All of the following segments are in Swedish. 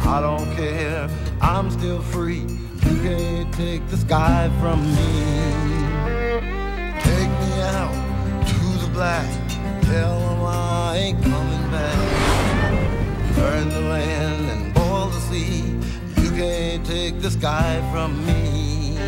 I don't care, I'm still free. You can't take the sky from me. Take me out to the black. Tell them I ain't coming back. Burn the land and boil the sea. You can't take the sky from me.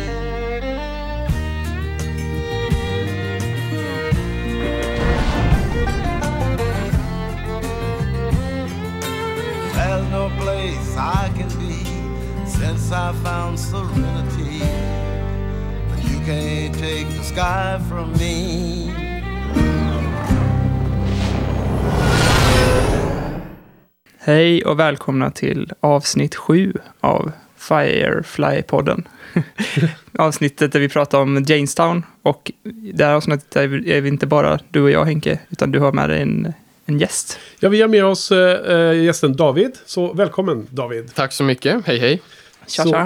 There's no place I can be since I found serenity. But you can't take the sky from me. Hej och välkomna till avsnitt 7 av Firefly-podden. Avsnittet där vi pratar om Jamestown. Och det här avsnittet är vi inte bara du och jag, Henke, utan du har med dig en gäst. Ja, vi har med oss gästen David. Så välkommen, David. Tack så mycket. Hej, hej. Tja.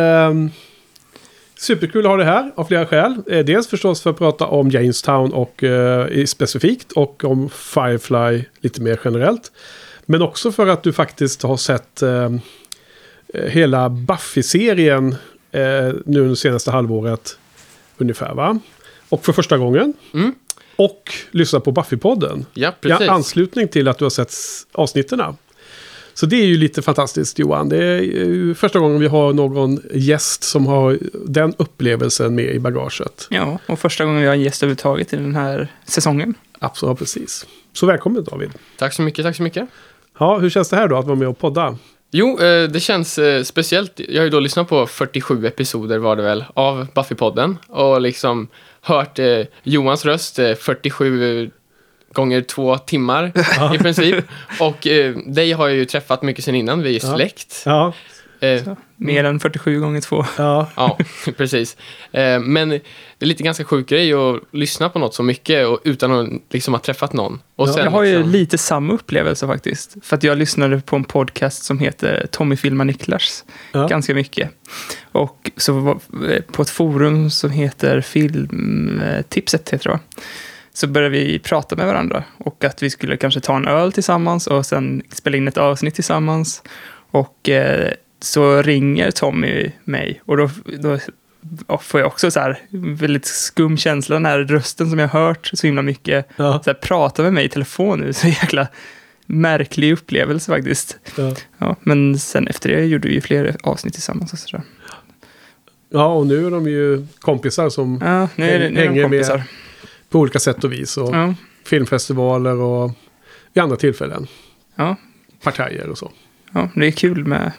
Superkul att ha det här av flera skäl. Dels förstås för att prata om Jamestown och specifikt och om Firefly lite mer generellt. Men också för att du faktiskt har sett hela Buffy-serien nu det senaste halvåret ungefär, va? Och för första gången. Mm. Och lyssna på Buffy-podden. Ja, precis. I anslutning till att du har sett avsnitterna. Så det är ju lite fantastiskt, Johan. Det är ju första gången vi har någon gäst som har den upplevelsen med i bagaget. Ja, och första gången vi har en gäst överhuvudtaget i den här säsongen. Absolut, precis. Så välkommen, David. Tack så mycket, tack så mycket. Ja, hur känns det här då att vara med och podda? Jo, det känns speciellt. Jag har ju då lyssnat på 47 episoder var det väl av Buffy-podden. Och liksom hört Johans röst 47 gånger 2 timmar i princip. Och dig har jag ju träffat mycket sen innan, vi är släkt. Ja. Mer än 47 gånger 2. Ja. Ja, precis. Men det är lite ganska sjuk grej att lyssna på något så mycket och utan att liksom ha träffat någon. Och sen, Jag har ju liksom lite samma upplevelse faktiskt. För att jag lyssnade på en podcast som heter Tommy filmar Niklas. Ja. Ganska mycket. Och så var på ett forum som heter Filmtipset heter det, va? Så började vi prata med varandra. Och att vi skulle kanske ta en öl tillsammans och sen spela in ett avsnitt tillsammans. Och så ringer Tommy mig. Och då får jag också så här väldigt skum känsla, den här rösten som jag har hört så himla mycket. Ja. Så här, prata med mig i telefon nu. Så jäkla märklig upplevelse faktiskt. Ja. Ja, men sen efter det gjorde vi ju fler avsnitt tillsammans. Och så där. Ja, och nu är de ju kompisar som Ja, nu är de hänger kompisar. med på olika sätt och vis. Och Ja. filmfestivaler och i andra tillfällen. Ja. Partajer och så. Ja, det är kul med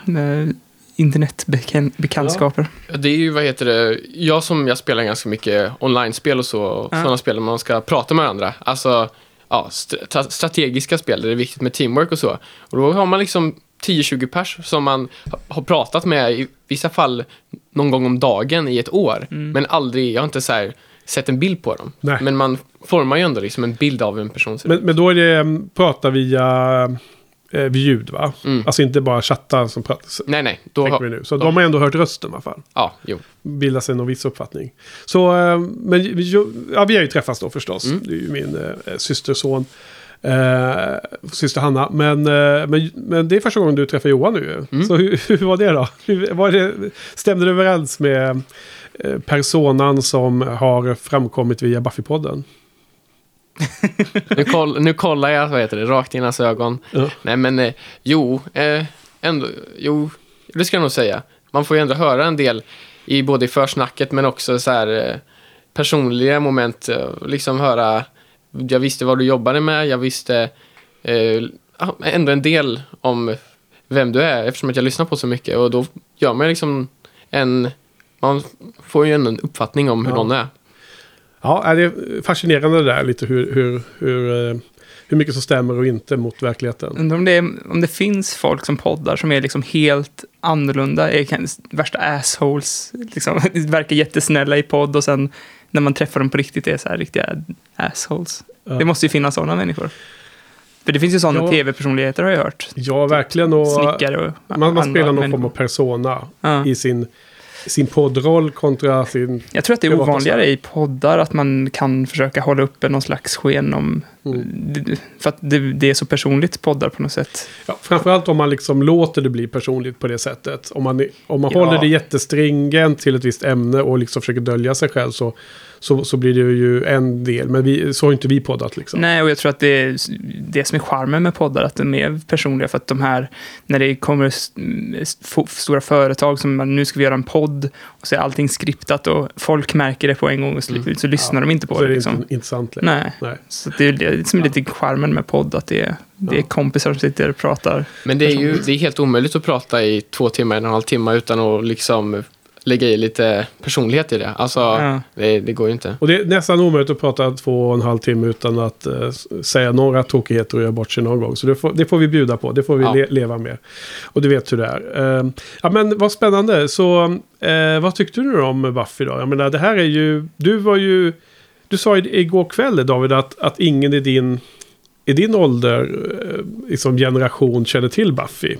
internetbekantskaper. det är ju, vad heter det, jag spelar ganska mycket online-spel och så, och sådana spel där man ska prata med varandra. Alltså, ja, strategiska spel där det är viktigt med teamwork och så. Och då har man liksom 10-20 pers som man har pratat med i vissa fall någon gång om dagen i ett år. Men aldrig, jag har inte så här sett en bild på dem. Nej. Men man formar ju ändå liksom en bild av en person. Men då är det prata via ljud, va? Alltså inte bara chatta som pratar. Nej. Då Vi nu. Så de har ändå hört rösten i alla fall. Ja, jo. Bilda sig någon viss uppfattning. Så, men vi har ju träffats då förstås. Det är ju min systerson. Syster Hanna. Men det är första gången du träffar Johan nu. Så hur var det då? Stämde det överens med personan som har framkommit via Buffy-podden? Nu kollar jag, vad heter det, rakt in i hans ögon. Ja. Nej, men jo, det ska jag nog säga. Man får ju ändå höra en del i både i försnacket men också så här personliga moment. Liksom höra, jag visste vad du jobbade med, jag visste ändå en del om vem du är eftersom att jag lyssnar på så mycket. Och då gör man liksom man får ju en uppfattning om hur någon är. Ja, det är fascinerande det där lite hur mycket som stämmer och inte mot verkligheten. Om det finns folk som poddar som är liksom helt annorlunda, är värsta assholes, liksom, verkar jättesnälla i podd och sen när man träffar dem på riktigt är så här riktiga assholes. Ja. Det måste ju finnas sådana människor. För det finns ju sådana tv-personligheter har jag hört. Ja, verkligen. Och snickare och man spelar någon form av persona i sin sin poddroll kontra sin... Jag tror att det är privata ovanligare sfär. i poddar att man kan försöka hålla uppe någon slags sken om... För att det är så personligt poddar på något sätt. Ja, framförallt om man liksom låter det bli personligt på det sättet. Om man Ja. håller det jättestringent till ett visst ämne och liksom försöker dölja sig själv så blir det ju en del. Men så har inte vi poddat liksom. Nej, och jag tror att det är det som är charmen med poddar, att de är personliga. För att de här, när det kommer stora företag som nu ska vi göra en podd och så är allting skriptat och folk märker det på en gång och så lyssnar de inte på Så det. är det Liksom. inte intressant längre. Nej, så det är det som är lite charmen med podd, att det är kompisar som sitter och pratar. Men det är helt omöjligt att prata i 2 timmar, 1,5 timme utan att liksom lägga i lite personlighet i det. Alltså, det går ju inte. Och det är nästan omöjligt att prata 2,5 timmar utan att säga några tråkigheter och göra bort sig någon gång. Så det får vi bjuda på. Det får vi leva med. Och du vet hur det är. Ja, men vad spännande. Så vad tyckte du om Buffy då? Jag menar, det här är ju... Du sa igår kväll, David, att ingen i din ålder, liksom generation, känner till Buffy.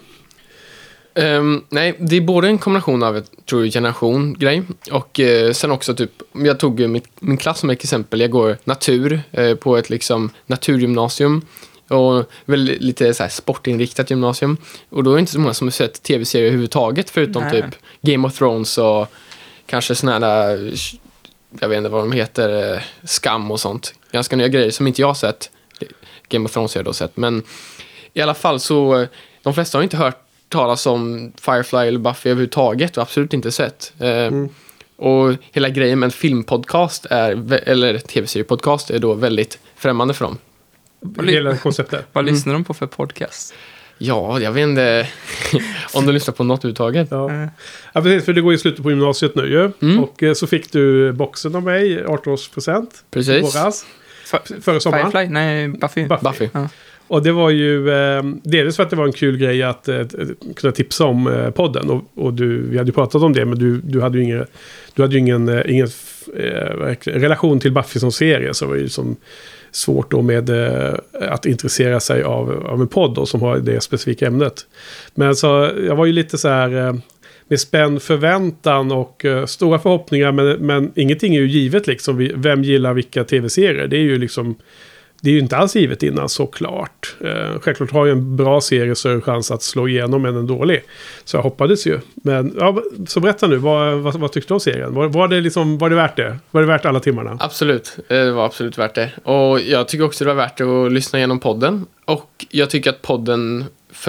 Nej, det är både en kombination av generation-grej och sen också typ, jag tog min klass som ett exempel. Jag går natur på ett liksom naturgymnasium och väldigt lite så här sportinriktat gymnasium. Och då är det inte så många som har sett tv-serier överhuvudtaget förutom typ Game of Thrones och kanske såna här, jag vet inte vad de heter, Skam och sånt. Ganska nya grejer som inte jag har sett. Game of Thrones har jag då sett. Men i alla fall så, de flesta har inte hört talas om Firefly eller Buffy överhuvudtaget och absolut inte sett. Och hela grejen med en filmpodcast eller tv-seriepodcast är då väldigt främmande för dem. Hela konceptet. Vad lyssnar de på för podcast? Ja, jag vet inte om de lyssnar på något överhuvudtaget. Ja, precis, för det går ju slutet på gymnasiet nu ju. Och så fick du boxen av mig, 18-årspresent. Precis. Förra sommaren. Firefly? Nej, Buffy. Buffy. Ja. Och det var ju dels för att det var en kul grej att kunna tipsa om podden. Och vi hade ju pratat om det, men du hade ju ingen relation till Buffy som serie. Så det var ju som svårt då med att intressera sig av en podd då, som har det specifika ämnet. Men så jag var ju lite så här med spänd förväntan och stora förhoppningar, men ingenting är ju givet liksom. Vem gillar vilka tv-serier? Det är ju liksom... Det är ju inte alls givet innan, såklart. Självklart har ju en bra serie så är det en chans att slå igenom än en dålig. Så jag hoppades ju. Men ja, så berätta nu, vad tyckte du om serien? Var det värt det? Var det värt alla timmarna? Absolut, det var absolut värt det. Och jag tycker också det var värt att lyssna igenom podden. Och jag tycker att podden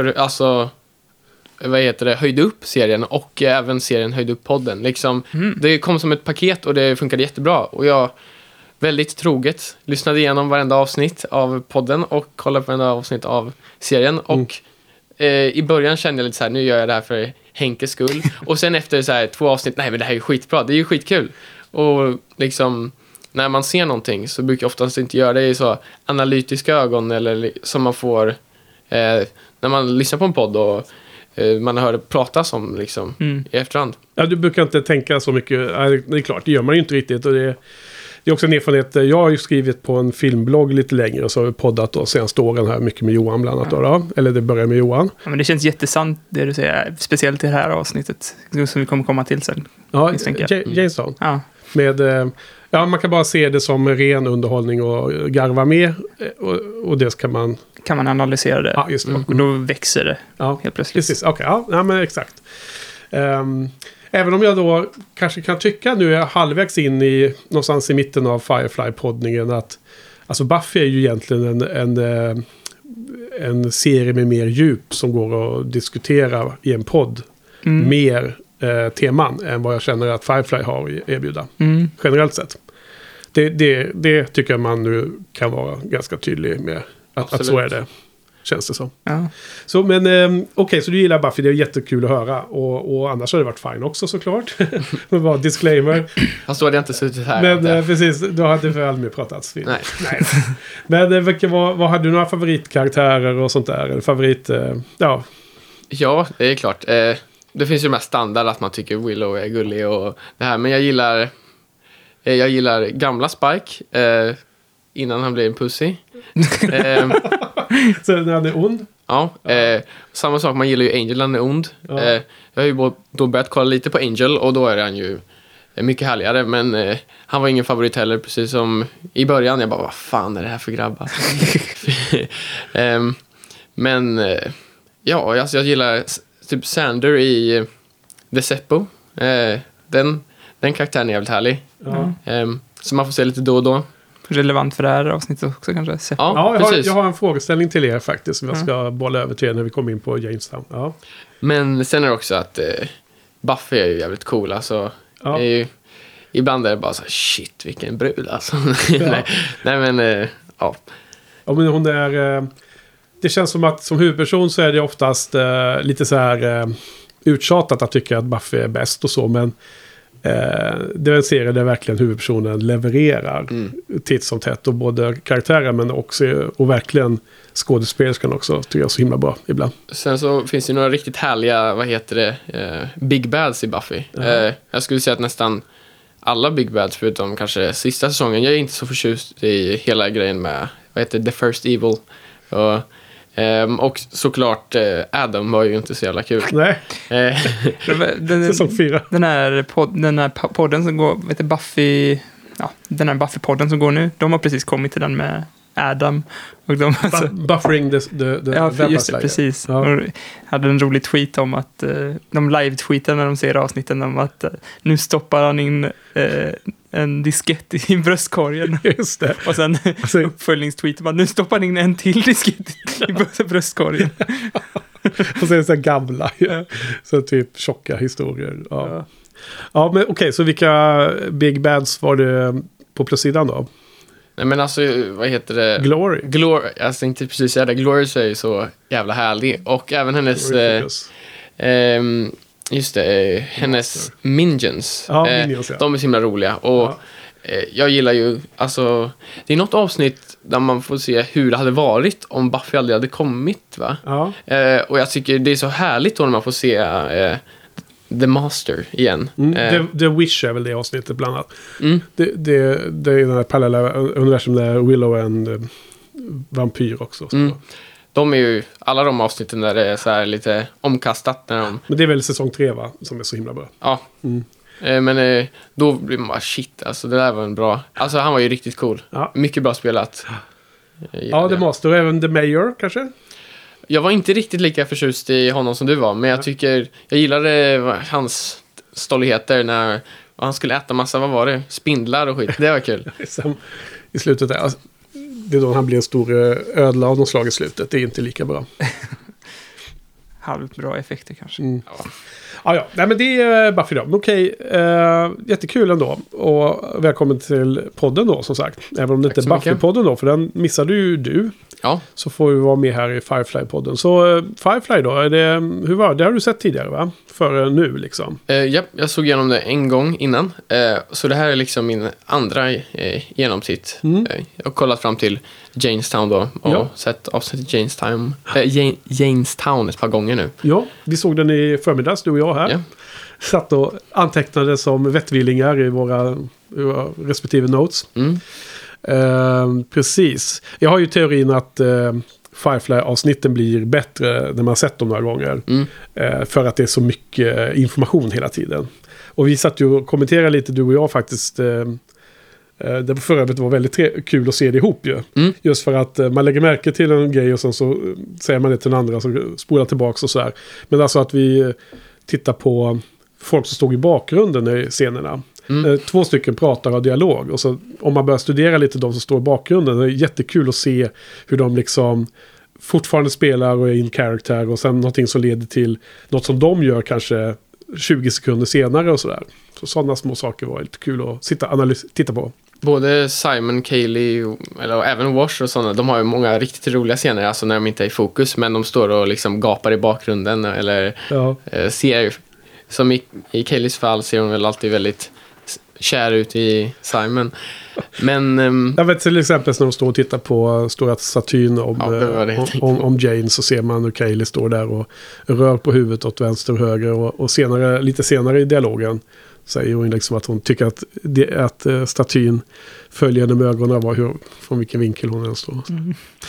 höjde upp serien och även serien höjde upp podden. Liksom, det kom som ett paket och det funkade jättebra. Och jag väldigt troget lyssnade igenom varenda avsnitt av podden och kollade på varenda avsnitt av serien. Och i början kände jag lite så här, nu gör jag det här för Henkes skull. Och sen efter så här 2 avsnitt, nej men det här är ju skitbra, det är ju skitkul. Och liksom, när man ser någonting så brukar jag oftast inte göra det i så analytiska ögon eller som man får när man lyssnar på en podd och man hör det pratas om liksom i efterhand. Ja, du brukar inte tänka så mycket. Det är klart, det gör man ju inte riktigt. Och det är också en erfarenhet. Jag har ju skrivit på en filmblogg lite längre och så har vi poddat då senaste åren här mycket med Johan bland annat. Då. Eller det börjar med Johan. Ja, men det känns jättesant det du säger. Speciellt i det här avsnittet som vi kommer komma till sen. Ja, Jameson. Ja. Med, man kan bara se det som ren underhållning och garva med. Och det kan man analysera det. Ja, just det. Och då växer det helt plötsligt. Precis, okej. Ja, men exakt. Även om jag då kanske kan tycka, nu är jag halvvägs in någonstans i mitten av Firefly-poddningen, att alltså Buffy är ju egentligen en serie med mer djup som går att diskutera i en podd. Mer teman än vad jag känner att Firefly har att erbjuda. Generellt sett. Det tycker jag man nu kan vara ganska tydlig med. Att så är det. Känns det som. Ja. Så, men okej, så du gillar Buffy, det är jättekul att höra. Och annars har det varit fine också såklart. Det var disclaimer. Fast då hade jag inte suttit här. Men precis, då hade vi aldrig pratats. Nej. Men vad hade du några favoritkaraktärer och sånt där? Favorit, Ja, det är klart. Det finns ju mest standard att man tycker Willow är gullig och det här. Men jag gillar gamla Spike innan han blev en pussy. Så när han är ond? Ja, samma sak, man gillar ju Angel, han är ond. Ja. Jag har ju då börjat kolla lite på Angel och då är han ju mycket härligare, men han var ingen favorit heller, precis som i början. Jag bara, vad fan är det här för grabbar? Men ja, alltså jag gillar typ Sander i The Seppo. Den karaktären är jävligt härlig. Ja. Så man får se lite då och då. Relevant för det här avsnittet också kanske. Ja, precis. jag har en frågeställning till er faktiskt som jag ska bolla över till er när vi kommer in på Jamestown. Ja. Men sen är det också att Buffy är ju jävligt cool. Alltså, Ja. är ju, ibland är det bara så här, shit, vilken brud alltså. Ja. Nej, men ja. Ja, men hon är... Det känns som att som huvudperson så är det oftast lite så här uttjatat att tycka att Buffy är bäst och så, men det är en serie där verkligen huvudpersonen levererar titt som tätt, och både karaktären men också och verkligen skådespelerskan också tycker jag så himla bra ibland. Sen så finns det några riktigt härliga, Big Bads i Buffy. Jag skulle säga att nästan alla Big Bads förutom kanske sista säsongen. Jag är inte så förtjust i hela grejen med, The First Evil. Och såklart Adam var ju inte så jävla kul. Nej, säsong 4. Den här podden som går, Buffy... Ja, den här Buffy-podden som går nu, de har precis kommit till den med Adam. Och de, Buffering the ja, just det, precis. Ja. Och hade en rolig tweet om att de live-tweetar när de ser avsnitten om att nu stoppar han in en diskett i bröstkorgen. Just det. Och sen uppföljningstweeten att nu stoppar han in en till diskett i bröstkorgen. Och sen så här gamla, så typ tjocka historier. Ja, ja men okej, så vilka Big Bads var det på plussidan då? Nej, men alltså, Glory. Jag tänkte precis säga det. Glory är ju så jävla härlig. Och även hennes... hennes Minions. Ja, Minions, ja. De är så himla roliga. Och jag gillar ju... Alltså, det är något avsnitt där man får se hur det hade varit om Buffy aldrig hade kommit, va? Ja. Och jag tycker det är så härligt då när man får se... The Master igen. The Wish är väl det avsnittet bland annat. Det är den här parallella universum där Willow är en vampyr också. De är ju, alla de avsnitten där det är så här lite omkastat. När de... Men det är väl säsong 3, va? Som är så himla bra. Ja. Men då blir man bara shit, alltså det där var en bra... Alltså han var ju riktigt cool. Ja. Mycket bra spelat. Ja, The Master och även The Mayor kanske? Jag var inte riktigt lika förtjust i honom som du var, men jag gillade hans stolligheter när han skulle äta massa, vad var det? Spindlar och skit. Det var kul. I slutet där. Alltså, det är då han blir en stor ödla av någon slag i slutet. Det är inte lika bra. Halvt bra effekter kanske. Ja. Nej, men det är Buffy då. Okej, jättekul ändå. Och välkommen till podden då, som sagt. Även om det inte är Buffy-podden då, för den missade ju du. Ja. Så får vi vara med här i Firefly-podden. Så Firefly då, hur var det? Det har du sett tidigare, va? Före nu liksom. Ja, jag såg igenom det en gång innan. Så det här är liksom min andra genomtitt. Jag har kollat fram till Jamestown då. Och sett avsnittet Jamestown ett par gånger nu. Ja, vi såg den i förmiddags, du och jag här. Ja. Satt och antecknade som vettvillingar i våra respektive notes. Precis. Jag har ju teorin att Firefly-avsnitten blir bättre när man sett dem några gånger. För att det är så mycket information hela tiden. Och vi satt ju och kommenterade lite, du och jag faktiskt. Det för övrigt var väldigt kul att se det ihop ju. Just för att man lägger märke till en grej och sen så säger man det till den andra så spolar tillbaka och så här. Men alltså att vi tittar på folk som stod i bakgrunden i scenerna. 2 stycken pratar och dialog. Och så, om man börjar studera lite de som står i bakgrunden, det är jättekul att se hur de liksom fortfarande spelar och är in character. Och sen någonting som leder till något som de gör kanske 20 sekunder senare och sådär. Så sådana små saker var lite kul att titta på. Både Simon, Kaylee eller även Wash och sådana, de har ju många riktigt roliga scener, alltså när de inte är i fokus, men de står och liksom gapar i bakgrunden eller ser, som i Kaylees fall ser hon väl alltid väldigt kär ut i Simon. Men jag vet till exempel när de står och tittar på stora statyn om Jane, så ser man hur Kaylee står där och rör på huvudet åt vänster och höger och lite senare i dialogen säger hon liksom att hon tycker att statyn följer henne med ögonen från vilken vinkel hon än står.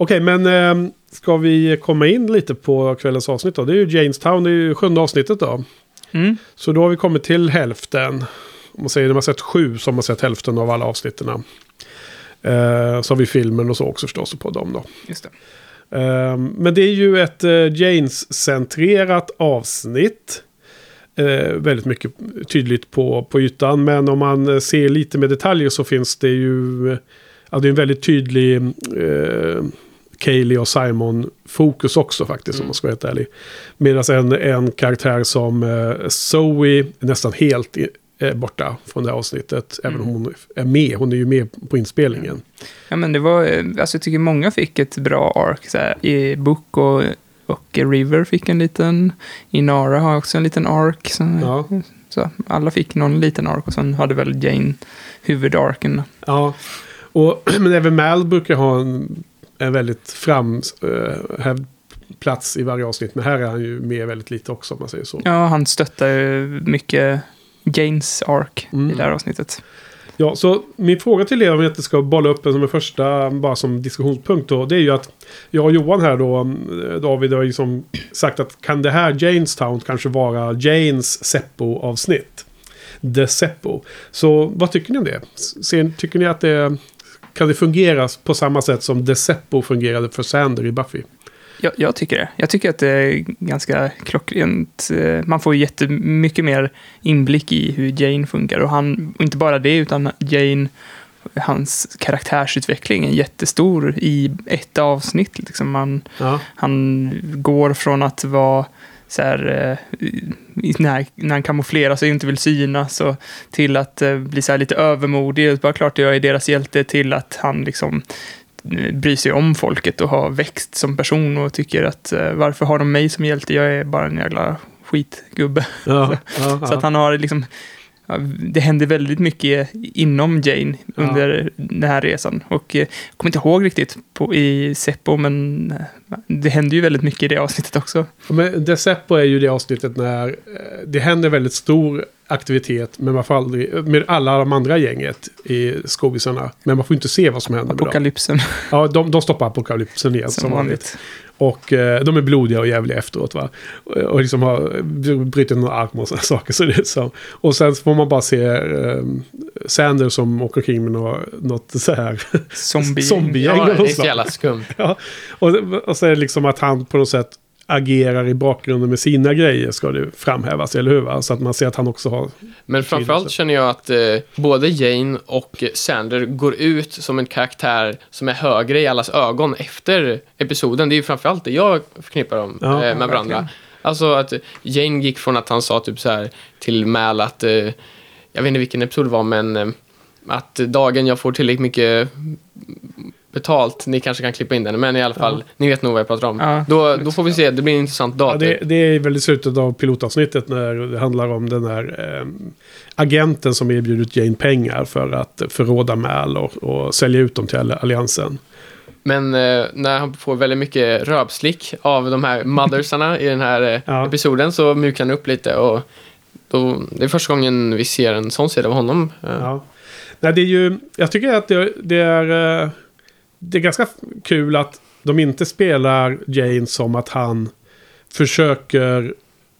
Okej, men ska vi komma in lite på kvällens avsnitt då? Det är ju Jamestown, det är ju 7:e avsnittet då. Mm. Så då har vi kommit till hälften. Om man säger när man sett 7 så har man sett hälften av alla avsnitten. Så har vi filmen och så också förstås på dem då. Just det. Men det är ju ett Janes-centrerat avsnitt. Väldigt mycket tydligt på ytan. Men om man ser lite med detaljer så finns det ju... Ja, det är en väldigt tydlig Kaylee och Simon-fokus också faktiskt, om man ska vara helt ärlig. Medan en karaktär som Zoe nästan helt borta från det här avsnittet. Även om hon är med. Hon är ju med på inspelningen. Ja, men det var... Alltså, jag tycker många fick ett bra arc. Så här, i Book och River fick en liten... Inara har också en liten arc. Så alla fick någon liten arc. Och sen hade väl Jane huvudarken. Ja, men även Mal brukar ha en väldigt plats i varje avsnitt. Men här är han ju med väldigt lite också, om man säger så. Ja, han stöttar ju mycket Janes arc i det här avsnittet. Ja, så min fråga till er, om jag inte ska bolla upp en som en första, bara som diskussionspunkt då, det är ju att jag och Johan här då, David har liksom sagt att kan det här Jamestown kanske vara Janes Seppo-avsnitt? The Seppo. Så vad tycker ni om det? Tycker ni att kan det fungera på samma sätt som The Seppo fungerade för Sander i Buffy? Jag tycker det. Jag tycker att det är ganska klockrent. Man får jättemycket mer inblick i hur Jane funkar. Och inte bara det, utan Jane, hans karaktärsutveckling är jättestor i ett avsnitt. Liksom han går från att vara så här, när han kamouflerar sig och inte vill synas, så till att bli så här lite övermodig. Bara klart jag är deras hjälte, till att han liksom bryr sig om folket och har växt som person och tycker att varför har de mig som hjälte? Jag är bara en jävla skitgubbe. Så att han har liksom, det händer väldigt mycket inom Jane under den här resan. Och jag kommer inte ihåg riktigt i Seppo, men det händer ju väldigt mycket i det avsnittet också. Men det Seppo är ju det avsnittet när det händer väldigt stor aktivitet, men man får aldrig, med alla de andra gänget i skobisarna, men man får inte se vad som händer Apokalypsen. med dem. Ja, de stoppar apokalypsen igen som vanligt. Och de är blodiga och jävliga efteråt, va? Och liksom har brutit några arm och sådana saker. Så det är så. Och sen får man bara se Sander som åker kring med något så här zombiegäng. Ja, det är så jävla skumt. Ja. Och så är det liksom att han på något sätt agerar i bakgrunden med sina grejer, ska det framhävas, eller hur? Va? Så att man ser att han också har... Men framförallt känner jag att både Jane och Sander går ut som en karaktär som är högre i allas ögon efter episoden. Det är ju framförallt det jag förknippar dem med varandra. Verkligen. Alltså att Jane gick från att han sa typ så här till Mal att, jag vet inte vilken episod det var, men att dagen jag får tillräckligt mycket betalt, ni kanske kan klippa in den, men i alla fall, ni vet nog vad jag pratar om. Ja, då får vi se, det blir en intressant dag. Ja, det är väl i slutet av pilotavsnittet när det handlar om den här agenten som erbjudit Jane pengar för att förråda Mal och sälja ut dem till alliansen. Men när han får väldigt mycket rövslick av de här mothersarna i den här episoden, så mjukar han upp lite, och det är första gången vi ser en sån sida av honom. Ja. Nej, det är ju, jag tycker att det är ganska kul att de inte spelar Jane som att han försöker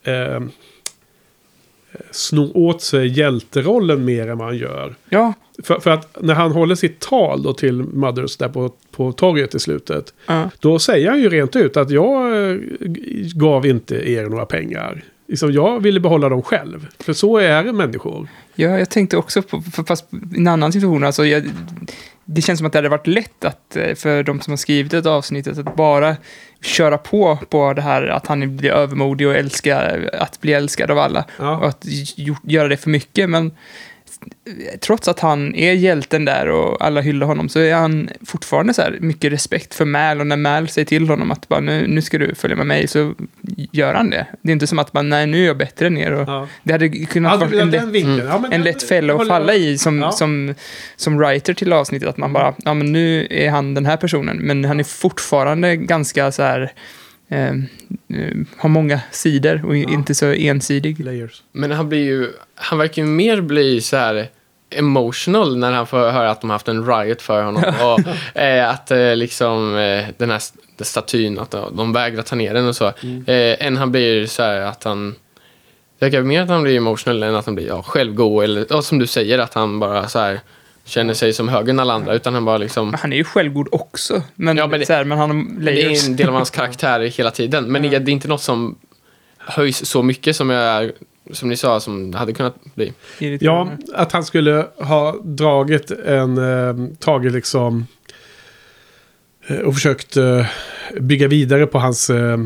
sno åt sig hjälterollen mer än vad han gör. Ja. För att när han håller sitt tal då till Mothers där på torget i slutet, då säger han ju rent ut att jag gav inte er några pengar. Liksom, jag ville behålla dem själv. För så är människor. Ja, jag tänkte också på, fast i en annan situation, alltså det känns som att det hade varit lätt att, för de som har skrivit ett avsnittet, att bara köra på det här att han blir övermodig och att bli älskad av alla. Ja. Och att göra det för mycket, men trots att han är hjälten där och alla hyllar honom, så är han fortfarande så här mycket respekt för Mal, och när Mal säger till honom att bara, nu ska du följa med mig, så gör han det. Det är inte som att man, nej, nu är jag bättre än er. Och det hade kunnat vara en lätt fälla att falla i som writer till avsnittet, att man bara, ja, men nu är han den här personen, men han är fortfarande ganska så här har många sidor och inte så ensidig. Men han verkar ju mer bli så här emotional när han får höra att de har haft en riot för honom. Och att liksom den här statyn, att de vägrar ta ner den och så. Än han blir så här att han... Det verkar mer att han blir emotional än att han blir självgod. Eller som du säger, att han bara så här känner sig som högre än alla andra. Utan han bara liksom... Men han är ju självgod också. Men, men han det är en del av hans karaktär hela tiden. Men det är inte något som höjs så mycket som ni sa, som hade kunnat bli. Ja, att han skulle ha tagit liksom och försökt bygga vidare på hans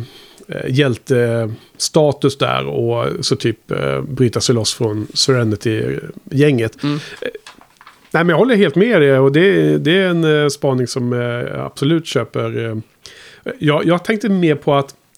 hjältestatus där och så typ bryta sig loss från Serenity-gänget. Nej, men jag håller helt med det, och det är en spaning som jag absolut köper. Jag tänkte mer på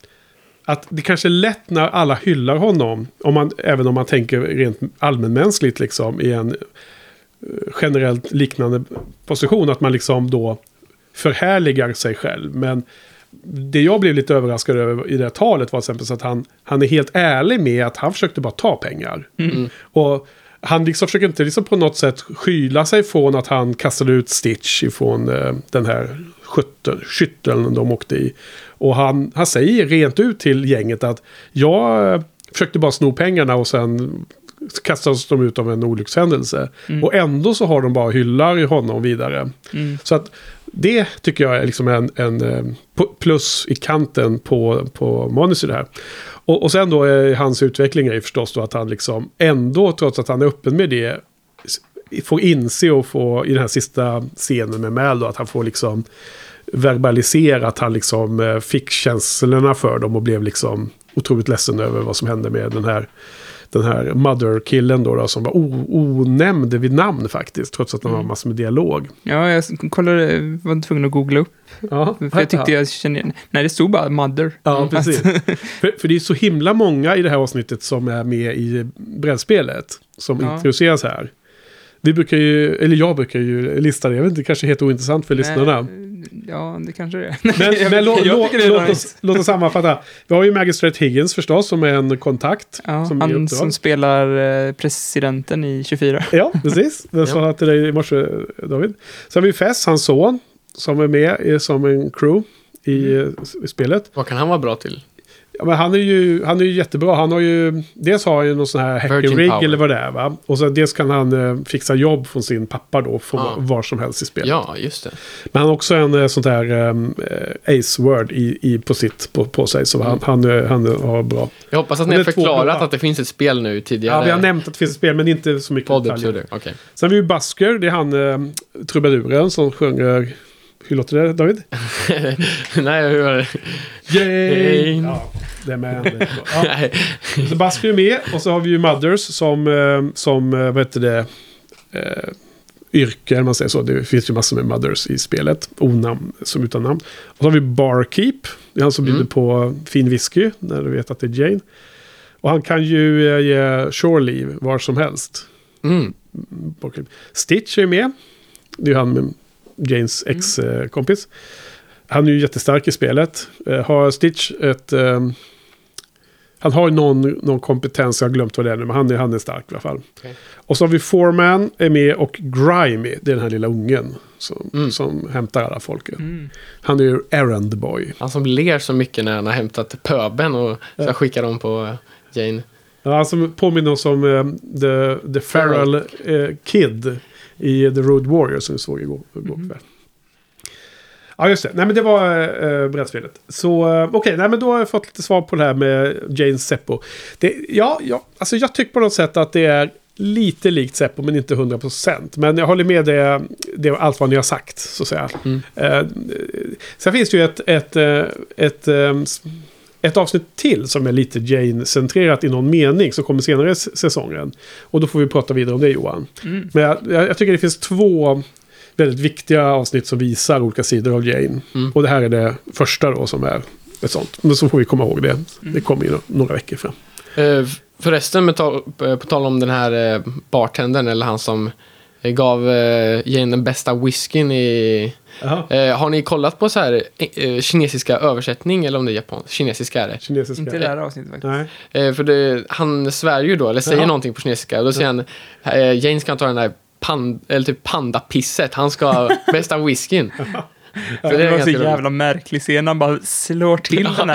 att det kanske är lätt när alla hyllar honom, även om man tänker rent allmänmänskligt liksom, i en generellt liknande position, att man liksom då förhärligar sig själv. Men det jag blev lite överraskad över i det här talet var till exempel så att han är helt ärlig med att han försökte bara ta pengar. Och han liksom försöker inte liksom på något sätt skyla sig från att han kastade ut Stitch ifrån den här skytteln de åkte i. Och han säger rent ut till gänget att jag försökte bara sno pengarna och sen kastas de ut av en olyckshändelse. Och ändå så har de bara hyllar i honom vidare. Så att det tycker jag är liksom en plus i kanten på manus i det här. Och sen då är hans utveckling är förstås då att han liksom ändå, trots att han är öppen med det, får inse och få i den här sista scenen med Mal då, att han får liksom verbalisera att han liksom fick känslorna för dem och blev liksom otroligt ledsen över vad som hände med den här Mother-killen då som var onämnd vid namn faktiskt, trots att han har massor med dialog. Ja, jag var tvungen att googla upp. Ja, för jag tyckte jag kände igen. Nej, det stod bara Mother. Ja, precis. för det är så himla många i det här avsnittet som är med i brädspelet som introduceras här. Jag brukar ju lista det. Jag vet inte, det kanske är helt ointressant för lyssnarna. Ja, det kanske det är. Men låt oss sammanfatta. Vi har ju Magistrate Higgins förstås, som är en kontakt. Ja, han som spelar presidenten i 24. Ja, precis. Det sa jag till dig i morse, David. Sen har vi Fess, hans son, som är med som en crew i spelet. Vad kan han vara bra till? Ja, men han är ju jättebra. Han har ju, dels har han ju någon sån här hacker rig eller vad det är, va? Och sen dels kan han fixa jobb från sin pappa då, från var som helst i spelet. Ja, just det. Men han har också en sånt här ace-word på sig, så han har bra. Jag hoppas att ni har förklarat att det finns ett spel nu tidigare. Ja, vi har nämnt att det finns ett spel, men inte så mycket detaljer. Okay. Sen har vi ju Busker, det är han trubaduren som sjunger. Hur låter det, David? Nej, hur var det? Jane! Ja, det är med. Ja. Så Busker är med, och så har vi ju Mothers som vad heter det, yrke, man säger så. Det finns ju massor med Mothers i spelet. Onamn som utan namn. Och så har vi Barkeep. Det är han som bjuder på fin whisky när du vet att det är Jane. Och han kan ju ge shore leave var som helst. Barkeep. Stitch är med. Det är han med Janes ex-kompis. Han är ju jättestark i spelet. Har Stitch han har någon kompetens, jag har glömt vad det är nu, men han är stark i alla fall. Okay. Och så har vi Foreman är med, och Grimy, det är den här lilla ungen som hämtar alla folket. Han är ju errand boy. Han som ler så mycket när han har hämtat pöben och så skickar dem på Jane. Ja, han som påminner oss om the Feral Kid i The Road Warrior som vi såg igår kväll. Ja, just det. Nej, men det var brädspelet. Så okej, nej, men då har jag fått lite svar på det här med Jane Seppo. Alltså jag tycker på något sätt att det är lite likt Seppo, men inte 100%. Men jag håller med det allt vad ni har sagt, så att säga. Sen finns det ju ett avsnitt till som är lite Jane-centrerat i någon mening, som kommer senare i säsongen. Och då får vi prata vidare om det, Johan. Men jag tycker det finns 2 väldigt viktiga avsnitt som visar olika sidor av Jane. Och det här är det första då som är ett sånt. Men så får vi komma ihåg det. Det kommer ju några veckor fram. Förresten, på tal om den här bartendern, eller han som gav Jane den bästa whiskyn i... har ni kollat på så här kinesiska översättning, eller om det är kinesiska är det? Kinesiska. Inte det här avsnittet faktiskt. För han svär ju då, eller säger någonting på kinesiska, och då säger han Jane ska ta den där eller typ pandapisset. Han ska ha bästa whiskyn. Ja, det var så jävla märklig scen. Han bara slår till den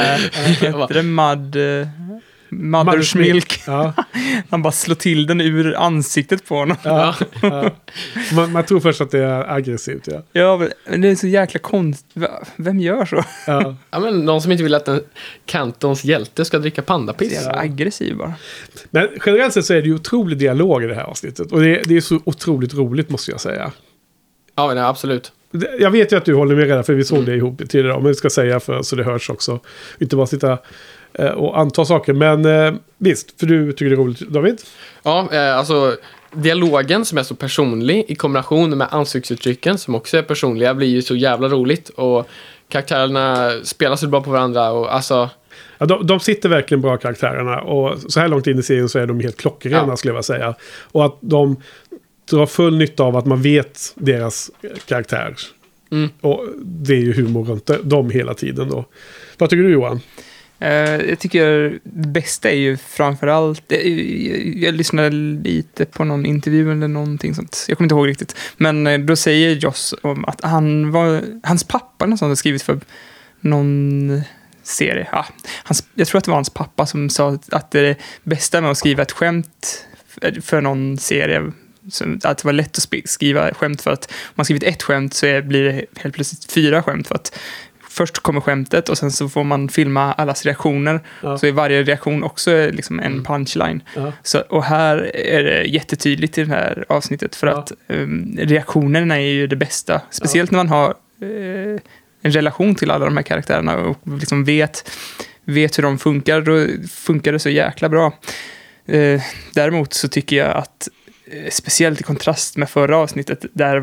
här Mother's Milk. Ja. Han bara slår till den ur ansiktet på honom. Ja. Man tror först att det är aggressivt. Ja, men det är så jäkla konstigt. Vem gör så? Ja. Ja, men någon som inte vill att en Cantons hjälte ska dricka pandapiss. Jävla aggressiv bara. Men generellt sett så är det ju otrolig dialog i det här avsnittet. Och det är så otroligt roligt, måste jag säga. Ja, nej, absolut. Jag vet ju att du håller med redan, för vi såg det ihop tidigare. Men vi ska säga så det hörs också. Inte bara sitta och anta saker. Men visst, för du tycker det är roligt, David? Ja, alltså dialogen som är så personlig i kombination med ansiktsuttrycken som också är personliga blir ju så jävla roligt. Och karaktärerna spelar så bra på varandra. Och alltså... Ja, de sitter verkligen bra, karaktärerna. Och så här långt in i serien så är de helt klockrena, skulle jag säga. Och att de drar full nytta av att man vet deras karaktär. Och det är ju humor runt dem hela tiden då. Vad tycker du, Johan? Jag tycker det bästa är ju framförallt, jag lyssnade lite på någon intervju eller någonting sånt, jag kommer inte ihåg riktigt, men då säger Joss om att hans pappa nästan hade skrivit för någon serie. Ja, jag tror att det var hans pappa som sa att det bästa med att skriva ett skämt för någon serie, att det var lätt att skriva skämt, för att om man skrivit ett skämt så blir det helt plötsligt 4 skämt, för att först kommer skämtet och sen så får man filma allas reaktioner. Ja. Så är varje reaktion också liksom en punchline. Ja. Så, och här är det jättetydligt i det här avsnittet, för att reaktionerna är ju det bästa. Speciellt när man har en relation till alla de här karaktärerna och liksom vet hur de funkar. Då funkar det så jäkla bra. Däremot så tycker jag att speciellt i kontrast med förra avsnittet, där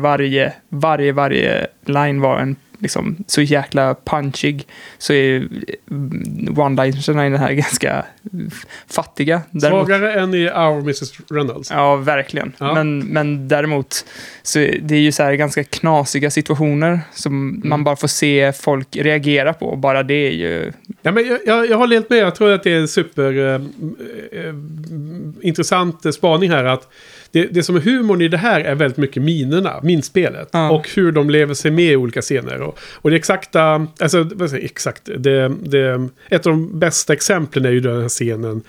varje line var en liksom så jäkla punchig, så är one-linerserna i den här ganska fattiga. Svagare än i Our Mrs. Reynolds. Ja, verkligen. Ja. Men däremot så det är ju så här ganska knasiga situationer som man bara får se folk reagera på. Bara det är ju... Ja, men jag håller helt med. Jag tror att det är en super intressant spaning här, att det som är humorn i det här är väldigt mycket minspelet. Ja. Och hur de lever sig med i olika scener. Och det exakta, alltså ett av de bästa exemplen är ju den här scenen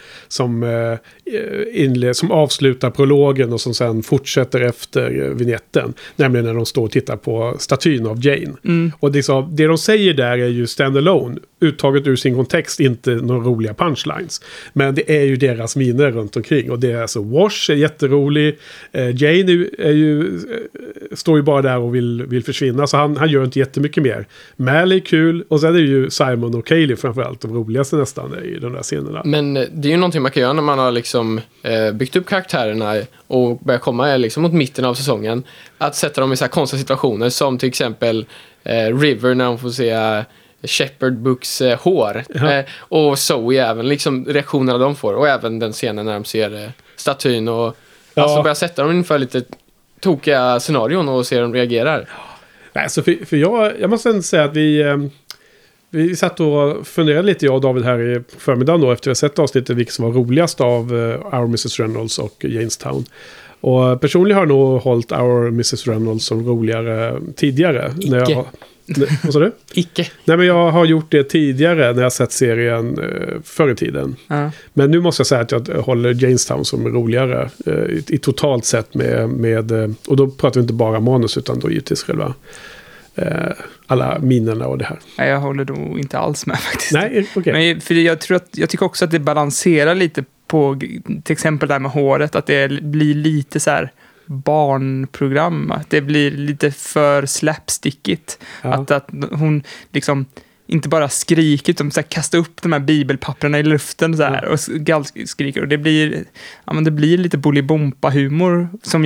som avslutar prologen och som sen fortsätter efter vignetten. Nämligen när de står och tittar på statyn av Jane. Och det de säger där är ju stand alone. Uttaget ur sin kontext, inte några roliga punchlines. Men det är ju deras miner runt omkring. Och det är alltså Wash är jätterolig. Jane står ju bara där och vill försvinna. Så han gör inte jättemycket mer. Mal är kul. Och sen är det ju Simon och Kaylee framförallt de roligaste nästan i de där scenerna. Men det är ju någonting man kan göra när man har liksom byggt upp karaktärerna och börjar komma liksom mot mitten av säsongen. Att sätta dem i så här konstiga situationer, som till exempel River när hon får se Shepherd Books hår. Och Zoe även, liksom reaktionerna de får. Och även den scenen när de ser statyn och alltså börjar sätta dem inför lite tokiga scenarion och se hur de reagerar. Nej, så för jag måste ändå säga att vi satt och funderade lite, jag och David, här i förmiddagen då, efter att ha sett avsnittet, vilket som var roligast av Our Mrs. Reynolds och Janestown. Och personligen har jag nog hållit Our Mrs. Reynolds som roligare tidigare. Vad sa du? Icke. Nej, men jag har gjort det tidigare när jag sett serien förr i tiden. Men nu måste jag säga att jag håller Janestown som roligare i totalt sett med och då pratar vi inte bara manus, utan då givetvis själva alla minerna och det här. Nej, jag håller då inte alls med faktiskt. Nej, okej. Men för jag tycker också att det balanserar lite på till exempel där med håret, att det blir lite så här barnprogram, att det blir lite för slapstickigt. Ja. Att hon liksom inte bara skriker, utan så här kastar upp de här bibelpapperna i luften så här, och skriker, och det blir lite Bolibompa-humor som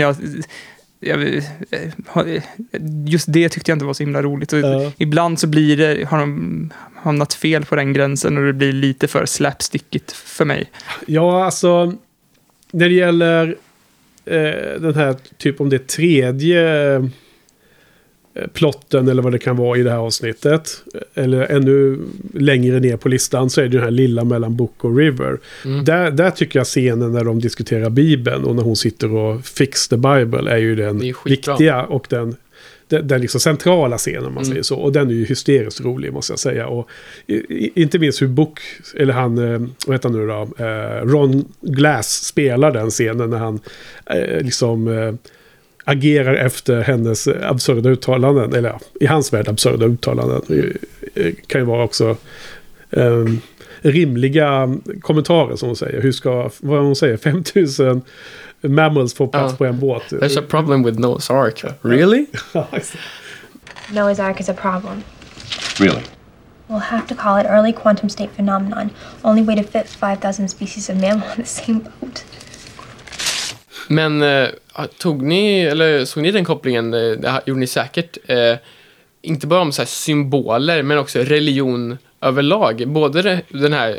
just det tyckte jag inte var så himla roligt. Och ibland så har de hamnat fel på den gränsen och det blir lite för slapstickigt för mig. Ja, alltså när det gäller den här typ om det tredje plotten eller vad det kan vara i det här avsnittet. Eller ännu längre ner på listan så är det den här lilla mellan Book och River. Där tycker jag scenen när de diskuterar Bibeln och när hon sitter och fix the Bible är ju den viktiga och den liksom centrala scenen om man säger så. Och den är ju hysteriskt rolig måste jag säga. Och inte minst hur Book, eller han, vad heter han nu då? Ron Glass spelar den scenen när han agerar efter hennes absurda uttalanden. Eller ja, i hans värld absurda uttalanden. Det kan ju vara också rimliga kommentarer som hon säger. Vad hon säger, 5000 mammals får plats på en båt. There's a problem with Noah's Ark. Really? Noah's Ark is a problem. Really? We'll have to call it early quantum state phenomenon. Only way to fit 5,000 species of mammal on the same boat. Men såg ni den kopplingen? Det gjorde ni säkert. Inte bara om så här symboler, men också religion överlag. Både den här,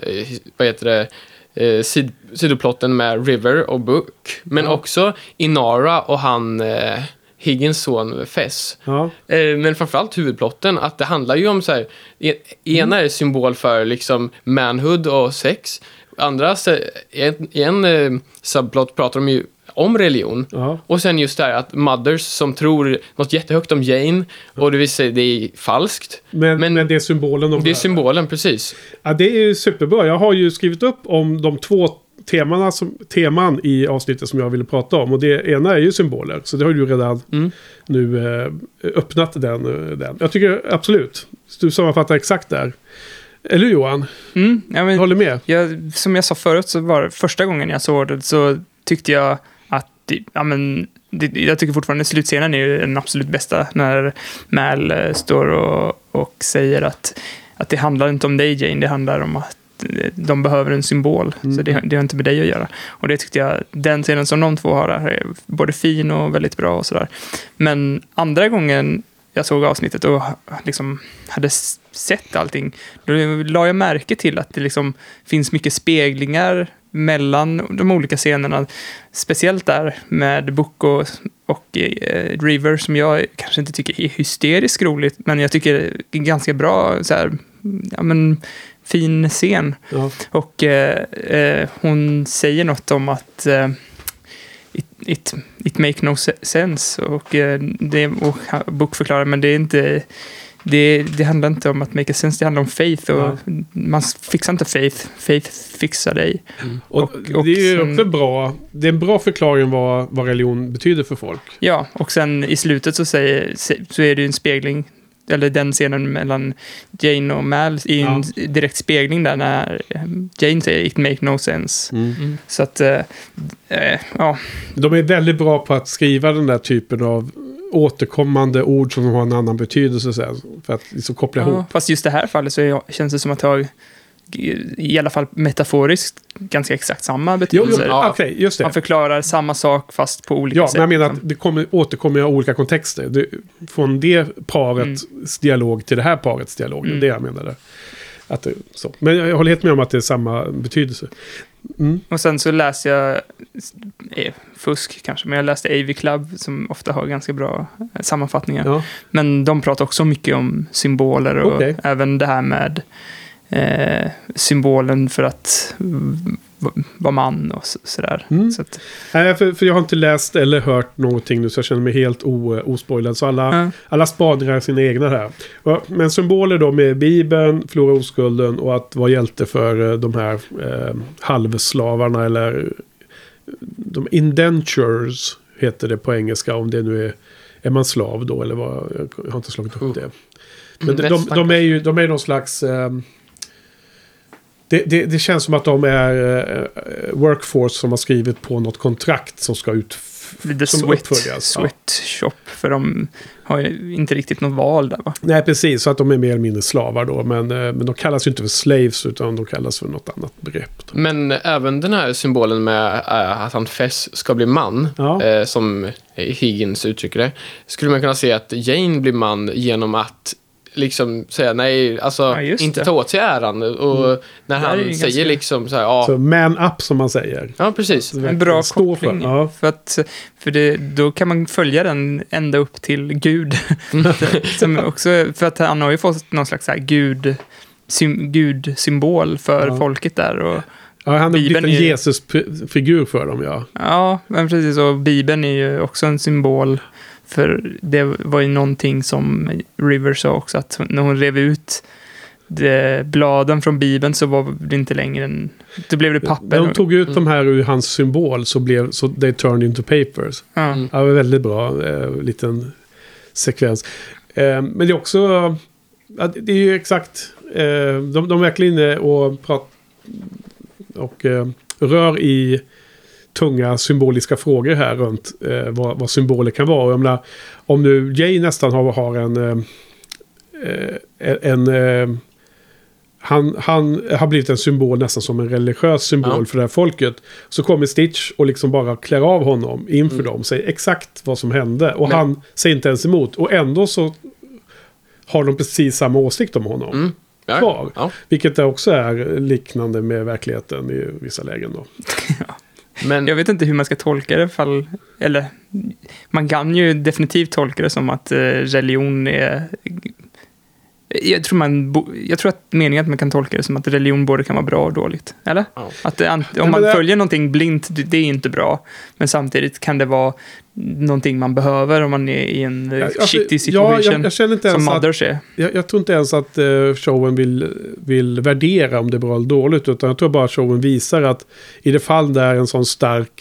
sidoplotten med River och Book, men också Inara och han Higgins son Fess. Ja. Men framförallt huvudplotten, att det handlar ju om så här, ena är symbol för liksom manhood och sex. Andra, en subplot pratar de ju om religion. Ja. Och sen just det här att mothers som tror något jättehögt om Jane och det vill säga det är falskt. Men det är symbolen. Det är symbolen, precis. Ja, det är ju superbra. Jag har ju skrivit upp om de 2 teman i avsnittet som jag ville prata om. Och det ena är ju symboler. Så det har du redan nu öppnat den. Jag tycker absolut. Du sammanfattar exakt där. Eller Johan? Jag håller med. Som jag sa förut så var det första gången jag såg det så tyckte jag att jag tycker fortfarande slutscenen är ju den absolut bästa när Mal står och säger att det handlar inte om dig Jane, det handlar om att de behöver en symbol. Så det har inte med dig att göra. Och det tyckte jag, den scenen som de två har där är både fin och väldigt bra och sådär. Men andra gången jag såg avsnittet och liksom hade sett allting, då la jag märke till att det liksom finns mycket speglingar mellan de olika scenerna. Speciellt där med Book och River som jag kanske inte tycker är hysteriskt roligt, men jag tycker är ganska bra så här, fin scen. Ja. Och hon säger något om att it make no sense och Book förklarar, men det är inte det handlar inte om att make sense, det handlar om faith och man fixar inte faith fixar dig. Och det är ju också bra, det är en bra förklaring vad religion betyder för folk. Ja, och sen i slutet så är det ju en spegling, eller den scenen mellan Jane och Mal i en direkt spegling där när Jane säger it make no sense. Så att de är väldigt bra på att skriva den där typen av återkommande ord som har en annan betydelse sen, för att liksom koppla ihop. Fast just det här fallet så känns det som att jag i alla fall metaforiskt ganska exakt samma betydelse. Okay, just det. Man förklarar samma sak fast på olika sätt. Ja, men jag menar att det återkommer i olika kontexter. Från det parets dialog till det här parets dialog. Det är det jag menade. Så. Men jag håller helt med om att det är samma betydelse. Och sen så läste jag fusk kanske, men jag läste AV Club som ofta har ganska bra sammanfattningar. Ja. Men de pratar också mycket om symboler och även det här med symbolen för att vara man och sådär. Så att, för jag har inte läst eller hört någonting nu så jag känner mig helt ospoilad. Så alla spaningar är sina egna här. Men symboler då med Bibeln, förlora oskulden och att vara hjälte för de här halvslavarna eller de indentures heter det på engelska, om det nu är man slav då eller vad, jag har inte slagit upp det. Men de är någon slags det känns som att de är workforce som har skrivit på något kontrakt som ska sweatshop, för de har ju inte riktigt något val där, va? Nej, precis, så att de är mer eller mindre slavar då, men de kallas ju inte för slaves utan de kallas för något annat begrepp då. Men även den här symbolen med att han Fess ska bli man, som Higgins uttrycker det, skulle man kunna se att Jane blir man genom att liksom säga nej, alltså inte ta åt sig äran. Och när han säger ganska... liksom så här, så man up som man säger. Ja, precis. En bra koppling. För då kan man följa den ända upp till Gud. Som också, för att han har ju fått någon slags så här gud-symbol för folket där. Och han har blivit en Jesus-figur för dem, ja. Ja, men precis. Och Bibeln är ju också en symbol. För det var ju någonting som River sa också, att när hon rev ut bladen från Bibeln så var det inte längre då blev det papper. När de tog ut de här ur hans symbol så they turned into papers. Det var väldigt bra liten sekvens. Men det är också det är ju exakt de är verkligen inne och rör i tunga symboliska frågor här runt vad symboler kan vara. Jag menar, om nu Jay nästan har han har blivit en symbol nästan som en religiös symbol för det här folket, så kommer Stitch och liksom bara klär av honom inför dem, säger exakt vad som hände och han säger inte ens emot, och ändå så har de precis samma åsikt om honom kvar. Vilket också är liknande med verkligheten i vissa lägen då. Men jag vet inte hur man ska tolka det, eller man kan ju definitivt tolka det som att religion är... Jag tror att meningen att man kan tolka det som att religion både kan vara bra och dåligt. Eller? Att om man följer någonting blint, det är inte bra. Men samtidigt kan det vara någonting man behöver om man är i en shitty situation, jag känner inte som Mothers är. Jag tror inte ens att showen vill värdera om det är bra eller dåligt, utan jag tror bara att showen visar att i det fall där en sån stark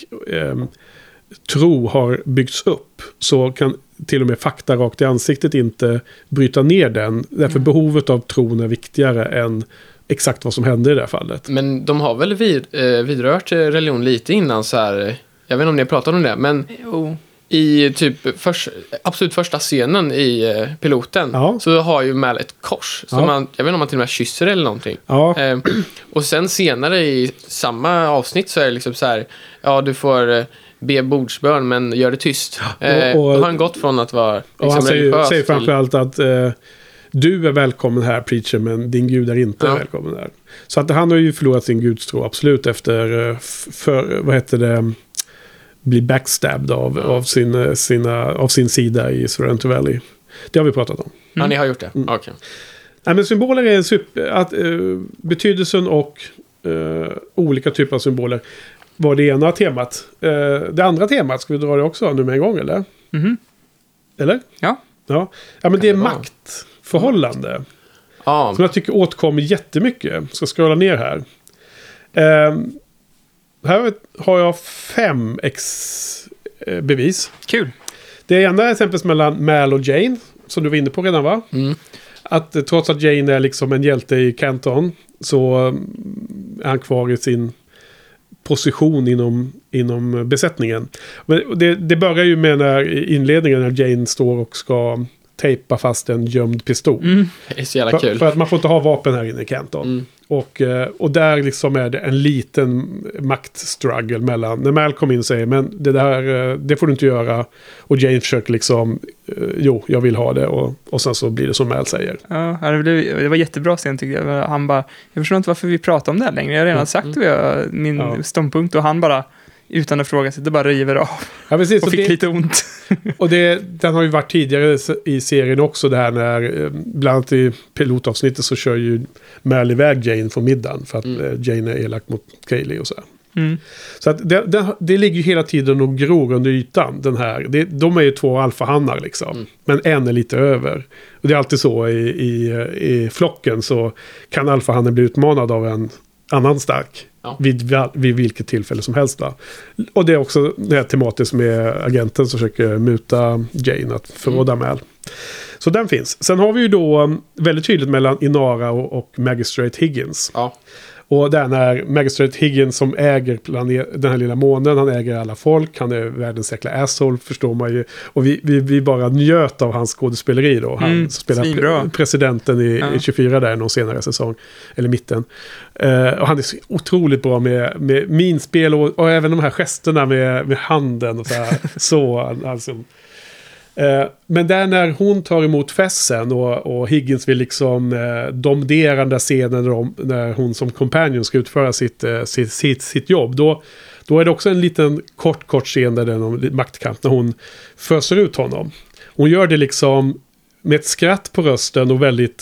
tro har byggts upp, så kan till och med fakta rakt i ansiktet inte bryta ner den. Därför behovet av tron är viktigare än exakt vad som hände i det här fallet. Men de har väl vidrört religion lite innan så här. Jag vet inte om ni har pratat om det, men i typ absolut första scenen i piloten så har ju Mal ett kors. Så jag vet inte om man till och med kysser eller någonting. Och sen senare i samma avsnitt så är det liksom så här, du får be bordsbön men gör det tyst. Och har han gått från att vara liksom, han säger framförallt att du är välkommen här, preacher, men din gud är inte välkommen här. Så att han har ju förlorat sin gudstro absolut efter vad heter det, bli backstabbed av sin sida i Sorrento Valley. Det har vi pratat om. Ja, ni har gjort det. Okej. Nej, men symboler är betydelsen och olika typer av symboler var det ena temat. Det andra temat, ska vi dra det också nu med en gång, eller? Eller? Ja. Ja, men det är maktförhållande. Som jag tycker återkommer jättemycket. Ska scrolla ner här. Här har jag 5 bevis. Kul. Det ena är exempelvis mellan Mal och Jane, som du var inne på redan, va? Att trots att Jane är liksom en hjälte i Canton, så är han kvar i sin position inom besättningen. Men det börjar ju med inledningen när Jane står och ska tejpa fast en gömd pistol. Det är så jävla kul. För att man får inte ha vapen här inne i Canton. Och där liksom är det en liten maktstruggle mellan, när Mal kommer in och säger, men det får du inte göra, och Jane försöker liksom jag vill ha det, och sen så blir det som Mal säger. Ja, det var jättebra sen tyckte jag. Han bara, jag förstår inte varför vi pratar om det här längre. Jag har redan sagt min ståndpunkt, och han bara utan att fråga sig, det bara river av. Ja, precis, och fick lite ont. Och den har ju varit tidigare i serien också, det här när bland annat i pilotavsnittet så kör ju Mal iväg Jane från middagen för att Jane är elak mot Kaylee och så här. Så att det ligger ju hela tiden och gror under ytan, den här. De är ju 2 alfahannar liksom. Men en är lite över. Och det är alltid så i flocken, så kan alfahannen bli utmanad av en annan stark vid vilket tillfälle som helst. Va? Och det är också det här tematiskt med agenten som försöker muta Jane att förråda Mal. Så den finns. Sen har vi ju då väldigt tydligt mellan Inara och Magistrate Higgins. Och den är Magistrate Higgins som äger den här lilla månen. Han äger alla folk. Han är världens jäkla asshole, förstår man ju. Och vi bara njöt av hans skådespeleri då. Han spelar presidenten i 24 där, någon senare säsong. Eller mitten. Och han är så otroligt bra med minspel och även de här gesterna med handen och så här. Så alltså. Men där när hon tar emot fessen och Higgins vill liksom domdera den där scenen när hon som companion ska utföra sitt jobb, då är det också en liten kort scen där det är någon maktkamp när hon föser ut honom. Hon gör det liksom med ett skratt på rösten och väldigt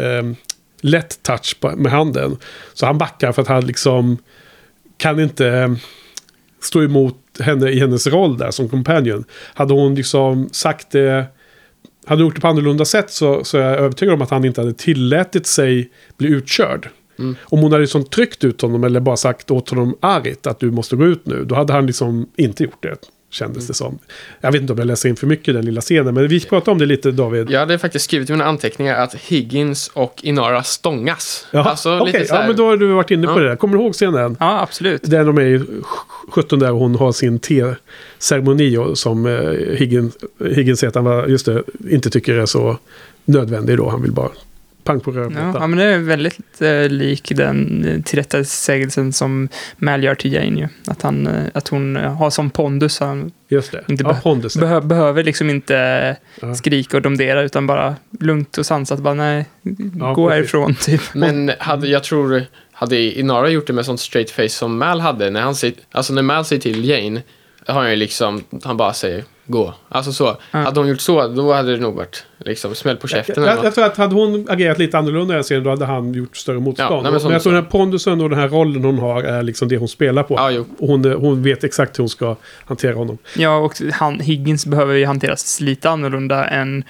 lätt touch med handen. Så han backar för att han liksom kan inte stå emot henne i hennes roll där som companion. Hade hon liksom sagt det, hade gjort det på annorlunda sätt så är jag övertygad om att han inte hade tillåtit sig bli utkörd. Om hon hade liksom tryckt ut honom eller bara sagt åt honom argt att du måste gå ut nu, då hade han liksom inte gjort det, kändes det som. Jag vet inte om jag läser in för mycket i den lilla scenen, men vi pratar om det lite, David. Jag hade faktiskt skrivit i mina anteckningar att Higgins och Inara stångas. Jaha, alltså, okej. lite så här... Ja, men då har du varit inne på det där. Kommer du ihåg scenen? Ja, absolut. Där de är i 17 där och hon har sin te-ceremoni och som Higgins säger att han inte tycker är så nödvändig då. Han vill bara pang på röven. Ja, men det är väldigt lik den tillrättasägelsen som Mal gör till Jane ju. Att hon har som pondus. Han just det. inte pondus. Behöver liksom inte skrika och domdera utan bara lugnt och sansat. Bara nej, gå härifrån typ. Men hade Inara gjort det med sånt straight face som Mal hade när Mal säger till Jane, har han ju liksom, han bara säger gå. Alltså så. Hade hon gjort så, då hade det nog varit liksom smäll på käften. Jag tror att hade hon agerat lite annorlunda än serien, då hade han gjort större motstånd. Ja, men jag tror den här pondusen och den här rollen hon har är liksom det hon spelar på. Ja, och hon vet exakt hur hon ska hantera honom. Ja, och Higgins behöver ju hanteras lite annorlunda än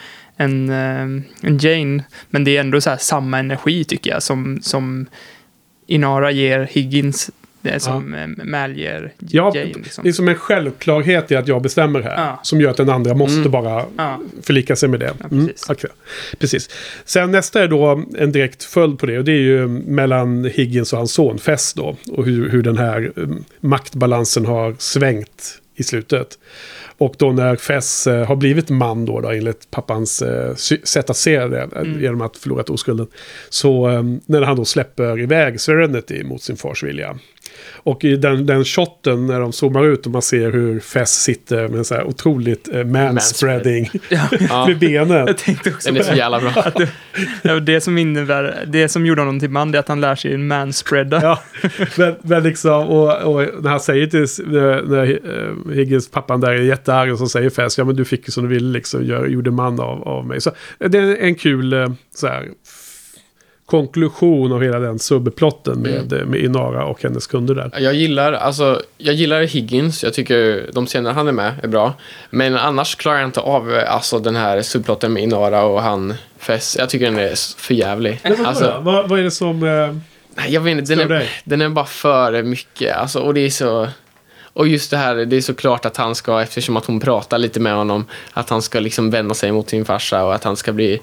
Jane. Men det är ändå så här samma energi tycker jag som Inara ger Higgins. Det är som Mal ger Jane. Liksom. Det är som en självklarhet i att jag bestämmer här. Ja. Som gör att den andra måste bara förlika sig med det. Ja, precis. Okay. Precis. Sen nästa är då en direkt följd på det. Och det är ju mellan Higgins och hans son Fess då. Och hur den här maktbalansen har svängt i slutet. Och då när Fess har blivit man då enligt pappans sätt att se det genom att förlorat oskulden. Så när han då släpper iväg Serenity mot sin fars vilja. Och i den shotten när de zoomar ut och man ser hur Fess sitter med en så här otroligt manspreading med benen. Jag tänkte också den är så jävla bra. det som gjorde honom till man, det är att han lär sig en manspreada. Ja, men liksom, och när han säger till när Higgins pappan där är jättearg och så säger Fess, ja men du fick ju som du ville liksom, gjorde man av mig. Så det är en kul så här konklusion av hela den subplotten med Inara och hennes kunder där. Jag gillar Higgins. Jag tycker de scener han är med är bra. Men annars klarar jag inte av den här subplotten med Inara och han Fess. Jag tycker den är för jävlig. Vad är det som jag vet inte, den är bara för mycket. Och det är så... Och just det här, det är så klart att han ska, eftersom att hon pratar lite med honom, att han ska liksom vända sig mot sin farsa och att han ska bli...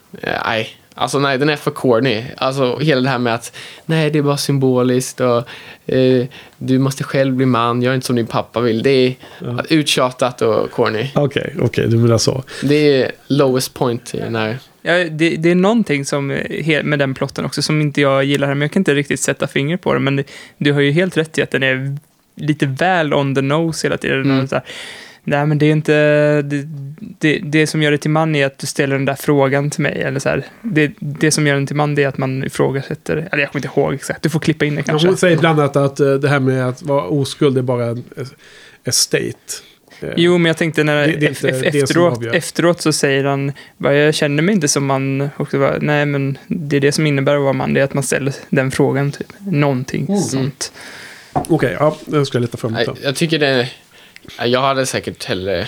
nej, den är för corny. Hela det här med att nej, det är bara symboliskt och du måste själv bli man, gör inte som din pappa vill. Det är uttjatat och corny. Okej, du menar så. Det är lowest point när... Ja, det är någonting som med den plotten också som inte jag gillar här, men jag kan inte riktigt sätta finger på det, men du har ju helt rätt i att den är lite väl on the nose hela tiden. Så här, nej, men det är inte det som gör det till man är att du ställer den där frågan till mig eller så här. Det som gör den till man är att man ifrågasätter, eller jag kommer inte ihåg exakt, du får klippa in det kanske. Hon säger bland annat att det här med att vara oskuld är bara en estate. Jo, men jag tänkte när efteråt så säger han, jag känner mig inte som man, och bara, nej men det är det som innebär att vara man, det är att man ställer den frågan typ, någonting sånt. Okej, jag ska leta fram det. Jag tycker jag hade säkert hellre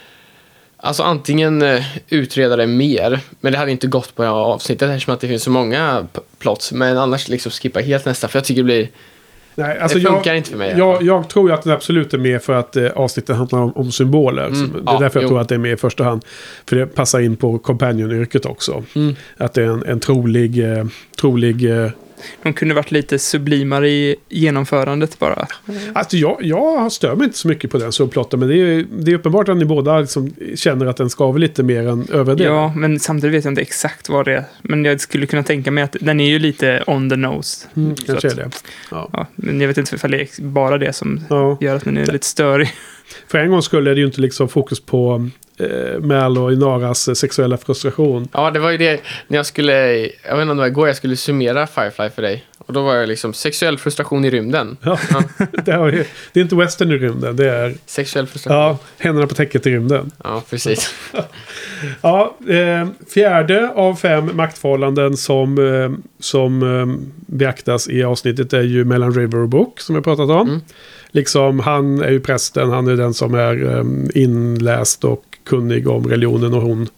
antingen utreda det mer, men det hade inte gått på avsnittet eftersom att det finns så många plots, men annars liksom skippa helt nästa, för jag tycker det blir det funkar inte för mig. Jag tror att den absolut är med för att avsnittet handlar om symboler. Det är därför jag tror att det är med i första hand. För det passar in på companion-yrket också. Att det är en trolig de kunde varit lite sublimare i genomförandet bara. Jag stör mig inte så mycket på den subplotten, men det är uppenbart att ni båda liksom känner att den skaver lite mer än överdelen. Ja, men samtidigt vet jag inte exakt vad det är. Men jag skulle kunna tänka mig att den är ju lite on the nose. Kanske är det. Ja, men jag vet inte ifall det är bara det som gör att den är lite störig. För en gång skulle det ju inte liksom fokus på Mal och Inaras sexuella frustration. Ja, det var ju det när jag vet inte om det var igår jag skulle summera Firefly för dig. Och då var jag liksom sexuell frustration i rymden. Ja. Det är inte western i rymden, det är Sexuell frustration. ja, händerna på täcket i rymden. Ja, precis. Ja, 4 av 5 maktförhållanden som beaktas i avsnittet är ju mellan River och Book som jag pratat om. Liksom, han är ju prästen, han är den som är inläst och kunnig om religionen och hon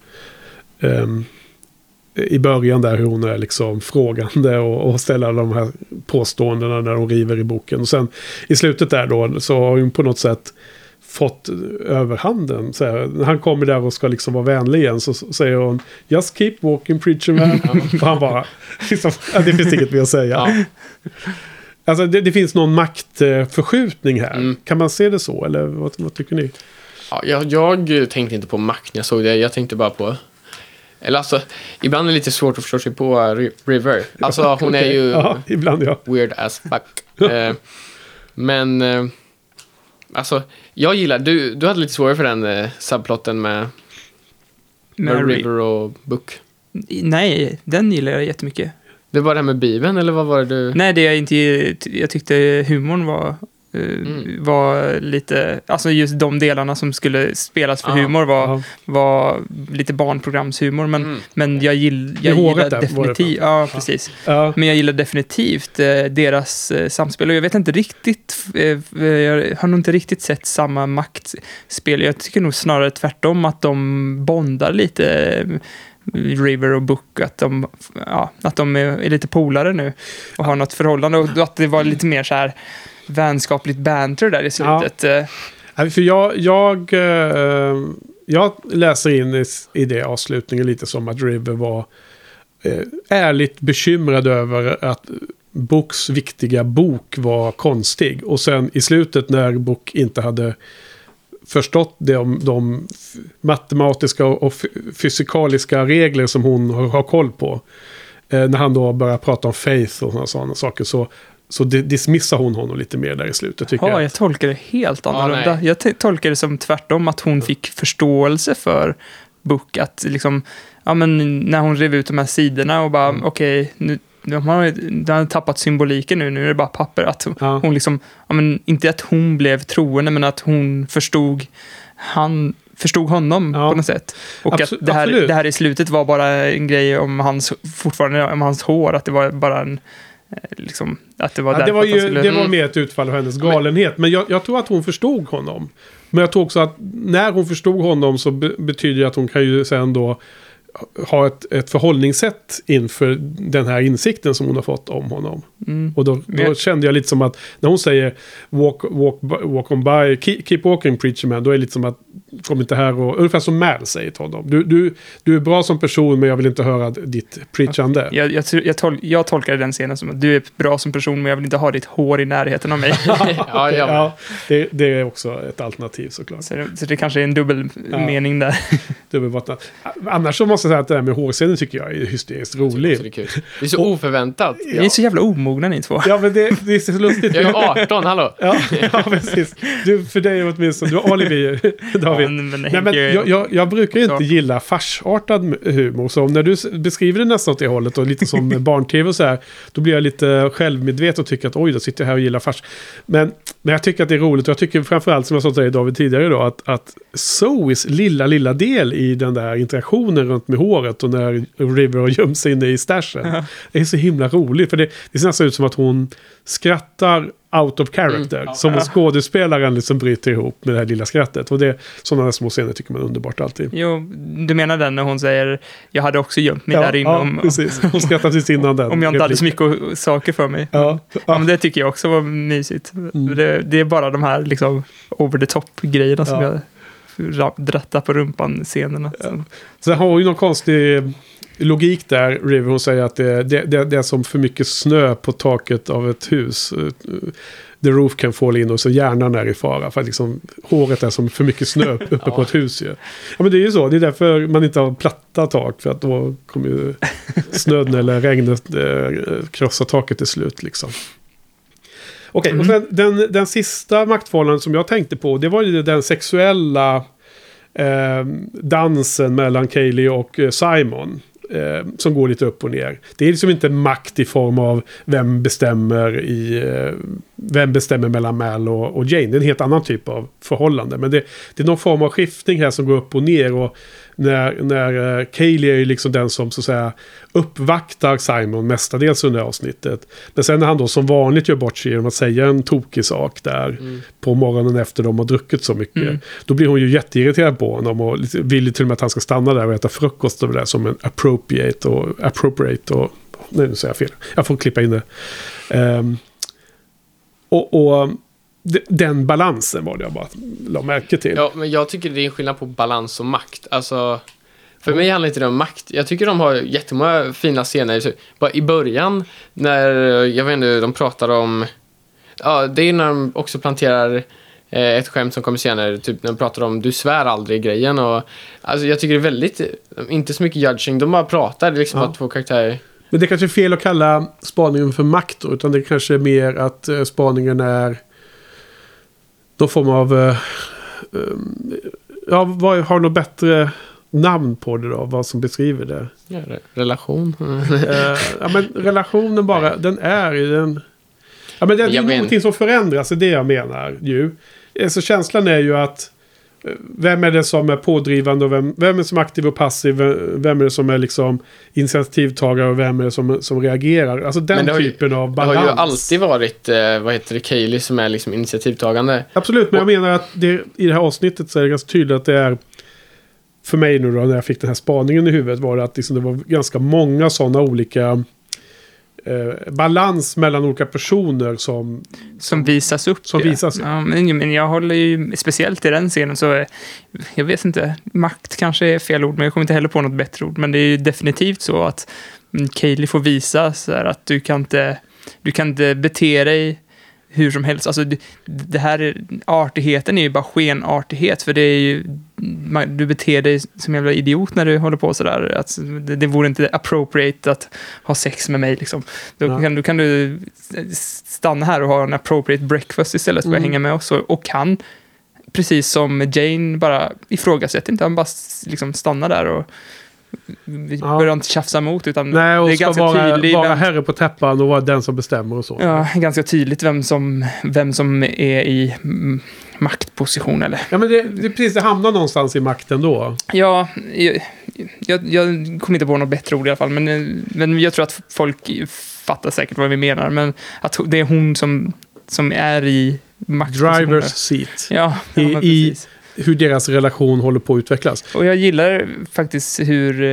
i början där hon är liksom frågande och ställer de här påståendena när hon river i boken. Och sen i slutet där då så har hon på något sätt fått överhanden. Så här, när han kommer där och ska liksom vara vänlig igen så säger hon just keep walking preacher man. Och han bara liksom, det finns inget mer att säga. Ja. Alltså det finns någon maktförskjutning här. Kan man se det så? Eller vad tycker ni? Ja, jag tänkte inte på makt när jag såg det. Jag tänkte bara på... Eller alltså, ibland är det lite svårt att förstå sig på River. Alltså hon är ju ibland, weird as fuck. Men alltså, jag gillar... Du hade lite svårare för den subplotten med River och Book. Nej, den gillar jag jättemycket. Det var det här med Bibeln, eller vad var det du... Nej, jag tyckte humorn var lite... Alltså just de delarna som skulle spelas för humor var lite barnprogramshumor. Men jag gillar definitivt... Ja, precis. Ja. Men jag gillar definitivt deras samspel. Och jag vet inte riktigt... Jag har nog inte riktigt sett samma maktspel. Jag tycker nog snarare tvärtom att de bondar lite... River och Book, att de är lite polare nu och har något förhållande, och att det var lite mer så här vänskapligt banter där i slutet. Ja. För jag läser in i det avslutningen lite som att River var ärligt bekymrad över att Books viktiga bok var konstig, och sen i slutet när Book inte hade förstått de matematiska och fysikaliska regler som hon har koll på. När han då börjar prata om faith och sådana saker så dismissar hon honom lite mer där i slutet, tycker jag. Jag tolkar det helt annorlunda. Jag tolkar det som tvärtom, att hon fick förståelse för Book, att liksom, ja, men när hon rev ut de här sidorna och bara, okej, nu de har tappat symboliken nu är det bara papper, att hon liksom, ja, men inte att hon blev troende, men att hon förstod honom på något sätt, och att det här i slutet var bara en grej om hans hår, att det var bara en liksom, att det var det var mer ett utfall av hennes galenhet, men jag tror att hon förstod honom, men jag tror också att när hon förstod honom så betyder det att hon kan ju sen då ha ett förhållningssätt inför den här insikten som hon har fått om honom. Och då kände jag lite som att när hon säger walk on by, keep walking preacher man, då är det lite som att kom inte här och ungefär som Mal säger till honom. Du är bra som person, men jag vill inte höra ditt preachande. Jag tolkar den scenen som att du är bra som person, men jag vill inte ha ditt hår i närheten av mig. Ja, det är också ett alternativ såklart. Så det kanske är en dubbel mening där. Dubbelbottnad. Annars så måste jag säga att det här med hårscenen tycker jag är hysteriskt roligt. Det är så oförväntat. Ni är så jävla omogna ni två. Ja, men det är så lustigt. Jag är 18, hallå. Ja, precis. För dig åtminstone. Du har alibi, David. Jag brukar ju inte gilla farsartad humor. Så när du beskriver det nästan åt det hållet och lite som barn-tv och så här, då blir jag lite självmedveten och tycker att oj, då sitter jag här och gillar fars. Men jag tycker att det är roligt, och jag tycker framförallt, som jag sa till dig, David, tidigare då, att Zoes lilla del i den där interaktionen runt med håret och när River har gömt sig inne i stashen är så himla roligt, för det ser nästan ut som att hon skrattar out of character, som skådespelaren liksom bryter ihop med det här lilla skrattet, och det sådana där små scener tycker man är underbart alltid. Jo, du menar den när hon säger jag hade också gömt mig där inne. Ja, precis. Hon skrattar precis innan den. Om jag inte hade så mycket saker för mig. Ja, men det tycker jag också var mysigt. Det är bara de här liksom over the top-grejerna som jag drattar på rumpan-scenerna. Så det har ju någon konstig logik där, River. Hon säger att det är som för mycket snö på taket av ett hus. The roof can fall in, och så hjärnan är i fara. För att liksom, håret är som för mycket snö uppe på ett hus. Ja, men det är ju så. Det är därför man inte har platta tak. För att då kommer ju snön eller regnet krossa taket till slut liksom. Okej, och sen den sista maktförhållanden som jag tänkte på, det var ju den sexuella dansen mellan Kaylee och Simon. Som går lite upp och ner. Det är liksom inte makt i form av vem bestämmer mellan Mal och Jane. Det är en helt annan typ av förhållande. Men det är någon form av skiftning här som går upp och ner. Och när Kaylee är ju liksom den som så att säga uppvaktar Simon mestadels under avsnittet. Men sen när han då som vanligt gör bort sig genom att säga en tokig sak där på morgonen efter de har druckit så mycket. Då blir hon ju jätteirriterad på honom och vill till och med att han ska stanna där och äta frukost och det där som en appropriate och nej, nu säger jag fel. Jag får klippa in det. Den balansen var det jag bara la märke till. Ja, men jag tycker det är en skillnad på balans och makt. Alltså, för mig handlar inte det om makt. Jag tycker de har jättemånga fina scener. Bara i början, när jag vet inte, de pratar om... Ja, det är när de också planterar ett skämt som kommer senare. Typ när de pratar om du svär aldrig grejen. Och, alltså, jag tycker det är väldigt... Inte så mycket judging. De bara pratar. Det är liksom bara två karaktärer. Men det är kanske är fel att kalla spaningen för makt då, utan det kanske är mer att spaningen är någon form av har något bättre namn på det då, vad som beskriver det. Ja, relation. Men relationen bara, den är i den... Ja, men det är någonting som förändras, det är det jag menar ju. Så känslan är ju att vem är det som är pådrivande och vem är det som är aktiv och passiv, vem är det som är liksom initiativtagare och vem är det som reagerar, alltså den typen av balans. Det har ju alltid varit Kaylee som är liksom initiativtagande. Absolut, men jag menar att i det här avsnittet så är det ganska tydligt att det är, för mig nu då när jag fick den här spaningen i huvudet, var det att liksom det var ganska många sådana olika balans mellan olika personer som visas upp. Ja, men jag håller ju, speciellt i den scenen så jag vet inte, makt kanske är fel ord, men jag kommer inte heller på något bättre ord, men det är ju definitivt så att Kaylee får visa så här, att du kan inte bete dig hur som helst. Alltså det här artigheten är ju bara skenartighet, för det är ju du beter dig som jävla idiot när du håller på sådär. Att det vore inte appropriate att ha sex med mig liksom. Då kan du stanna här och ha en appropriate breakfast istället för att hänga med oss, och kan, precis som Jane, bara ifrågasätter inte, han bara liksom stannar där och vi börjar inte tjafsa emot, utan nej, och det är ganska tydligt vara herre på täppan och vara den som bestämmer och så. Ja, ganska tydligt vem som är i maktposition eller. Ja, men det är precis, det hamnar någonstans i makten då. Ja, jag kommer inte på något bättre ord i alla fall, men jag tror att folk fattar säkert vad vi menar, men att det är hon som är i maktpositionen. Driver's seat. Ja, i hur deras relation håller på att utvecklas. Och jag gillar faktiskt hur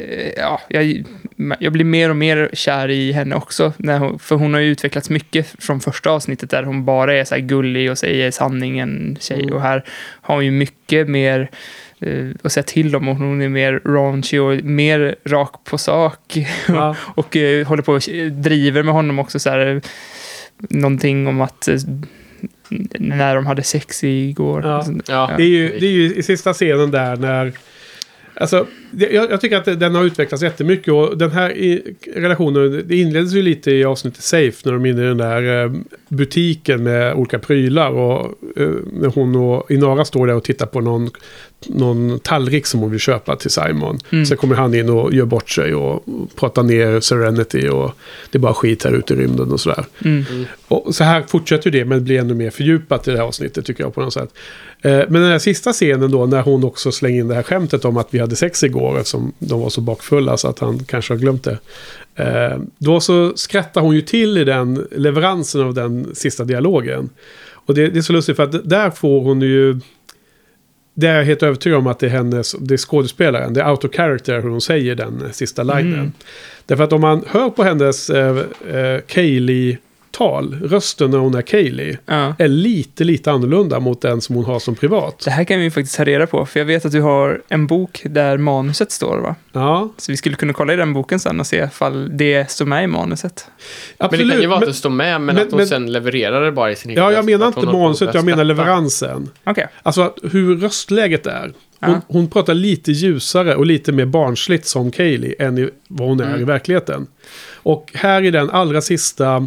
jag blir mer och mer kär i henne också, för hon har ju utvecklats mycket från första avsnittet där hon bara är så här gullig och säger sanningen tjej, och här har hon ju mycket mer att säga till om, och hon är mer raunchy och mer rak på sak och håller på och driver med honom också så här, någonting om att när de hade sex igår. Ja. Det är ju i sista scenen där när... Alltså, jag tycker att den har utvecklats jättemycket, och den här relationen, det inleddes ju lite i avsnittet Safe när de är inne i den där butiken med olika prylar, och när hon och Inara står där och tittar på någon tallrik som hon vill köpa till Simon. Så kommer han in och gör bort sig och pratar ner Serenity, och det är bara skit här ute i rymden och sådär. Och så här fortsätter det, men det blir ännu mer fördjupat i det här avsnittet tycker jag på något sätt. Men den här sista scenen då, när hon också slänger in det här skämtet om att vi hade sex igår, eftersom de var så bakfulla så att han kanske har glömt det. Då så skrattar hon ju till i den leveransen av den sista dialogen. Och det är så lustigt, för att där får hon ju... Det är jag helt övertygad om att det är skådespelaren, det är out of character hur hon säger den sista linen. Därför att om man hör på hennes Kaylee-tal, rösten när hon är Kaylee, är lite annorlunda mot den som hon har som privat. Det här kan vi ju faktiskt ta reda på, för jag vet att du har en bok där manuset står, va? Ja. Så vi skulle kunna kolla i den boken sen och se ifall det står med i manuset. Absolut. Men det kan ju vara att det står med, men att hon sen levererar det bara i sin egen röst. Ja, jag menar inte manuset, jag menar leveransen. Okay. Alltså hur röstläget är. Hon pratar lite ljusare och lite mer barnsligt som Kaylee än vad hon är i verkligheten. Och här i den allra sista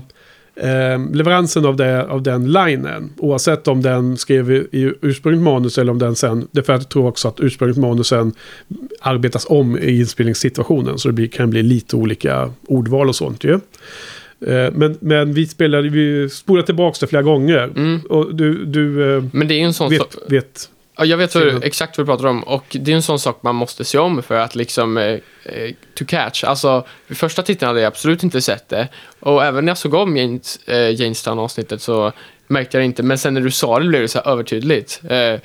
leveransen av den linen, oavsett om den skrev i ursprungligt manus eller om den sen, därför att jag tror också att ursprungligt manusen arbetas om i inspelningssituationen, så det kan bli lite olika ordval och sånt ju. Men vi spolade tillbaka det flera gånger. Och du men det är en sån vet ja, jag vet exakt vad du pratar om, och det är en sån sak man måste se om för att liksom to catch. Alltså, vid första titeln hade jag absolut inte sett det, och även när jag såg om Janestown-avsnittet så märkte jag det inte, men sen när du sa det blev det så här övertydligt.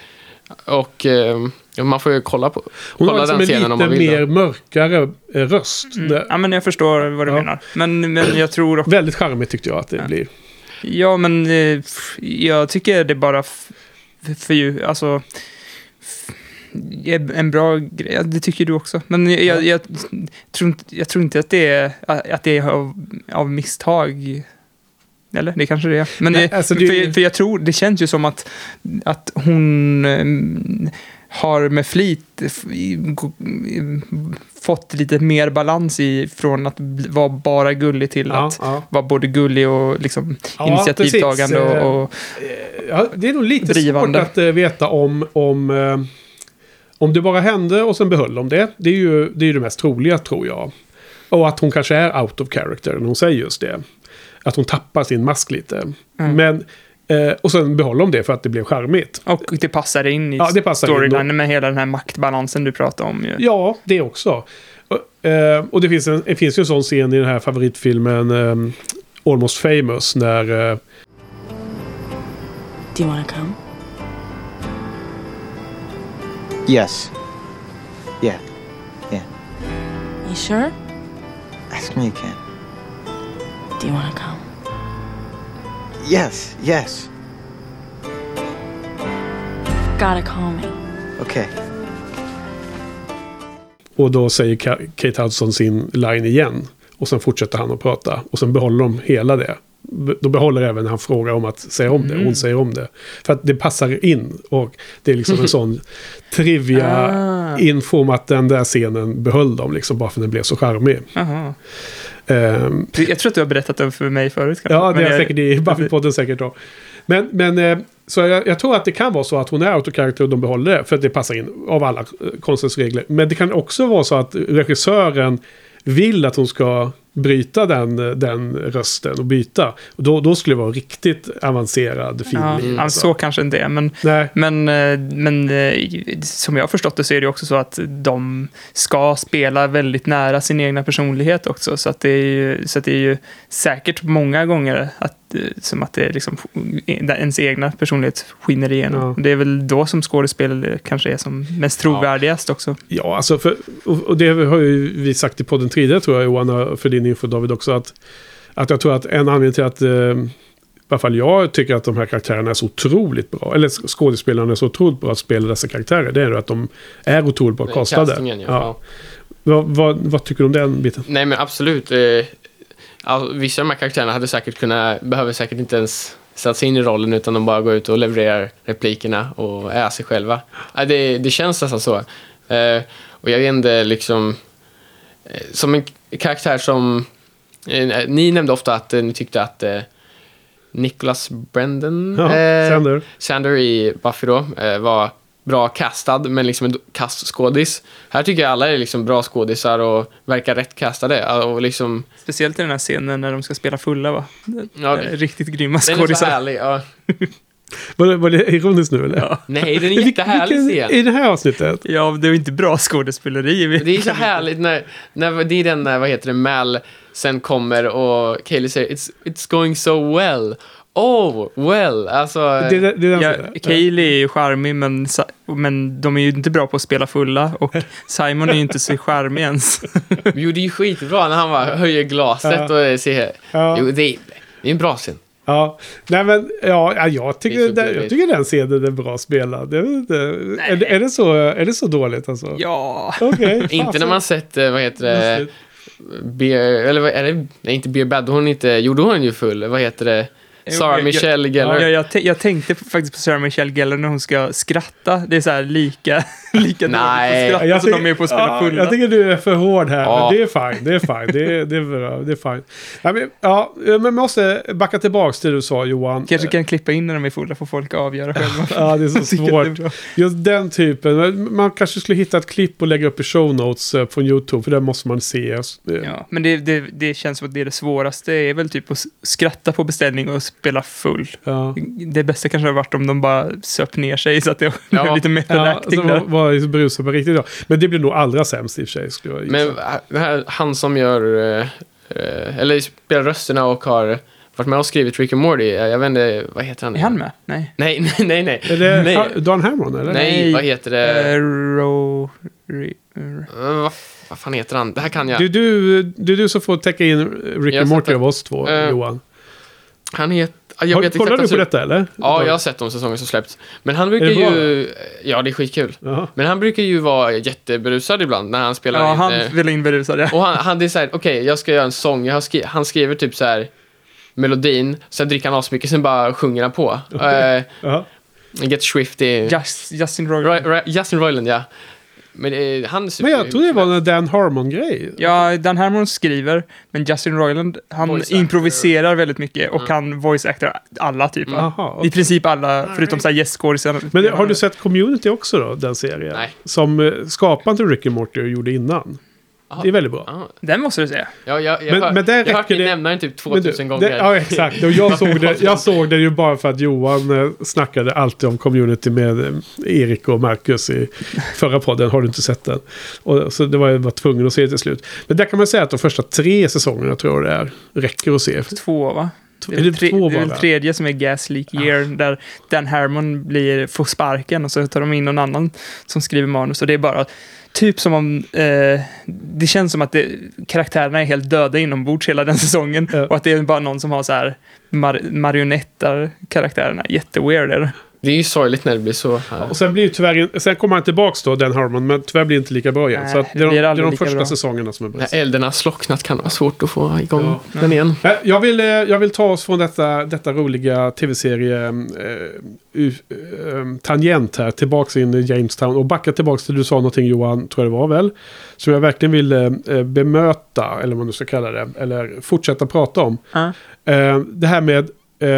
Man får ju kolla den scenen om man vill. Hon har mer mörkare röst. Ja, men jag förstår vad du menar. Men jag tror också... Väldigt charmigt tyckte jag att det blir. Ja, men jag tycker det bara alltså en bra grej. Det tycker du också. Men jag tror inte att det är av misstag. Eller, det kanske det är. Men nej, alltså för jag tror, det känns ju som att hon har med flit fått lite mer balans från att vara bara gullig till att vara både gullig och liksom initiativtagande och det är nog lite drivande. Svårt att veta om det bara hände och sen behöll de det. Det är ju det mest troliga, tror jag. Och att hon kanske är out of character när hon säger just det. Att hon tappar sin mask lite. Men och sen behåller de det för att det blev charmigt. Och det passar in i storylinen med hela den här maktbalansen du pratar om ju. Ja, det också. Och det finns ju en sån scen i den här favoritfilmen Almost Famous när... Do you want to come? Yes. Yeah. You sure? Ask me again. Do you want to come? Yes. Gotta call me. Okay. Och då säger Kate Hudson sin line igen. Och sen fortsätter han att prata. Och sen behåller de hela det. Då behåller även när han frågar om att säga om det. Hon säger om det. För att det passar in. Och det är liksom en sån trivia info om att den där scenen behöll dem. Liksom, bara för att den blev så charmig. Jag tror att du har berättat den för mig förut. Ja, det är säkert i Buffy-podden säkert då. Men så jag tror att det kan vara så att hon är autokaraktär och de behåller det. För att det passar in av alla konstens regler. Men det kan också vara så att regissören vill att hon ska bryta den rösten och byta. Och då skulle det vara riktigt avancerad film. Ja, så kanske inte är. Men som jag har förstått det så är det också så att de ska spela väldigt nära sin egna personlighet också. Så att det är ju säkert många gånger som att det är liksom ens egna personlighet skiner igenom. Ja. Det är väl då som skådespel kanske är som mest trovärdigast också. Ja, alltså och det har ju vi sagt i podden tidigare, tror jag, Johanna, för din info, David, också, att jag tror att en anledning till att i alla fall jag tycker att de här karaktärerna är så otroligt bra, eller skådespelarna är så otroligt bra att spela dessa karaktärer, det är att de är otroligt bra kastade. Vad tycker du om den biten? Nej, men absolut. Vissa av de här karaktärerna behöver säkert inte ens sätta sig in i rollen, utan de bara går ut och levererar replikerna och är sig själva. Det känns nästan så. Och jag vet inte, liksom som en karaktär som ni nämnde ofta att ni tyckte att Nicholas Brendon Sander i Buffy då var bra castad, men liksom en kastskådis. Här tycker jag alla är liksom bra skådisar och verkar rätt castade. Och liksom... Speciellt i den här scenen när de ska spela fulla, va? Ja, riktigt grymma skådisar. Den är så härlig, ja. Var det ironiskt nu, eller? Ja. Nej, den är jättehärlig scen. I det här avsnittet? Ja, det är inte bra skådespeleri. Det är så härligt när det är den där, vad heter det, Mal sen kommer och Kaylee säger it's going so well. Oh, well, alltså... Kaylee är ju charmig, men de är ju inte bra på att spela fulla, och Simon är ju inte så charmig ens. Jo, det är ju skitbra när han bara höjer glaset och ser... Jo, det är en bra scen. Ja, nej men jag tycker den scenen är bra spelad. Är det så dåligt alltså? Ja. Okay, inte när man sett, vad heter det? Beer, eller vad är det? Nej, inte Beer Bad. Hon ju full. Vad heter det? Sarah Michelle Gellar. Jag tänkte faktiskt på Sarah Michelle Gellar när hon ska skratta. Det är så här lika Nej. dåligt att skratta som de är på att spela fulla. Jag tycker du är för hård här. Ja. Men det är fine. Det är bra. Det är fine. Men man måste backa tillbaka till det du sa, Johan. Kanske kan klippa in när de är fulla för folk att avgöra själva. Ja, det är så Jag tycker att det är svårt. bra. Just den typen. Man kanske skulle hitta ett klipp och lägga upp i show notes från YouTube. För det måste man se. Ja, men det känns som att det är det svåraste. Det är väl typ att skratta på beställning och spela full. Ja. Det bästa kanske har varit om de bara söp ner sig så att det Ja. blev lite meta-acting så där. var brusad på riktigt. Men det blir nog allra sämst i och för sig. Skulle jag gissa. Men det här, han som gör eller spelar rösterna och har varit med och skrivit Rick and Morty, jag vet inte, vad heter han? Är han med? Nej. Nej. Är det Nej. Dan Harmon eller? Nej, vad heter det? Vad fan heter han? Det här kan jag. Det är du som får täcka in Rick Jag and har Morty sett av oss två, Johan. Han heter... Kollar du på detta eller? Ja, jag har sett de säsonger som släppts. Men han brukar Är det bra? ju... Ja, det är skitkul. Jaha. Men han brukar ju vara jätteberusad ibland när han spelar Ja, in. han vill in berusad, ja. Och han det är såhär, okej, jag ska göra en sång. Han skriver typ så här melodin, sen dricker han asmycket, sen bara sjunger han på. Ja. Get Swifty. Justin Roiland. Justin Roiland, ja. Men han Men jag tror det var en Dan Harmon-grej. Ja, Dan Harmon skriver, men Justin Roiland, han Voice actor. improviserar väldigt mycket och han voice-actar alla typer. Jaha, okej. I princip alla, förutom så här gästskådisar. Men har du sett Community också då, den serien? Nej. Som skaparen till Rick and Morty gjorde innan. Aha. Det är väldigt bra. Ja, Den måste du säga. jag Men där har hört räcker dig det- nämna den typ Men 2000 gånger. Ja, exakt. Och jag såg det ju bara för att Johan snackade alltid om Community med Erik och Marcus i förra podden. Har du inte sett den? Och, så det var tvungen att se till slut. Men där kan man säga att de första 3 säsongerna tror jag det är. Räcker att se. 2, va? Är det 2 det är bara? väl tredje som är Gas Leak Year, där Dan Harmon får sparken och så tar de in någon annan som skriver manus. Och det är bara typ som om det känns som att karaktärerna är helt döda inombords hela den säsongen. Och att det är bara någon som har så här marionettar karaktärerna. Jätteweird är det. Det är ju sorgligt när det blir så. Och sen blir sen kommer han tillbaks då, Dan Harmon, men tyvärr blir det inte lika bra igen. Nej, Så att det det är blir de aldrig lika första bra. säsongerna som är bäst. När elden har slocknat kan det vara svårt att få igång den igen. Jag vill ta oss från detta roliga tv-serie tangent här tillbaks in i Jamestown och backa tillbaks till du sa någonting, Johan, tror jag det var väl, som jag verkligen vill bemöta, eller vad man nu ska kalla det, eller fortsätta prata om. Det här med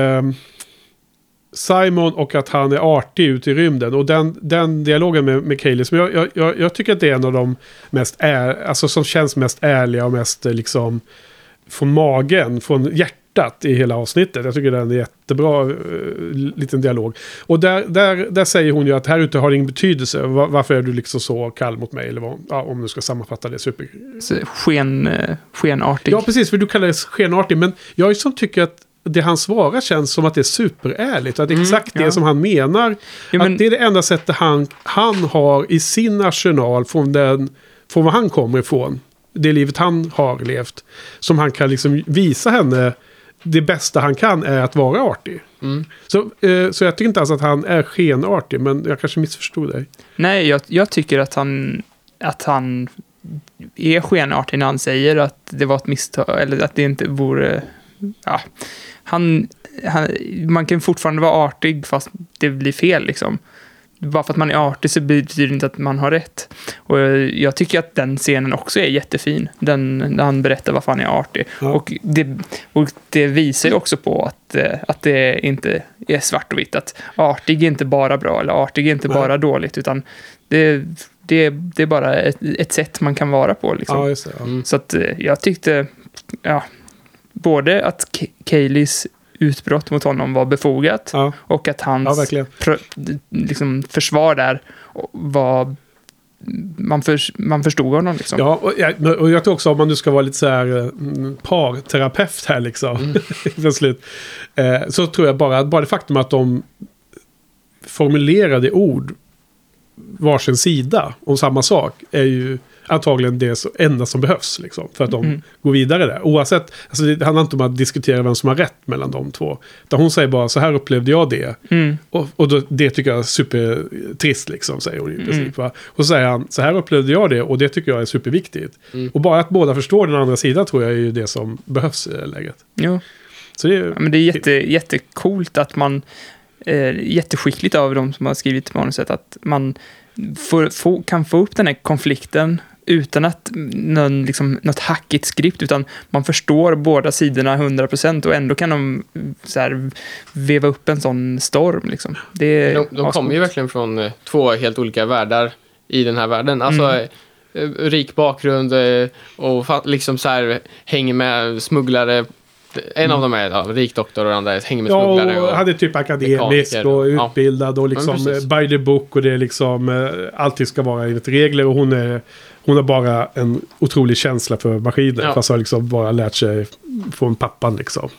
Simon och att han är artig ute i rymden. Och den dialogen med Kaylee, som jag tycker att det är en av de mest alltså som känns mest ärliga och mest liksom från magen, från hjärtat i hela avsnittet. Jag tycker den är jättebra liten dialog. Och där säger hon ju att här ute har det ingen betydelse. Varför är du liksom så kall mot mig? Eller vad, ja, om du ska sammanfatta det super. Så skenartig. Ja, precis. För du kallar det skenartig. Men jag som tycker att det han svarar känns som att det är superärligt. Att det är exakt det som han menar. Ja, men att det är det enda sättet han har i sin arsenal från var han kommer ifrån. Det livet han har levt. Som han kan liksom visa henne. Det bästa han kan är att vara artig. Så jag tycker inte alls att han är skenartig. Men jag kanske missförstod dig. Nej, jag tycker att han är skenartig när han säger att det var ett misstag. Eller att det inte vore... Ja, man kan fortfarande vara artig fast det blir fel liksom. Bara för att man är artig så betyder det inte att man har rätt. Och jag tycker att den scenen också är jättefin. När han berättar varför han är artig. Ja. Och det visar ju också på att det inte är svart och vitt. Att artig är inte bara bra eller artig är inte bara dåligt. Utan det är bara ett sätt man kan vara på. Liksom. Ja, just det, ja. Så att jag tyckte... Ja, både att Kayleys utbrott mot honom var befogat och att hans liksom försvar där var... Man förstod honom liksom. Ja, och jag tror också om man nu ska vara lite så här parterapeut här liksom för slut, så tror jag bara det faktum att de formulerade ord varsin sida om samma sak är ju antagligen det enda som behövs liksom, för att de går vidare där. Oavsett, alltså det handlar inte om att diskutera vem som har rätt mellan de två. Utan hon säger bara, så här upplevde jag det. Och då, det tycker jag är supertrist liksom, säger hon i princip. Va? Och så säger han, så här upplevde jag det och det tycker jag är superviktigt. Och bara att båda förstår den andra sidan tror jag är ju det som behövs i det läget. Jo. Så det är, men det är jättecoolt att man, jätteskickligt av de som har skrivit manuset, att man kan få upp den här konflikten utan att något hackigt skript, utan man förstår båda sidorna 100% och ändå kan de så här veva upp en sån storm. Liksom. De kommer ju verkligen från 2 helt olika världar i den här världen. Alltså rik bakgrund och liksom så här hänger med smugglare. En av dem är rik doktor och den andra hänger med smugglare. Och hade typ akademisk och utbildad och liksom by the book, och det är liksom alltid ska vara enligt regler, och hon har bara en otrolig känsla för maskiner, fast har liksom bara lärt sig från pappan liksom.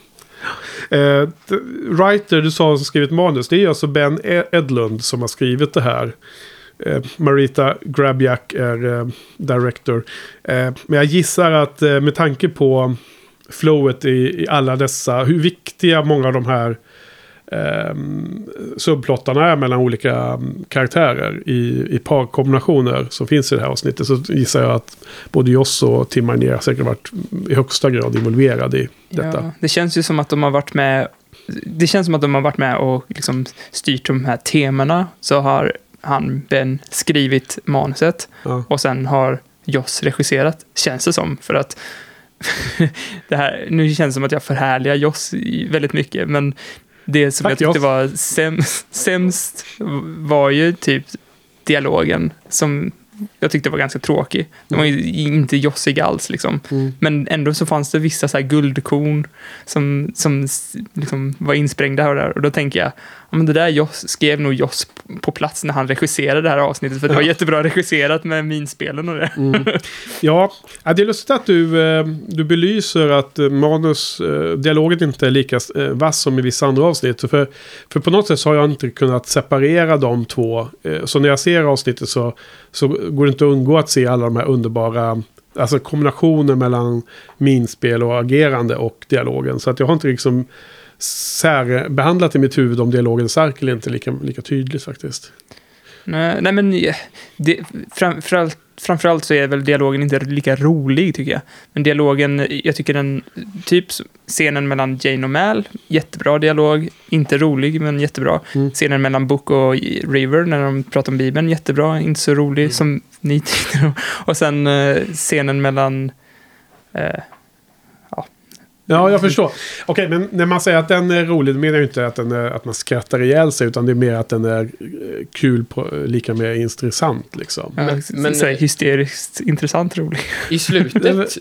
Writer, du sa som skrivit manus, det är alltså Ben Edlund som har skrivit det här. Marita Grabiak är director. Men jag gissar att med tanke på flowet i alla dessa, hur viktiga många av de här subplottarna är mellan olika karaktärer i parkombinationer som finns i det här avsnittet, så gissar jag att både Joss och Tim Marnier säkert varit i högsta grad involverade i detta. Ja, det känns ju som att de har varit med. Det känns som att de har varit med och liksom styrt de här temana. Så har Ben skrivit manuset och sen har Joss regisserat, känns det som, för att det här, nu känns det som att jag förhärligar Joss väldigt mycket, men det som jag tyckte var sämst var ju typ dialogen, som jag tyckte var ganska tråkig. Den var ju inte jossig alls liksom. Men ändå så fanns det vissa så här guldkorn som liksom var insprängda här och där. Och då tänker jag, men det där skrev nog Joss på plats när han regisserade det här avsnittet, för det var jättebra regisserat med minspelen och det. Ja, det är lustigt att du belyser att dialogen inte är lika vass som i vissa andra avsnitt. För på något sätt så har jag inte kunnat separera de två. Så när jag ser avsnittet så går det inte att undgå att se alla de här underbara, alltså kombinationer mellan minspel och agerande och dialogen. Så att jag har inte liksom särbehandlat i mitt huvud om dialogen stark eller inte lika tydligt faktiskt. Nej, men framförallt så är väl dialogen inte lika rolig, tycker jag. Men dialogen, jag tycker den typ scenen mellan Jane och Mal, jättebra dialog, inte rolig men jättebra. Scenen mellan Book och River när de pratar om Bibeln, jättebra, inte så rolig som ni tyckte. Och sen scenen mellan Ja, jag förstår. Okej, men när man säger att den är rolig, det menar jag inte att man skrattar ihjäl sig, utan det är mer att den är kul lika med intressant liksom. Men så hysteriskt intressant rolig. I slutet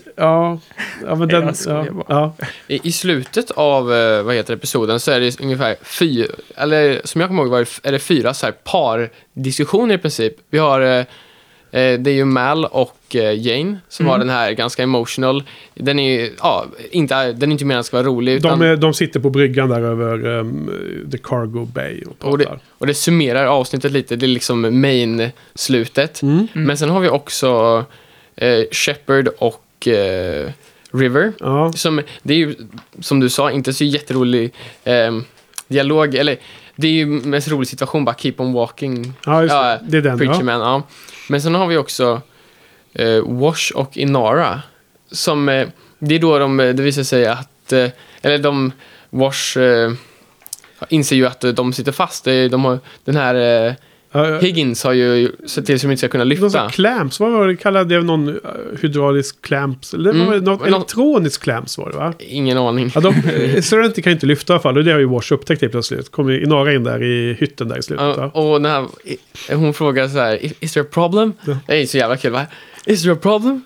i slutet av episoden så är det ungefär 4, eller som jag kommer ihåg är det 4 så här par-diskussioner i princip. Vi har det är ju Mal och Jane som har den här ganska emotional. Den är inte mer än ska vara rolig. Utan de sitter på bryggan där över The Cargo Bay och pratar. Och det summerar avsnittet lite. Det är liksom main-slutet. Men sen har vi också Shepard och River. Det är ju, som du sa, inte så jätterolig dialog. Eller det är ju mest rolig situation, bara keep on walking. Det är den. Preacher Man, Men sen har vi också Wash och Inara som det är då det visar sig att Wash inser ju att de sitter fast. De har den här Higgins har ju sett till som inte ska kunna lyfta. Clamps, vad var det kallade det? Någon hydraulisk clamps? Eller något elektronisk clamps var det, va? Ingen aning. Serenity kan inte lyfta i alla fall. Och det har ju Wash upptäckt det plötsligt. Kommer Inara in där i hytten där i slutet. Och när hon frågar så här, is there a problem? Det är så jävla kul, va? Is there a problem?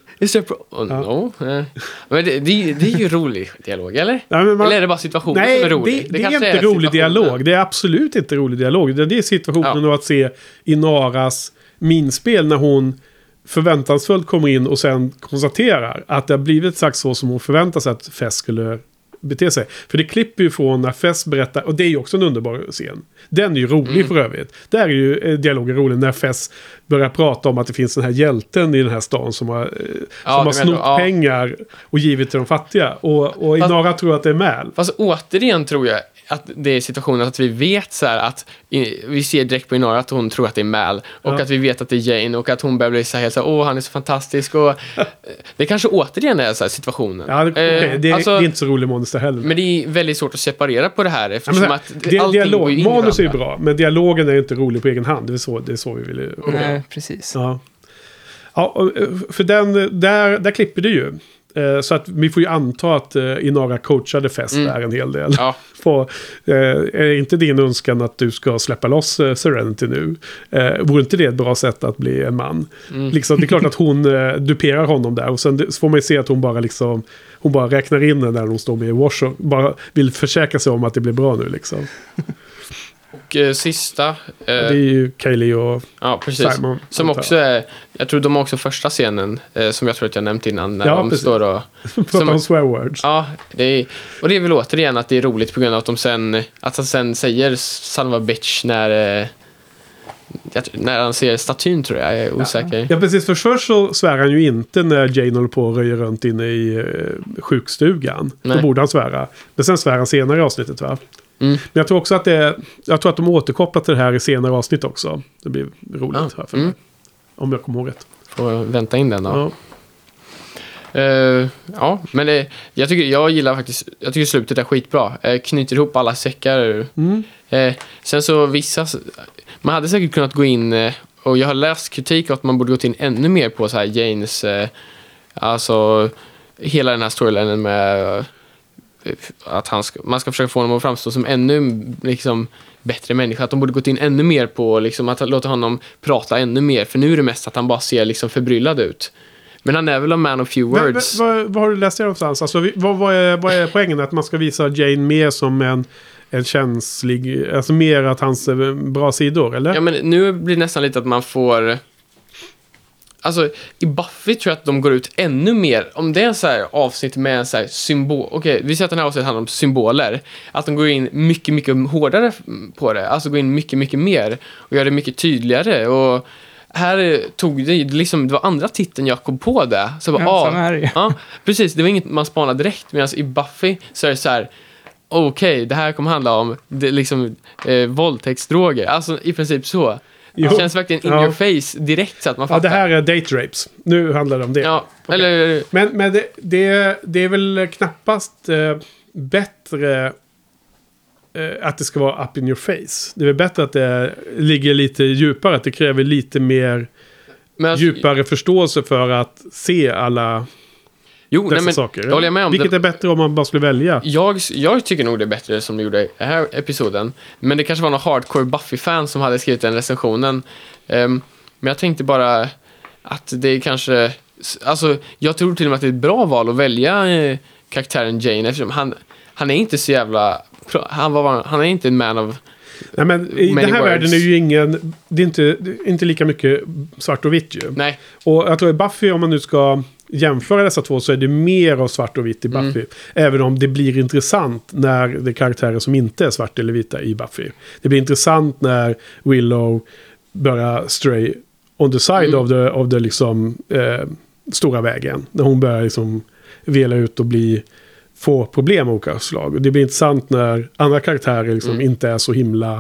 Men det är ju rolig dialog, eller? Eller är det bara situationen som är rolig? Det är inte rolig dialog. Det är absolut inte rolig dialog. Det är situationen och att se Inaras minspel när hon förväntansfullt kommer in och sen konstaterar att det har blivit exakt så som hon förväntar sig att Fess skulle bete sig. För det klipper ju från när Fess berättar, och det är ju också en underbar scen. Den är ju rolig för övrigt. Där är ju dialogen rolig när Fess börjar prata om att det finns den här hjälten i den här stan som har snott pengar och givit till de fattiga. Och Inara tror att det är Mal. Fast återigen tror jag, att det är situationen att vi vet så här att vi ser direkt på Inara att hon tror att det är Mal och att vi vet att det är Jane och att hon börjar bli så här helt så här, han är så fantastisk och det kanske återigen är så här situationen. Ja, det är inte så rolig monster heller. Men det är väldigt svårt att separera på det här eftersom att dialogmanus är ju bra, men dialogen är inte rolig på egen hand. Det är så vi vill. Nej, precis. Ja. Ja, för där klipper det ju. Så att vi får ju anta att Inara coachade Fest där en hel del. Ja. Är inte din önskan att du ska släppa loss Serenity nu? Vore inte det ett bra sätt att bli en man? Liksom, det är klart att hon duperar honom där. Och sen får man ju se att hon bara räknar in den när hon står med Wash och bara vill försäkra sig om att det blir bra nu liksom. Och sista... det är ju Kaylee och Simon. Som också är... Jag tror de har också första scenen som jag tror att jag nämnt innan. När de står och... Pratar om swear words. Ja, och det är väl återigen att det är roligt på grund av att att han sen säger son of a bitch när han ser statyn tror jag är osäker. Ja, precis. För först så svär han ju inte när Jane håller på och röjer runt inne i sjukstugan. Nej. Då borde han svära. Men sen svär han senare i avsnittet, va? Men jag tror också att de återkopplar till det här i senare avsnitt också. Det blir roligt här för mig. Om jag kommer ihåg rätt. Får vänta in den då. Ja. Men jag tycker slutet är skitbra. Knyter ihop alla säckar. Sen så man hade säkert kunnat gå in och jag har läst kritik att man borde gått in ännu mer på så här Janes alltså hela den här storylinen med att man ska försöka få honom att framstå som ännu liksom bättre människa, att de borde gått in ännu mer på liksom, att låta honom prata ännu mer, för nu är det mest att han bara ser liksom förbryllad ut. Men han är väl en man of few words. Vad har du läst det någonstans? Alltså, vad är poängen? Att man ska visa Jane mer som en känslig, alltså mer att hans bra sidor, eller? Ja, men nu blir det nästan lite att man får... Alltså, i Buffy tror jag att de går ut ännu mer. Om det är en så här avsnitt med en så här symbol... Okej, vi ser att den här avsnitt handlar om symboler. Att de går in mycket, mycket hårdare på det. Alltså går in mycket, mycket mer. Och gör det mycket tydligare. Och här tog det liksom... Det var andra titeln jag kom på det. Så bara, ja, precis. Det var inget man spanade direkt. Medan i Buffy så är det så här... Okej, det här kommer handla om liksom, våldtäktsdroger. Alltså i princip så. Det känns verkligen in your face direkt så att man fattar. Ja, det här är date rapes. Nu handlar det om det. Ja, eller... Men det är väl knappast bättre att det ska vara up in your face. Det är väl bättre att det ligger lite djupare. Att det kräver lite mer djupare förståelse för att se alla dessa saker. Jag håller med om vilket är bättre om man bara skulle välja? Jag tycker nog det är bättre som du gjorde i den här episoden. Men det kanske var någon hardcore Buffy-fan som hade skrivit den recensionen. Men jag tänkte bara att det är kanske... Alltså, jag tror till och med att det är ett bra val att välja karaktären Jane. Eftersom han är inte så jävla... Han är inte en man of... Nej, men i den här världen är ju det är inte lika mycket svart och vitt ju. Nej. Och jag tror i Buffy, om man nu ska jämföra dessa två, så är det mer av svart och vitt i Buffy. Även om det blir intressant när det är karaktärer som inte är svart eller vita i Buffy. Det blir intressant när Willow börjar stray on the side of the liksom, stora vägen. När hon börjar liksom vela ut och få problem av olika slag. Och det blir intressant när andra karaktärer liksom inte är så himla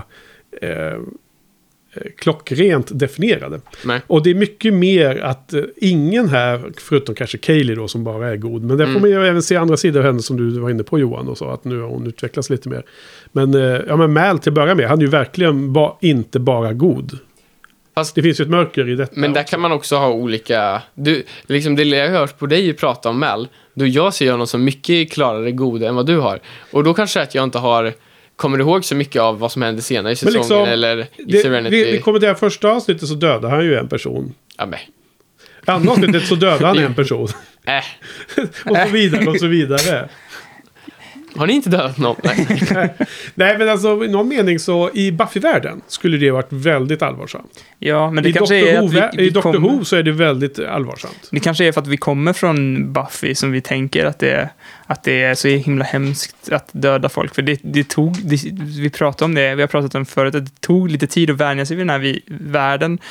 klockrent definierade. Nej. Och det är mycket mer att ingen här, förutom kanske Kaylee då, som bara är god. Men där får man ju även se andra sidor av henne som du var inne på, Johan, och så att nu har hon utvecklats lite mer. Men Mal till att börja med, han är ju verkligen inte bara god. Fast det finns ju ett mörker i detta. Men där kan man också ha olika... liksom det jag har hört på dig prata om Mal, då jag ser honom som mycket klarare god än vad du har. Och då kanske att jag inte kommer ihåg så mycket av vad som hände senare i säsongen liksom, eller i Serenity. Vi kommer till det här första avsnittet, så dödar han ju en person. Ja, men. Andra avsnittet så dödar han en person. Och så vidare och så vidare. Har ni inte dödat någon? Nej, men alltså i någon mening så i Buffy-världen skulle det varit väldigt allvarsamt. Ja, men det kanske är att i Doctor Who så är det väldigt allvarsamt. Det kanske är för att vi kommer från Buffy som vi tänker att det är så himla hemskt att döda folk. För vi pratade om det, vi har pratat om förut, att det tog lite tid att vänja sig vid den här världen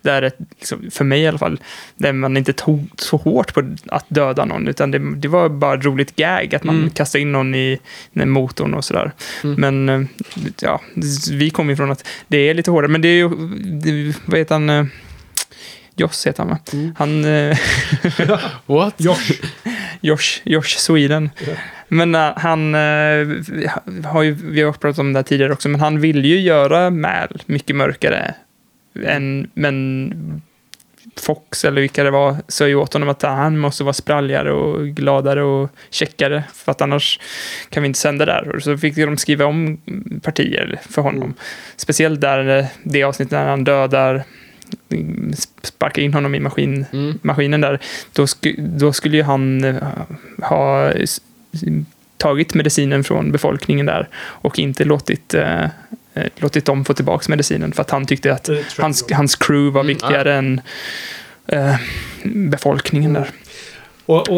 där liksom, för mig i alla fall, där man inte tog så hårt på att döda någon, utan det var bara ett roligt gag att man kastade in någon i motorn och sådär. Men ja, vi kom ifrån att det är lite hårdare, men det är ju, vad heter han? Joss heter han, va? Han... What? Josh Sweden. Yeah. Men han har ju, vi har pratat om det här tidigare också, men han vill ju göra Mal mycket mörkare men Fox eller vilka det var sa ju åt honom att han måste vara spralligare och gladare och checkare, för att annars kan vi inte sända där. Och så fick de skriva om partier för honom. Speciellt där det avsnittet när han dödar, sparka in honom i maskinen där, då skulle ju han ha tagit medicinen från befolkningen där och inte låtit dem få tillbaka medicinen, för att han tyckte att hans crew var viktigare än befolkningen där. Och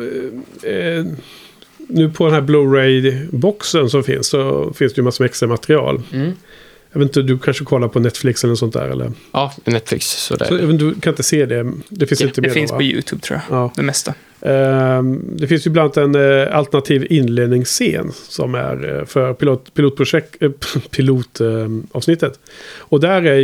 nu på den här Blu-ray-boxen som finns, så finns det ju massor med extra material. Jag vet inte, du kanske kollar på Netflix eller sånt där, eller? Ja, Netflix. Så du kan inte se det. Det finns inte mer. Det finns på YouTube, tror jag. Ja. Det mesta. Det finns ju bland annat en alternativ inledningsscen som är för pilotavsnittet. Och där är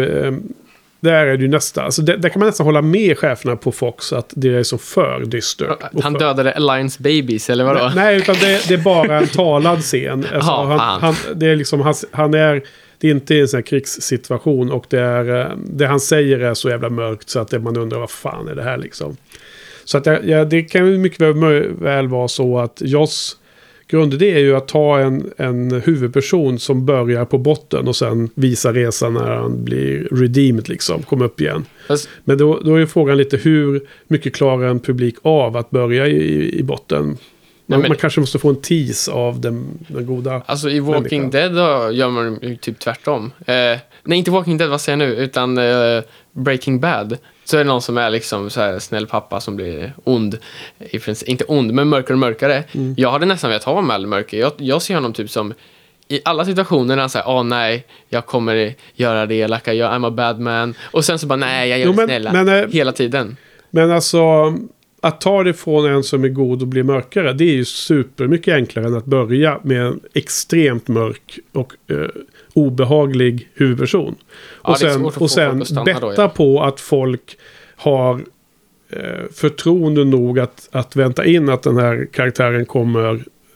ju nästa. Alltså där kan man nästan hålla med cheferna på Fox att det är så för dystert. Han dödade Alliance Babies, eller vadå? Nej, utan det är bara en talad scen. Alltså, det är liksom, det är inte en sån här krigssituation, och det han säger är så jävla mörkt så att man undrar vad fan är det här liksom. Så att det kan ju mycket väl vara så att Joss grundidé är ju att ta en huvudperson som börjar på botten och sen visa resan när han blir redeemed liksom, kommer upp igen. Men då är frågan lite hur mycket klarar en publik av att börja i botten. Man kanske måste få en tease av den goda. Alltså i Walking Dead då gör man ju typ tvärtom. Nej, inte Walking Dead, vad säger jag nu? Utan Breaking Bad. Så är det någon som är liksom så här snäll pappa som blir ond. Inte ond, men mörkare och mörkare. Jag hade nästan velat ha Mal mörker. Jag ser honom typ som i alla situationer när han säger nej, jag kommer göra det elaka, I'm a bad man. Och sen så bara nej, jag gör det snälla. Hela tiden. Men alltså, att ta det från en som är god och bli mörkare, det är ju super mycket enklare än att börja med en extremt mörk och obehaglig huvudperson. Och sen betta på att folk har förtroende nog att vänta in att den här karaktären kommer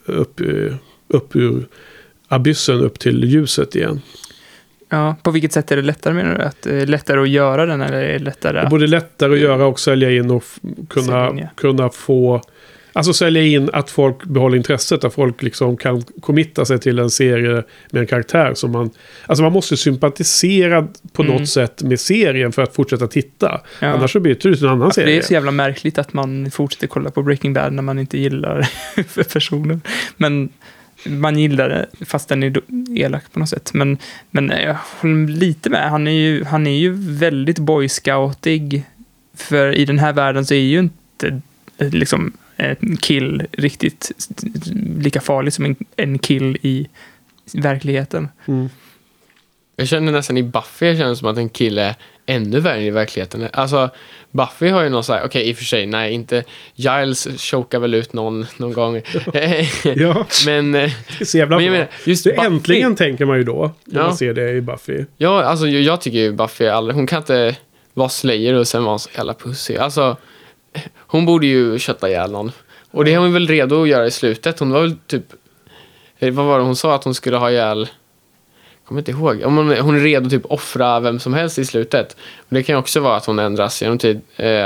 upp ur abyssen upp till ljuset igen. Ja, på vilket sätt är det lättare, menar du? Att det är lättare att göra den, eller är det lättare? Det är både lättare att göra och sälja in och kunna få... Alltså sälja in att folk behåller intresset, att folk liksom kan committa sig till en serie med en karaktär som man... Alltså man måste sympatisera på något sätt med serien för att fortsätta titta. Ja. Annars så blir det en annan serie. Det är så jävla märkligt att man fortsätter kolla på Breaking Bad när man inte gillar personen. Men man gillar det fast den är elak på något sätt. Men jag håller lite med. Han är ju väldigt boy scoutig. För i den här världen så är ju inte liksom en kill riktigt lika farlig som en kill i verkligheten. Jag känner nästan i Buffy, jag känner som att en kill är ännu värre i verkligheten. Alltså Buffy har ju någon så här, okej, i och för sig, nej, inte Giles chokar väl ut någon gång. Ja. Men det är så jävla bra. Menar, just det Buffy, äntligen tänker man ju då när man ser det i Buffy. Ja, alltså jag tycker ju Buffy hon kan inte vara Slayer och sen vara så jävla pussy. Alltså hon borde ju kötta ihjäl någon. Och det är hon väl redo att göra i slutet. Hon var väl typ, vad var det hon sa att hon skulle ha ihjäl? Kommer inte ihåg. Hon är redo att typ offra vem som helst i slutet. Och det kan ju också vara att hon ändras genom tid.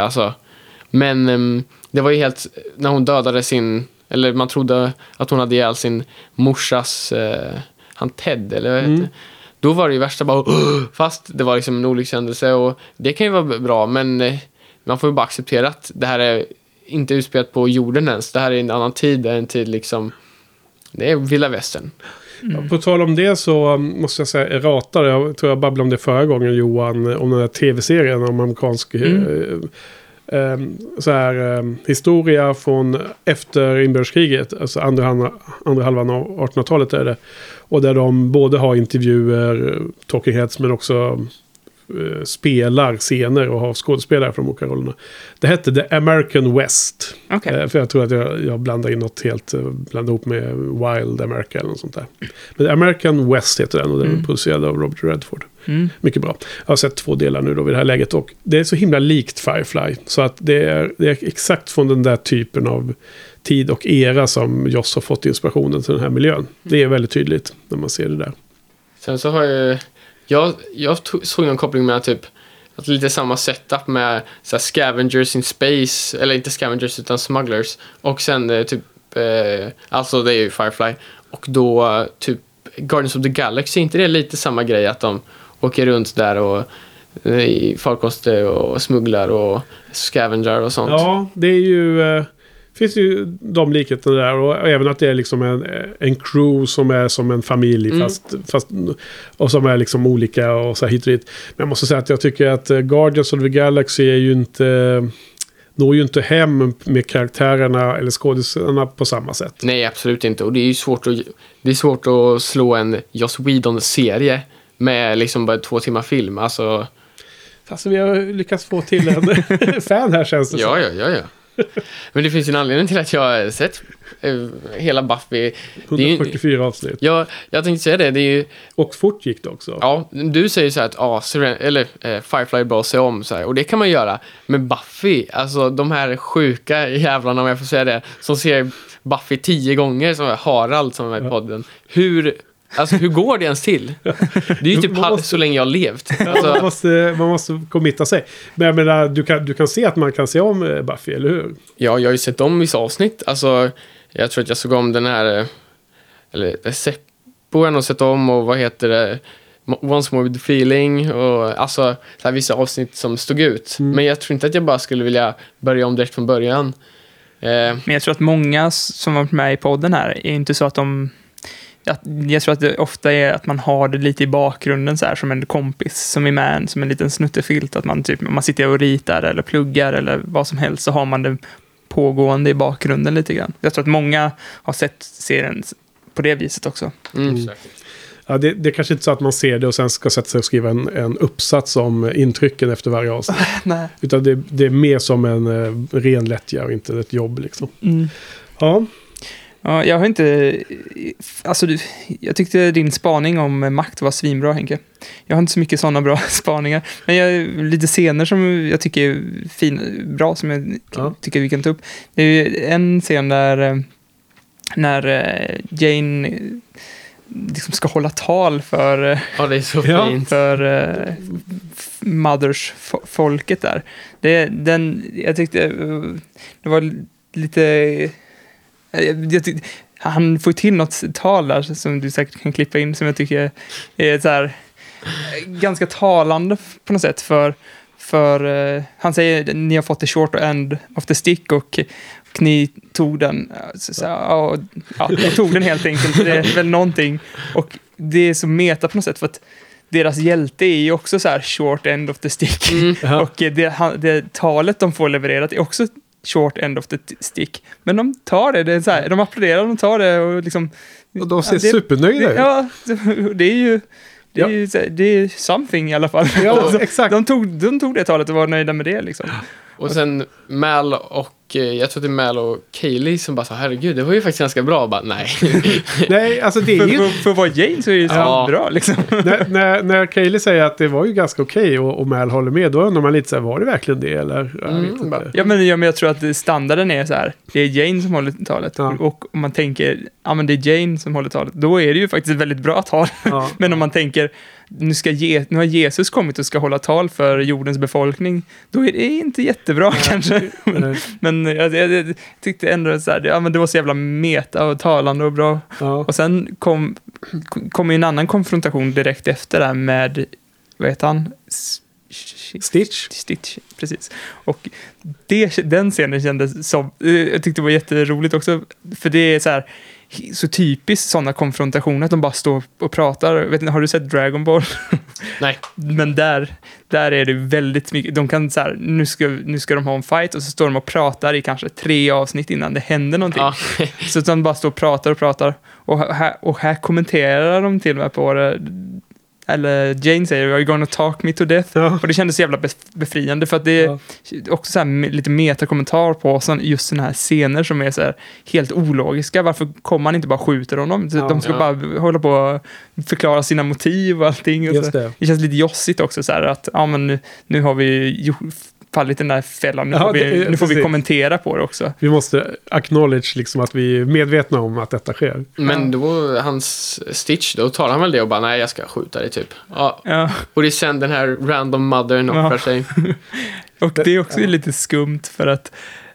Men det var ju helt, när hon dödade eller man trodde att hon hade ihjäl sin morsas han Ted, eller vad heter det? Då var det ju värsta bara, fast det var liksom en olyckshändelse, och det kan ju vara bra, men man får ju bara acceptera att det här är inte utspelat på jorden ens. Det här är en annan tid, en tid liksom, det är vilda västern. På tal om det så måste jag säga errata. Jag tror jag babblade om det förra gången, Johan, om den här tv-serien om amerikansk historia från efter inbördeskriget, alltså andra halvan av 1800-talet är det. Och där de både har intervjuer, talking heads, men också spelar scener och har skådespelare från de olika rollerna. Det hette The American West. Okej. För jag tror att jag blandar in något helt, blandar ihop med Wild America eller något sånt där. Men The American West heter den och den är producerad av Robert Redford. Mycket bra. Jag har sett 2 delar nu då vid det här läget och det är så himla likt Firefly. Så att det är exakt från den där typen av tid och era som Joss har fått inspirationen till den här miljön. Det är väldigt tydligt när man ser det där. Sen så har jag såg någon koppling med typ att lite samma setup med så här scavengers in space, eller inte scavengers utan smugglers, och sen typ alltså det är ju Firefly, och då typ Guardians of the Galaxy, inte det är lite samma grej att de åker runt där och i farkoster och smugglar och scavenger och sånt. Ja, det är ju finns ju de likheterna där och även att det är liksom en crew som är som en familj fast och som är liksom olika och så här hit och dit. Men jag måste säga att jag tycker att Guardians of the Galaxy är ju inte når ju inte hem med karaktärerna eller skådespelarna på samma sätt. Nej, absolut inte. Och det är ju svårt att slå en Joss Whedon-serie med liksom bara 2 timmar film. Alltså vi har lyckats få till en fan här känns det ja. Men det finns ju en anledning till att jag har sett hela Buffy. 144 avsnitt. Ja, jag tänkte säga det. Det är ju... Och fort gick det också. Ja, du säger så här att Firefly är bra att se om så här, och det kan man göra. Men Buffy, alltså de här sjuka jävlarna, om jag får säga det, som ser Buffy 10 gånger, som Harald som är i podden. Hur går det ens till? Det är ju typ så länge jag har levt. Alltså, man måste committa sig. Men jag menar, du kan se att man kan se om Buffy, eller hur? Ja, jag har ju sett om vissa avsnitt. Alltså, jag tror att jag såg om den här... Eller Seppo har jag nog sett om, och vad heter det? Once More With The Feeling. Och alltså, så här, vissa avsnitt som stod ut. Men jag tror inte att jag bara skulle vilja börja om direkt från början. Men jag tror att många som varit med i podden här är inte så att de... Jag tror att det ofta är att man har det lite i bakgrunden så här, som en kompis som är med, som en liten snuttefilt, att man typ, om man sitter och ritar eller pluggar eller vad som helst, så har man det pågående i bakgrunden lite grann. Jag tror att många har sett serien på det viset också. Ja, det är kanske inte så att man ser det och sen ska sätta sig och skriva en uppsats om intrycken efter varje avsnitt. Nej. Utan det är mer som en ren lättja och inte ett jobb liksom. Ja. Ja, jag har inte... Alltså, jag tyckte din spaning om makt var svinbra, Henke. Jag har inte så mycket sådana bra spaningar. Men lite scener som jag tycker är bra, som jag tycker vi kan ta upp. Det är ju en scen där när Jane liksom ska hålla tal för... Ja, det är så fint. För Mothers folket där. Jag tyckte det var lite... Han får till något tal där som du säkert kan klippa in, som jag tycker är så här, ganska talande på något sätt, för han säger, ni har fått the short end of the stick och ni tog den, ni tog den helt enkelt. Det är väl någonting, och det är så meta på något sätt, för att deras hjälte är ju också så här short end of the stick, och det talet de får levererat är också short end of the stick. Men de tar det är så här, de applåderar, de tar det och liksom... Och de ser supernöjda ut. Ja, det är ju... Det är something i alla fall. Ja, alltså, exakt. De tog det talet och var nöjda med det liksom. Och sen Mal och jag tror det är Mal och Kaylee som bara sa, herregud, det var ju faktiskt ganska bra. Bara, nej, alltså det är ju... För att vara Jane så är det så bra liksom. när Kaylee säger att det var ju ganska okej och Mal håller med, då undrar man lite så här, var det verkligen det eller? Ja, men jag tror att standarden är så här, det är Jane som håller talet, och om man tänker, ja men det är Jane som håller talet, då är det ju faktiskt ett väldigt bra tal. Men om man tänker, nu har Jesus kommit och ska hålla tal för jordens befolkning, då är det inte jättebra kanske. Men jag tyckte ändå så här, men det var så jävla meta och talande och bra. Och sen kom en annan konfrontation direkt efter där med, vad heter han? Stitch, precis. Och den scenen kändes som, jag tyckte det var jätteroligt också, för det är så här, så typiskt sådana konfrontationer att de bara står och pratar. Har du sett Dragon Ball? Nej. Men där är det väldigt mycket. De kan så här, nu ska de ha en fight, och så står de och pratar i kanske 3 avsnitt innan det händer någonting. Så att de bara står och pratar. Och här kommenterar de till och med på det. eller Jane säger, are you gonna talk me to death? Ja. Och det kändes så jävla befriande för att det är också så här lite metakommentar på just sådana här scener som är så här helt ologiska. Varför kommer man inte bara skjuter honom? De ska bara hålla på och förklara sina motiv och allting. Och Just så. det. Det känns lite jossigt också så här att men nu har vi fallit i den där fällan. Nu får vi kommentera på det också. Vi måste acknowledge liksom att vi är medvetna om att detta sker. Men då, hans Stitch, då tar han väl det och bara, nej jag ska skjuta dig typ. Ja. Och det är sen den här random mothern offrar sig. Och det är också lite skumt för att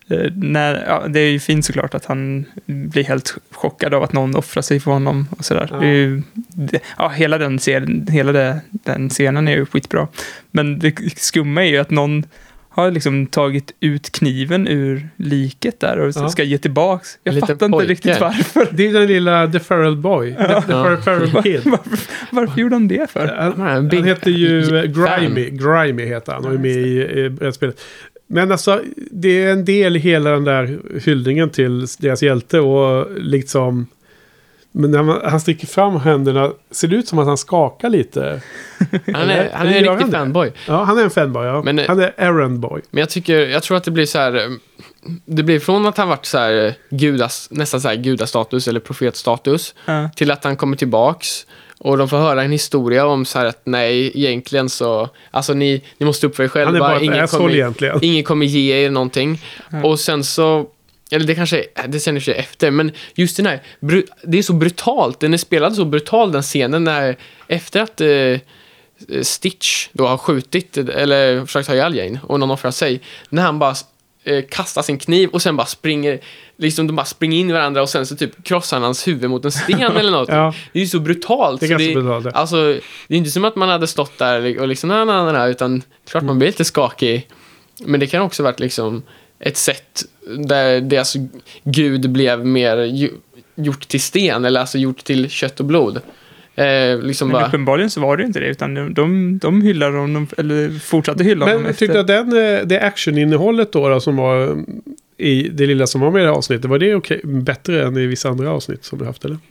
det är ju fint såklart att han blir helt chockad av att någon offrar sig för honom och sådär. Hela den scenen är ju skitbra. Men det skumma är ju att någon har liksom tagit ut kniven ur liket där och ska ge tillbaks. Jag fattar inte riktigt varför. Det är den lilla The Feral Boy. The Feral Kid. Varför gjorde han det för? Han heter ju Grimy heter han och är med i spelet. Men alltså, det är en del i hela den där hyllningen till deras hjälte och liksom... Men när han sticker fram händerna ser det ut som att han skakar lite. Han är en riktig fanboy. Ja, han är en fanboy, ja. Men, han är errand boy. Men jag tror att det blir så här... Det blir från att han varit så här nästan så här gudastatus eller profetstatus till att han kommer tillbaks och de får höra en historia om så här att nej, egentligen så... Alltså ni måste upp för er själva. Han är bara ingen kommer ge er någonting. Och sen så... Eller det kanske det känner sig efter. Men just den här, det är så brutalt. Den är spelad så brutal den scenen när efter att Stitch då har skjutit eller försökt ha ihjäl Jane och någon offrar sig. När han bara kastar sin kniv och sen bara springer, liksom de bara springer in i varandra och sen så typ krossar han hans huvud mot en sten eller något. Ja. Det är ju så brutalt. Det är ganska brutalt. Alltså, det är inte som att man hade stått där och liksom utan klart man blir lite skakig. Men det kan också varit liksom ett sätt där deras gud blev mer gjort till sten eller alltså gjort till kött och blod. Men uppenbarligen så var det inte det utan de hyllar dem eller fortsatte hylla dem. Men jag tyckte att det actioninnehållet då som var i det lilla som var med i det här avsnittet, var det bättre än i vissa andra avsnitt som vi haft eller?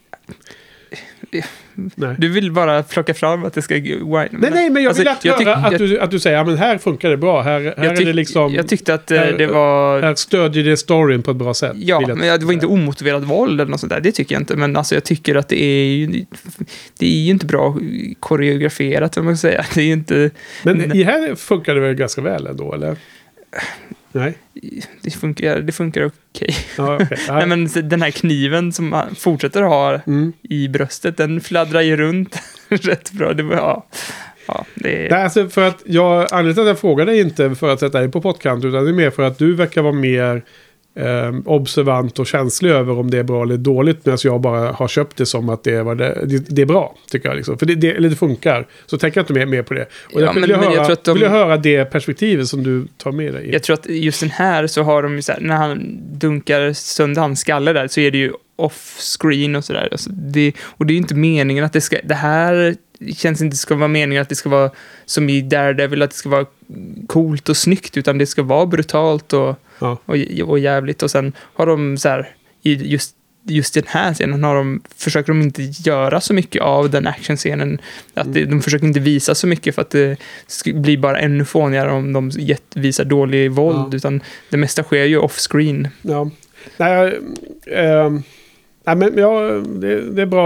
Nej. Du vill bara plocka fram att det ska... Nej, men jag vill höra att du säger men här funkar det bra. Här är det liksom... Jag tyckte att det var... Här stödjer det storyn på ett bra sätt. Ja, men det var inte omotiverat våld eller något sånt där. Det tycker jag inte. Men alltså, jag tycker att det är ju inte bra koreograferat, om man ska säga. Det är ju inte... Men i här funkar det väl ganska väl ändå, eller? Nej. Det funkar okej. Ja, okay. Nej, men den här kniven som man fortsätter ha i bröstet, den fladdrar ju runt rätt bra. Det var, det är... Nej, alltså för att anledningen till att jag frågar dig inte för att sätta dig på pottkant, utan det är mer för att du verkar vara mer observant och känslig över om det är bra eller dåligt, medan jag bara har köpt det som att det är bra, tycker jag liksom. För det funkar. Så tänker jag inte mer på det. Och jag vill höra det perspektivet som du tar med dig. Jag tror att just den här så har de ju så här, när han dunkar sönder hans skalle där, så är det ju off-screen och sådär. Alltså och det är ju inte meningen att det här känns inte ska vara meningen att det ska vara som i Daredevil, att det ska vara coolt och snyggt, utan det ska vara brutalt och jävligt. Och sen har de så här, just i den här scenen försöker de inte göra så mycket av den actionscenen, att de försöker inte visa så mycket för att det blir bara ännu fånigare om de visar dålig våld, utan det mesta sker ju off-screen. Ja. Nej, men det är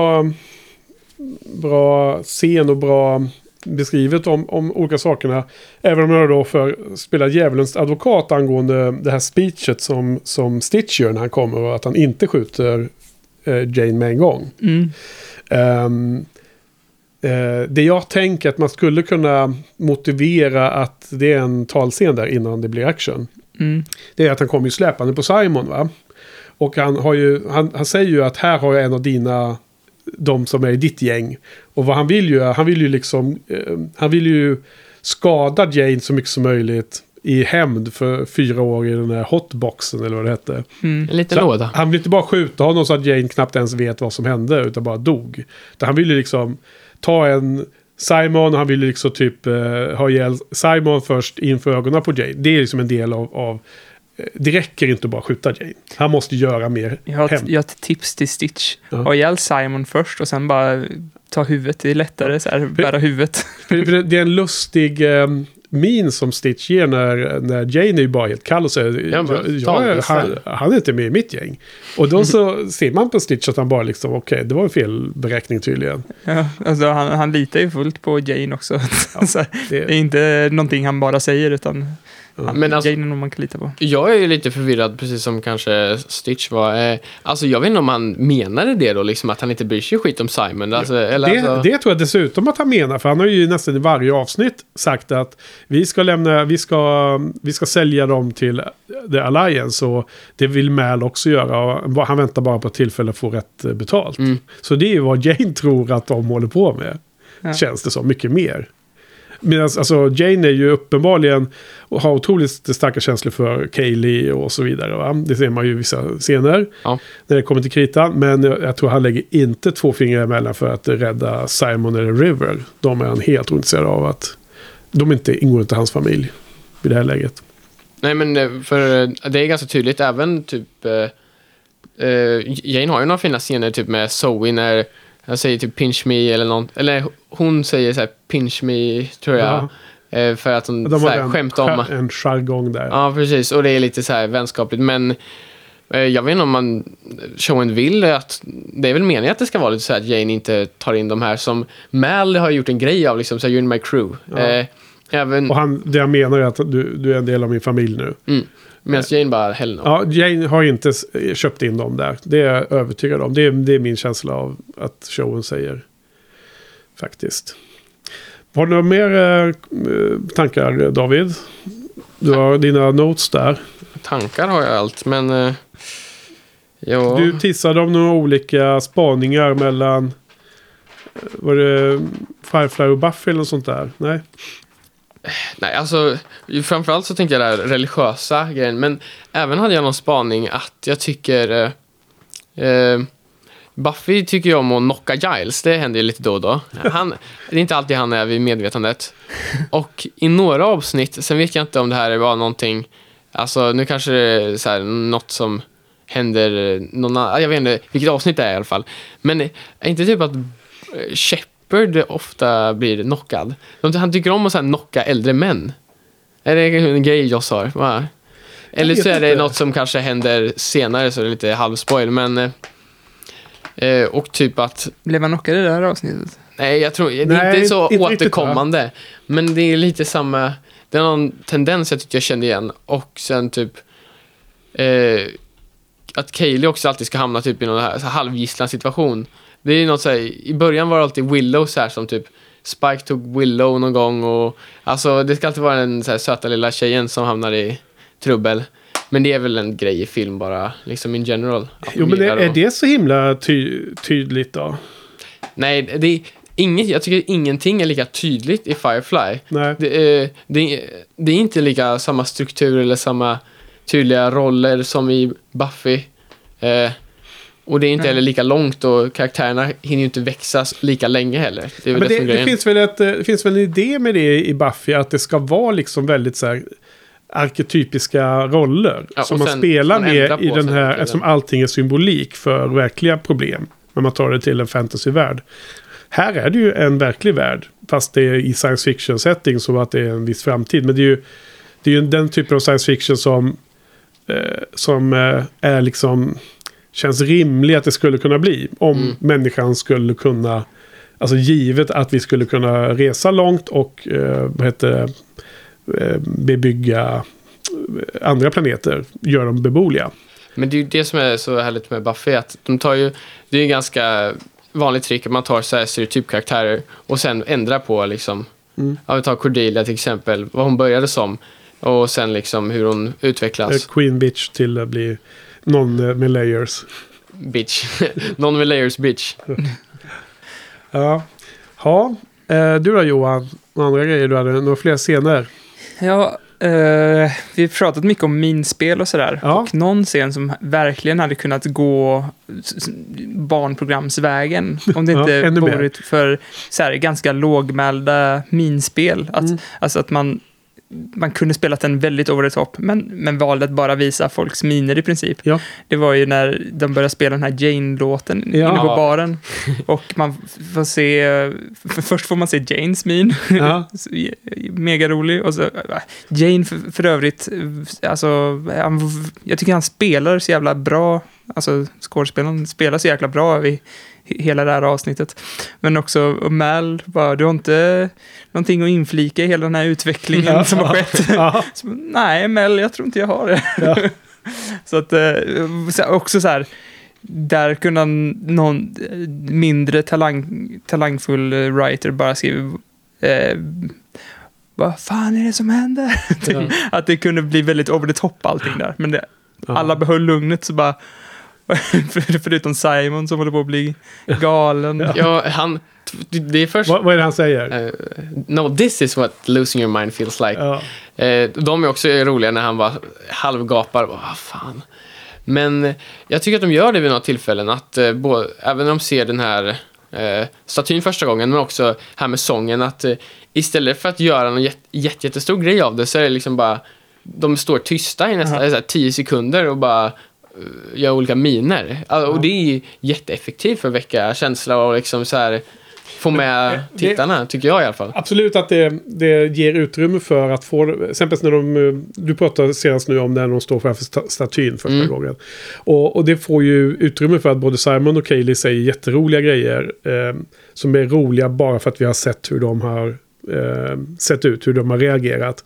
bra scen och bra beskrivet om olika sakerna. Även om jag då spelar djävulens advokat angående det här speechet som Stitch gör när han kommer och att han inte skjuter Jane med en gång. Det jag tänker att man skulle kunna motivera att det är en talscen där innan det blir action. Det är att han kommer ju släpande på Simon, va? Och han säger ju att här har jag en av de som är i ditt gäng. Och vad han vill ju skada Jane så mycket som möjligt i hämnd för 4 år i den här hotboxen eller vad det hette. En liten låda. Han vill inte bara skjuta honom så att Jane knappt ens vet vad som hände, utan bara dog. Han vill ju liksom ta en Simon, han vill ju liksom typ ha ihjäl Simon först inför ögonen på Jane. Det är liksom en del av det räcker inte bara skjuta Jane. Han måste göra mer. Jag har ett tips till Stitch. Ha ihjäl Simon först och sen bara ta huvudet. Det är lättare så här, bära huvudet. För det är en lustig min som Stitch ger när Jane är ju bara helt kall och säger han är inte med i mitt gäng. Och då så ser man på Stitch att han bara liksom okej, det var en felberäkning tydligen. Ja, alltså han litar ju fullt på Jane också. Ja, så det är inte någonting han bara säger, utan men alltså, Jane är någon man kan lita på. Jag är ju lite förvirrad, precis som kanske Stitch var. Alltså jag vet inte om han menade det då, liksom att han inte bryr sig skit om Simon. Alltså, det tror jag dessutom att han menar, för han har ju nästan i varje avsnitt sagt att vi ska sälja dem till The Alliance, och det vill Mal också göra, och han väntar bara på ett tillfälle att få rätt betalt. Så det är ju vad Jane tror att de håller på med. Känns det så mycket mer. Medan alltså, Jane är ju uppenbarligen och har otroligt starka känslor för Kaylee och så vidare. Va? Det ser man ju i vissa scener när det kommer till kritan. Men jag tror han lägger inte 2 fingrar emellan för att rädda Simon eller River. De är han helt ointresserad av att de inte ingår i hans familj i det här läget. Nej, men för det är ganska tydligt även typ Jane har ju några fina scener typ med Zoe när jag säger typ pinch me eller något, eller hon säger så här pinch me tror jag, för att hon så här, skämt om en jargong där. Ja, precis, och det är lite så här vänskapligt, men jag vet inte om showen vill att det är väl meningen att det ska vara lite så här att Jane inte tar in de här som Mal har gjort en grej av, liksom så här, you're in my crew. Även och det jag menar är att du är en del av min familj nu. Medan Jane bara hell. Ja, Jane har inte köpt in dem där. Det är jag övertygad om. Det är min känsla av att showen säger. Faktiskt. Har du några mer tankar, David? Du har dina notes där. Tankar har jag allt, men ja. Du tissade om några olika spaningar mellan var det Firefly och Buffy eller något sånt där? Nej, alltså framförallt så tänkte jag det här religiösa grejen, men även hade jag någon spaning att jag tycker Buffy tycker jag om att knocka Giles. Det händer ju lite då och då. Det är inte alltid han är vid medvetandet. Och i några avsnitt, sen vet jag inte om det här var någonting, alltså nu kanske det är så här, något som händer jag vet inte vilket avsnitt det är i alla fall. Men är inte typ att Shepard ofta blir knockad? Han tycker om att så här knocka äldre män. Är det en grej jag sa? Va? Eller så är det något som kanske händer senare, så det är lite halvspoil, men och typ att blev man knockad i det här avsnittet? Nej, jag tror det är inte så återkommande, riktigt, men det är lite samma, det är någon tendens jag tyckte jag kände igen. Och sen typ att Kaylee också alltid ska hamna typ i någon här halvgisslan situation. Det är något så här, i början var det alltid Willow så här, som typ Spike tog Willow någon gång, och alltså det ska alltid vara den så här söta lilla tjejen som hamnar i trubbel. Men det är väl en grej i film bara, liksom in general. Jo, men är det så himla tydligt då? Nej, det är inget, jag tycker ingenting är lika tydligt i Firefly. Nej. Det är inte lika samma struktur eller samma tydliga roller som i Buffy. Och det är inte heller lika långt, och karaktärerna hinner ju inte växa lika länge heller. Det är väl men det finns väl en idé med det i Buffy, att det ska vara liksom väldigt så här arketypiska roller som man spelar med i den här, eftersom allting är symbolik för verkliga problem, när man tar det till en fantasyvärld. Här är det ju en verklig värld, fast det är i science fiction setting, så att det är en viss framtid. Men det är ju den typen av science fiction som är liksom känns rimlig att det skulle kunna bli om människan skulle kunna, alltså givet att vi skulle kunna resa långt och bebygga andra planeter, gör dem beboeliga. Men det är ju det som är så härligt med Buffy, att de tar ju, det är ju ganska vanligt trick att man tar så här stereotypkaraktärer och sen ändrar på liksom, ja, vi tar Cordelia till exempel, vad hon började som, och sen liksom hur hon utvecklas. Queen bitch till att bli någon med layers. Bitch. Någon med layers bitch. Ja. Du då, Johan? Några andra grejer du hade? Några fler scener? Ja, vi har pratat mycket om minspel och sådär. Ja. Och någon scen som verkligen hade kunnat gå barnprogramsvägen om det inte varit för så här, ganska lågmälda minspel. Alltså att man man kunde spelat den väldigt over the top, men valde att bara visa folks miner i princip. Ja. Det var ju när de började spela den här Jane-låten inne på baren. Och man får se... Först får man se Janes min. Ja. Mega rolig. Och så, Jane för övrigt, alltså, jag tycker han spelar så jävla bra. Alltså, skådespelaren spelar så jäkla bra i hela det här avsnittet. Men också Mal, du har inte någonting att inflika i hela den här utvecklingen som har skett. Så, nej, Mel, jag tror inte jag har det. Ja. Så att också så här, där kunde någon mindre talangfull writer bara skriva vad fan är det som händer? Ja. Att det kunde bli väldigt over the top allting där. Men alla behöll lugnet, så bara förutom Simon som håller på att bli galen. Ja, det är först... Vad är det han säger? No, this is what losing your mind feels like. Ja. De är också roliga när han bara halvgapar. Vad fan. Men jag tycker att de gör det vid några tillfällen. Att även när de ser den här statyn första gången, men också här med sången, att istället för att göra någon jättestor grej av det, så är det liksom bara, de står tysta i nästan 10 sekunder och bara gör olika miner. Och det är jätteeffektivt för att väcka känsla och liksom så här få med tittarna, tycker jag i alla fall. Absolut att det ger utrymme för att få, exempelvis när du pratade senast nu om när de står framför statyn första gången. Och det får ju utrymme för att både Simon och Kaylee säger jätteroliga grejer som är roliga bara för att vi har sett hur de har sett ut, hur de har reagerat.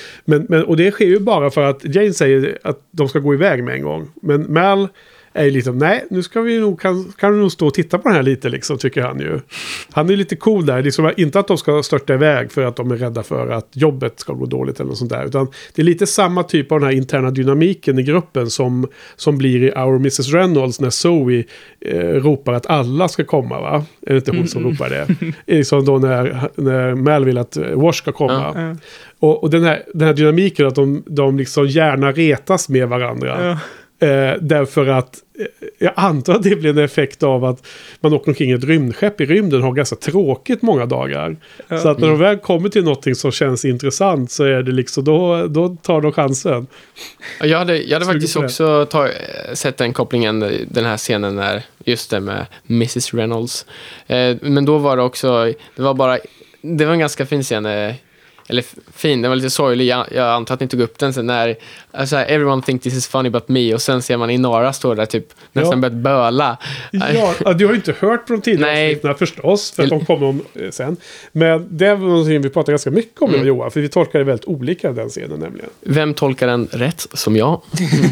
Och det sker ju bara för att Jane säger att de ska gå iväg med en gång. Men Mal är liksom, nej, nu ska vi nog, kan du nog stå och titta på den här lite liksom, tycker han ju. Han är lite cool där, liksom, inte att de ska störta iväg för att de är rädda för att jobbet ska gå dåligt eller något sånt där, utan det är lite samma typ av den här interna dynamiken i gruppen som blir i Our Mrs. Reynolds när Zoe ropar att alla ska komma, va? Är det inte hon som ropar det? Liksom då när Mal vill att Wash ska komma. Och den här dynamiken att de liksom gärna retas med varandra. Därför att jag antar att det blir en effekt av att man åker omkring ett rymdskepp i rymden och har ganska tråkigt många dagar. Så att när de väl kommer till någonting som känns intressant, så är det liksom, då tar de chansen. Jag hade faktiskt också sett den kopplingen, den här scenen när just det med Mrs. Reynolds. Men då var det också, det var en ganska fin scen. Eller fin, den var lite sorglig. Jag antar att ni tog upp den sen när alltså, everyone think this is funny but me, och sen ser man Inara stå där typ nästan börjat böla. Ja, du har ju inte hört från tidigare avsnittna förstås, för att de kommer om sen. Men det var någonting vi pratade ganska mycket om, Johan, för vi tolkar det väldigt olika, den scenen nämligen. Vem tolkar den rätt som jag?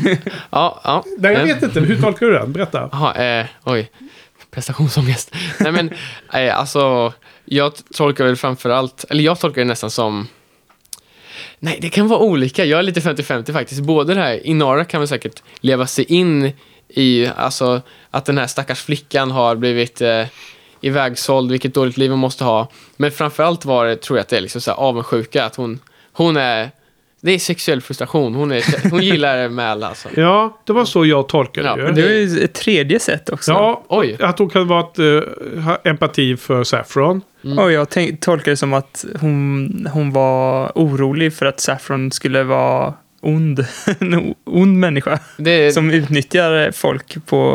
Ja. Nej, jag vet inte. Hur tolkar du den? Berätta. Oj. Prestationsångest. Nej, men alltså jag tolkar väl framförallt, eller jag tolkar det nästan som, nej, det kan vara olika. Jag är lite 50-50 faktiskt. Både det här, Inara kan väl säkert leva sig in i, alltså att den här stackars flickan har blivit ivägsåld, vilket dåligt liv hon måste ha. Men framförallt tror jag att det är liksom så här avundsjuka, att hon är, det är sexuell frustration. Hon gillar Mal alltså. Ja, det var så jag tolkade det. Det är ju ett tredje sätt också. Ja, att hon kan vara ha empati för Saffron. Och jag tolkade det som att hon var orolig för att Saffron skulle vara ond. En ond människa. Som utnyttjar folk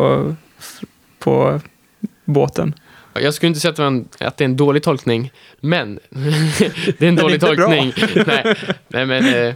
på båten. Jag skulle inte säga att det är en dålig tolkning, men det är en dålig tolkning. Nej,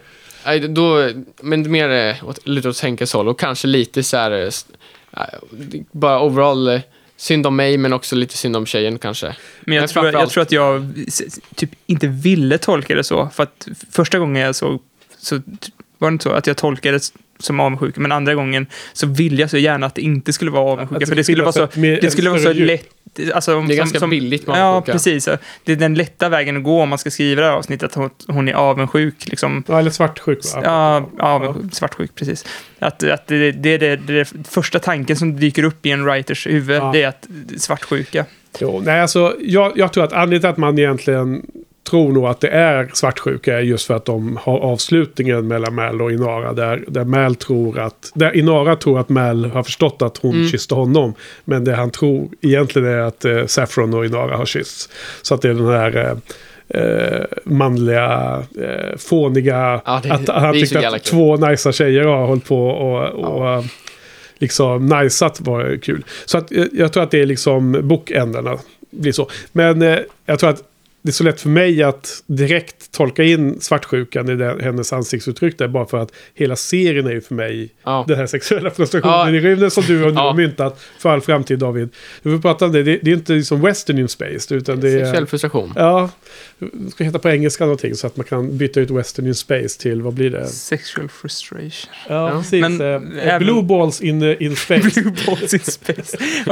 men mer lite åt Henkes håll, och kanske lite så här bara overall synd om mig, men också lite synd om tjejen kanske. Men jag tror att jag typ inte ville tolka det så, för att första gången jag såg så var det inte så att jag tolkade det som avundsjuka, men andra gången så vill jag så gärna att det inte skulle vara avundsjuka, för det skulle vara så lätt, alltså, det är ganska billigt med avundsjuka. Ja, precis. Det är den lätta vägen att gå om man ska skriva det här avsnittet, att hon är avundsjuk liksom. Ja, eller svartsjuk. Svartsjuk, precis. Att det är första tanken som dyker upp i en writers huvud, det är att svartsjuka. Jo, nej, alltså jag tror att anledningen till att man egentligen tror nog att det är svartsjuka är just för att de har avslutningen mellan Mal och Inara där Mal där Inara tror att Mal har förstått att hon kysste honom, men det han tror egentligen är att Saffron och Inara har kyssts. Så att det är den här manliga, fåniga, Ja, att han det är så tyckte jävla att kul. 2 najsa tjejer har hållit på och liksom najsat var kul. Så att jag tror att det är liksom bokändarna blir så. Men jag tror att det är så lätt för mig att direkt tolka in svartsjukan i hennes ansiktsuttryck där, bara för att hela serien är ju för mig den här sexuella frustrationen i rymden som du har myntat för all framtid, David. Vi får prata om det. Det är inte liksom western in space, utan det är Sexuell frustration. Ja, det ska heta på engelska någonting så att man kan byta ut western in space till, vad blir det? Sexual frustration. Ja, precis. Men Blue balls in space. Blue balls in space. Ja,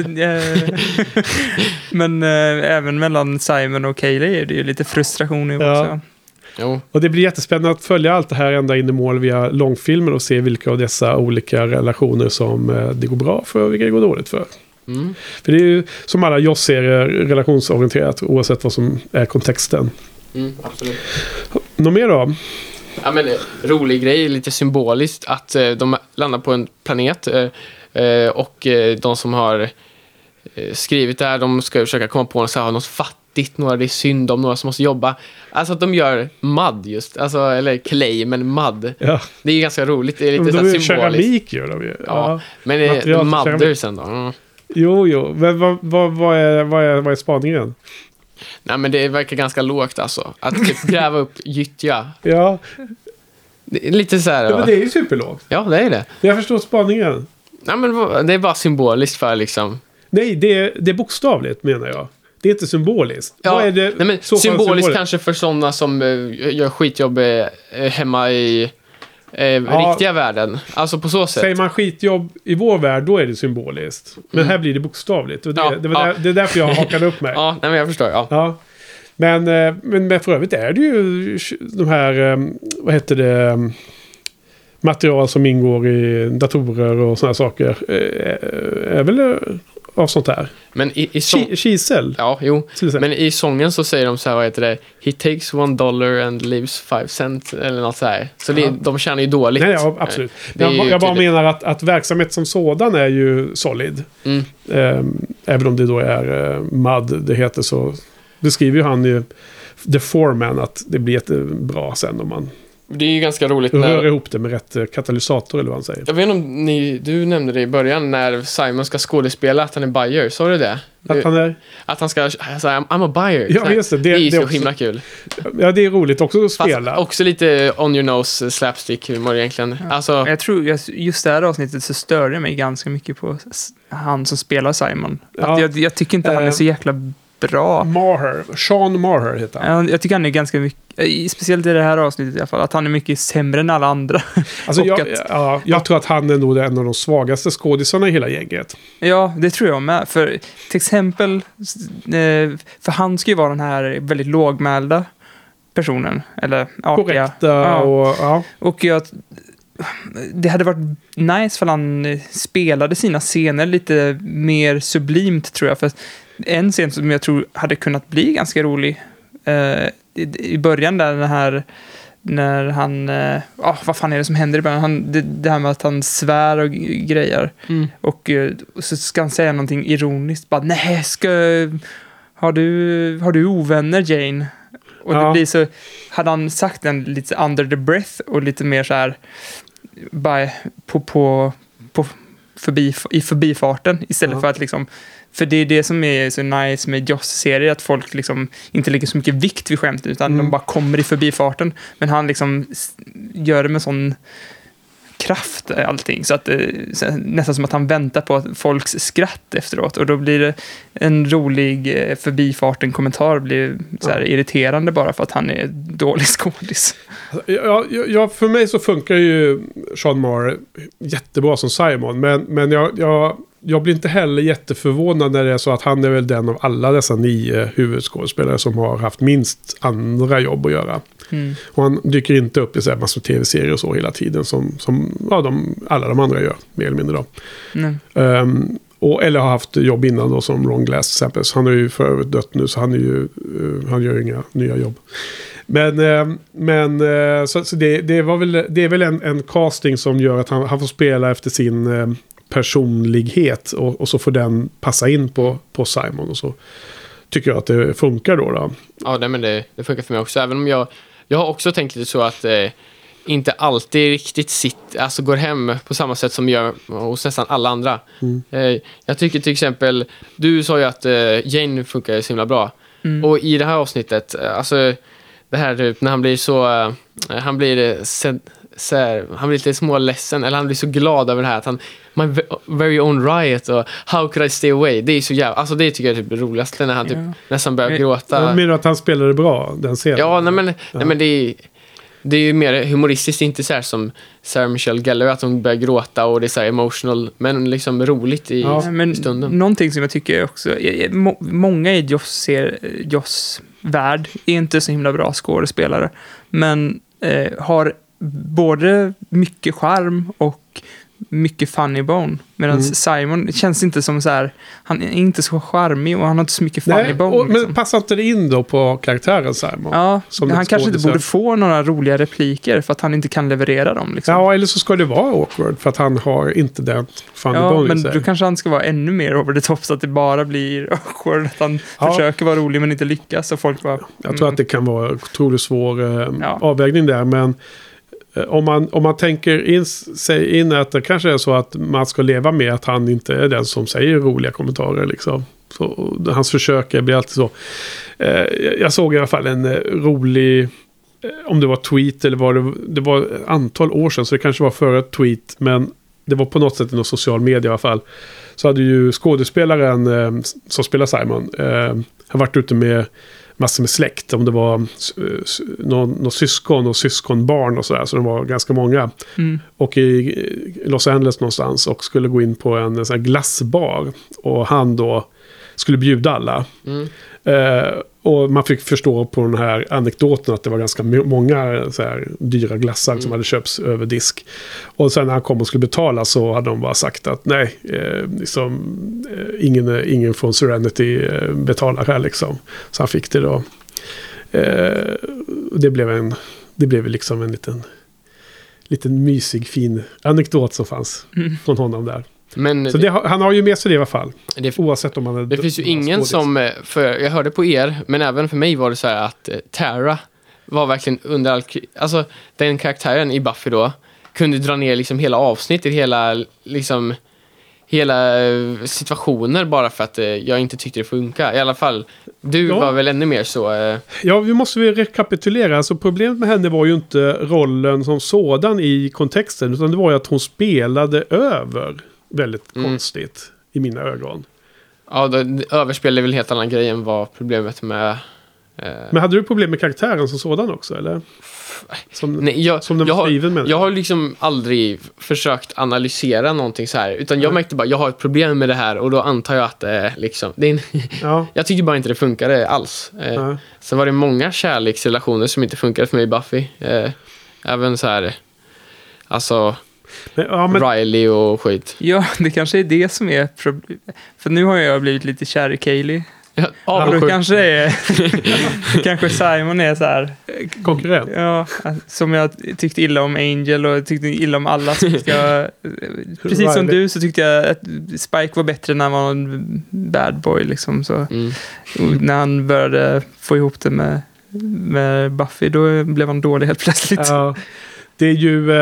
men även mellan Simon och Kaylee är det ju lite frustration också. Ja. Jo. Och det blir jättespännande att följa allt det här ända in i mål via långfilmer och se vilka av dessa olika relationer som det går bra för och vilka det går dåligt för. Mm. För det är ju som alla Joss-serier relationsorienterat oavsett vad som är kontexten. Absolut. Något mer då? Ja, men rolig grej, lite symboliskt att de landar på en planet och de som har skrivit det här, de ska försöka komma på något fattigt, några det är synd om, några som måste jobba. Alltså att de gör mud just, alltså, eller clay, men mud. Ja. Det är ganska roligt, det är lite så symboliskt. Keramik gör de ju. Ja, men mudder sen då. Mm. Jo, men vad är spaningen? Nej, men det verkar ganska lågt alltså. Att typ gräva upp gyttja. Ja. Det är lite så här. Ja, men det är ju superlågt. Ja, det är det. Jag förstår spaningen. Nej, men det är bara symboliskt för liksom. Nej, det är bokstavligt menar jag. Det är inte symboliskt. Ja, vad är det? Nej, men symboliskt kanske för sådana som gör skitjobb hemma i riktiga världen. Alltså på så sätt. Säger man skitjobb i vår värld, då är det symboliskt. Men här blir det bokstavligt. Och det är därför jag hakade upp mig. Ja, nej, men jag förstår. Ja. Men för övrigt är det ju de här, vad heter det, material som ingår i datorer och såna här saker. Är väl av sånt här. Men kisel. Ja, jo. Men i sången så säger de så här, vad heter det? He takes $1 and leaves 5 cents eller något så här. Så de tjänar ju dåligt. Nej, ja, absolut. Jag bara menar att verksamhet som sådan är ju solid. Även om det då är MUD det heter, så beskriver ju han ju The Foreman att det blir jättebra sen om man det är ju ganska roligt rör ihop det med rätt katalysator eller vad han säger. Jag vet inte om du nämnde det i början när Simon ska skådespela att han är buyer, sa du det? Att han ska säga I'm a buyer. Ja, just det. Det är ju så också himla kul. Ja, det är roligt också att spela. Fast också lite on your nose slapstick humor egentligen. Ja. Alltså, jag tror just det här avsnittet så störde jag mig ganska mycket på han som spelar Simon. Ja. Att jag tycker inte han är så jäkla bra. Sean Maher heter han. Jag tycker han är ganska mycket, speciellt i det här avsnittet i alla fall, att han är mycket sämre än alla andra. Alltså jag tror att han är nog en av de svagaste skådisarna i hela gänget. Ja, det tror jag med. För till exempel, för han ska ju vara den här väldigt lågmälda personen. Eller korrekta och det hade varit nice för han spelade sina scener lite mer sublimt, tror jag. För en scen som jag tror hade kunnat bli ganska rolig i början där när han vad fan är det som händer i början? Det här med att han svär och grejer. Och så ska han säga någonting ironiskt, bara nej, har du ovänner, Jane? Och det blir så, hade han sagt den lite under the breath och lite mer så här bara i förbifarten istället för att liksom, för det är det som är så nice med Joss-serier, att folk liksom inte lägger så mycket vikt vid skämt utan de bara kommer i förbifarten, men han liksom gör det med sån kraft allting, så att nästan som att han väntar på folks skratt efteråt, och då blir det en rolig förbifarten kommentar, blir så här irriterande bara för att han är dålig skådis. Ja, för mig så funkar ju Sean Maher jättebra som Simon, men jag blir inte heller jätteförvånad när det är så att han är väl den av alla dessa 9 huvudskådespelare som har haft minst andra jobb att göra. Och han dyker inte upp i så här massor tv-serier och så hela tiden som alla de andra gör, mer eller mindre då. Eller har haft jobb innan då, som Ron Glass till exempel. Så han är ju för övrigt dött nu, så han gör inga nya jobb. Men så det är väl en casting som gör att han får spela efter sin personlighet och så får den passa in på Simon, och så tycker jag att det funkar då. Ja, nej, men det funkar för mig också. Även om jag har också tänkt lite så att inte alltid riktigt går hem på samma sätt som gör hos nästan alla andra. Jag tycker till exempel, du sa ju att Jane funkar så himla bra. Och i det här avsnittet, alltså det här typ, när han blir så han blir lite småledsen, eller han blir så glad över det här att han my very own riot och how could I stay away, det är så jävla, alltså det tycker jag är typ det roligaste när han typ nästan börjar gråta. Jag menar att han spelade bra den scenen. Ja, nej men det är ju mer humoristiskt, inte så här som Sarah Michelle Gellar att hon börjar gråta och det är så här emotional, men liksom roligt i stunden. Någonting som jag tycker också, många i Joss värld är inte så himla bra skådespelare, men har både mycket charm och mycket funny bone. Medan Simon känns inte som så här, han är inte så charmig och han har inte så mycket funny bone. Liksom. Men passar inte det in då på karaktären Simon? Ja, han kanske inte borde få några roliga repliker för att han inte kan leverera dem. Liksom. Ja, eller så ska det vara awkward för att han har inte den funny bone. Men då kanske han ska vara ännu mer over the top så att det bara blir awkward. Att han försöker vara rolig men inte lyckas. Och folk bara, jag tror att det kan vara en otroligt svår avvägning där, men om man tänker sig in att det kanske är så att man ska leva med att han inte är den som säger roliga kommentarer liksom. Så hans försök blir alltid så. Jag såg i alla fall en rolig, om det var tweet eller det var ett antal år sedan, så det kanske var före tweet, men det var på något sätt i någon social media i alla fall. Så hade ju skådespelaren som spelar Simon har varit ute med massor med släkt, om det var någon syskon och syskonbarn och sådär, så de var ganska många. Och i Los Angeles någonstans och skulle gå in på en sån här glassbar och han då skulle bjuda alla. Och man fick förstå på den här anekdoten att det var ganska många så här dyra glassar som hade köpts över disk. Och sen när han kom och skulle betala så hade de bara sagt att nej, ingen från Serenity betalar här liksom. Så han fick det då. Det blev liksom en liten mysig, fin anekdot som fanns från honom där. Men så han har ju med sig det i alla fall. Oavsett om man är. Det finns ju ingen som, för jag hörde på er, men även för mig var det så här att Tara var verkligen under all, alltså den karaktären i Buffy då kunde dra ner liksom hela avsnittet, hela situationer bara för att jag inte tyckte det funkar. I alla fall, du var väl ännu mer så. Ja, vi måste rekapitulera. Alltså problemet med henne var ju inte rollen som sådan i kontexten, utan det var ju att hon spelade över väldigt konstigt i mina ögon. Ja, överspel är väl en helt annan grej än vad problemet med... Men hade du problem med karaktären som sådan också, eller? Nej, jag har liksom aldrig försökt analysera någonting så här, utan jag märkte bara, jag har ett problem med det här och då antar jag att liksom, jag tycker bara inte det funkade alls. Sen var det många kärleksrelationer som inte funkade för mig i Buffy. Även så här, alltså... Riley och skit. Ja, det kanske är det som är problemet. För nu har jag blivit lite kär i Kaylee. Och då kanske Simon är så här konkurrent. Ja, som jag tyckte illa om Angel och tyckte illa om alla, så tyckte jag, precis som du, så tyckte jag att Spike var bättre när han var en bad boy liksom, så när han började få ihop det med Buffy, då blev han dålig helt plötsligt. Ja, det är ju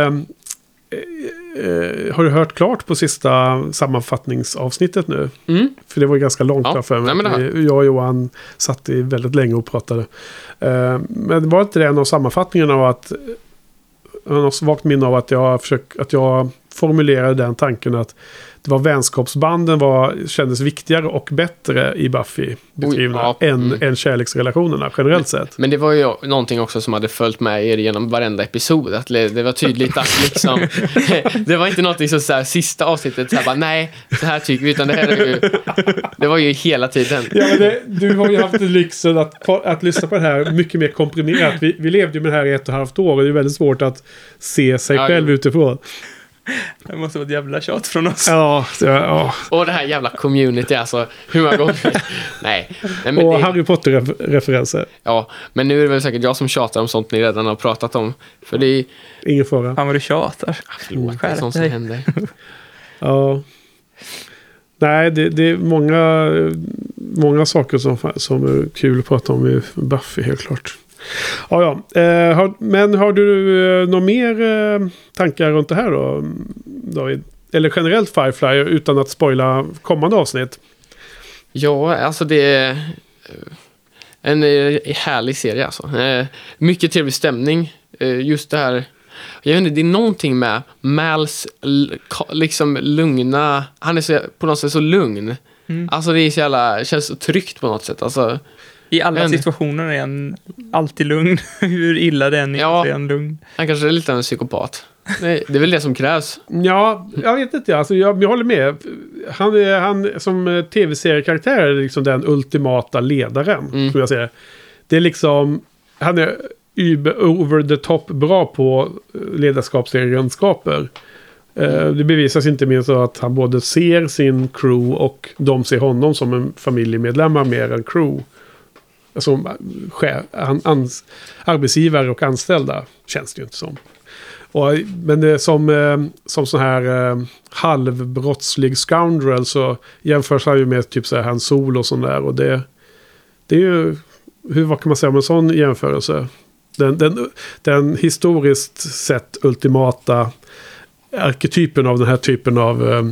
har du hört klart på sista sammanfattningsavsnittet nu? För det var ganska långt för mig. Jag och Johan satt i väldigt länge och pratade. Men var inte det en av sammanfattningarna av att jag har svagt minne av att jag formulerade den tanken att det var vänskapsbanden kändes viktigare och bättre i Buffy beskrivna än kärleksrelationerna generellt sett. Men det var ju någonting också som hade följt med er genom varenda episod, att det var tydligt att liksom det var inte någonting så här sista avsnittet så här bara, nej, så här tycker vi, utan det var ju hela tiden. Ja, men du har ju haft lyxen att lyssna på det här mycket mer komprimerat. Vi levde ju med det här i 1,5 år och det är väldigt svårt att se sig själv utifrån. Det måste vara ett jävla tjat från oss. Ja. Och det här jävla community, alltså. Hur många gånger? Nej. Men och Harry Potter-referenser. Ja, men nu är det väl säkert jag som tjatar om sånt ni redan har pratat om. För det är... Ingen fara. Fan vad du tjatar. Förlåt, det är sånt som händer. Ja. Nej, det är många många saker som är kul att prata om i Buffy, helt klart. Ja. Men har du några mer tankar runt det här då, David? Eller generellt Firefly, utan att spoila kommande avsnitt? Ja, alltså det är en härlig serie alltså. Mycket trevlig stämning. Just det här, jag vet inte, det är någonting med Mals liksom lugna, han är så, på något sätt så lugn. Alltså det är så jävla, känns så tryggt på något sätt. Alltså, i alla situationer är han alltid lugn. Hur illa det än är, så är han lugn. Han kanske är lite en psykopat. Det är väl det som krävs. Ja, jag vet inte. Alltså, jag håller med. Han som tv-seriekaraktär är liksom den ultimata ledaren, som jag säger. Det är liksom, han är over the top bra på ledarskapsegenskaper. Det bevisas inte minst så att han både ser sin crew och de ser honom som en familjemedlemmar mer än crew. Som arbetsgivare och anställda känns det ju inte som. Men det är som sån här halvbrottslig scoundrel, så jämförs han ju med typ så här Han Solo och sån där. Och det är ju, vad kan man säga om en sån jämförelse? Den historiskt sett ultimata arketypen av den här typen av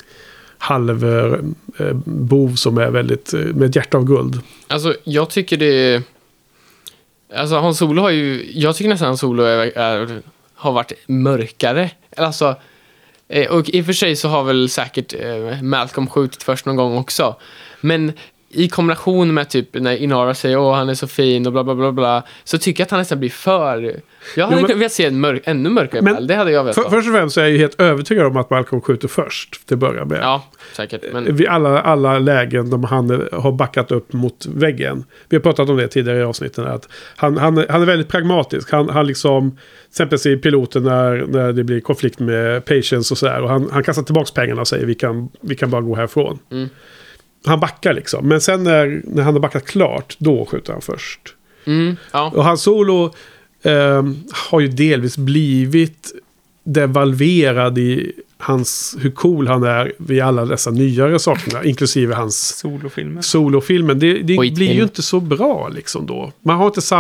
halvbov som är väldigt med ett hjärta av guld. Alltså jag tycker det, alltså Han Solo har ju, jag tycker nästan Han Solo har varit mörkare. Alltså, och i och för sig så har väl säkert Malcolm skjutit först någon gång också. Men i kombination med typ när Inara säger han är så fin och bla bla bla bla, så tycker jag att han nästan blir för... Jag hade velat se en ännu mörkare Mal. Det hade jag velat. Först och främst så är jag ju helt övertygad om att Malcolm skjuter först till början med. Ja, säkert. Men... Vid alla lägen där han har backat upp mot väggen. Vi har pratat om det tidigare i avsnitten. Att han är väldigt pragmatisk. Han liksom, exempelvis i piloten när det blir konflikt med Patience och sådär. Och han kastar tillbaka pengarna och säger vi kan bara gå härifrån. Han backar liksom. Men sen när han har backat klart, då skjuter han först. Ja. Och Han Solo har ju delvis blivit devalverad i hur cool han är vid alla dessa nyare sakerna, inklusive hans solofilmen. Det blir ju inte så bra liksom då. Han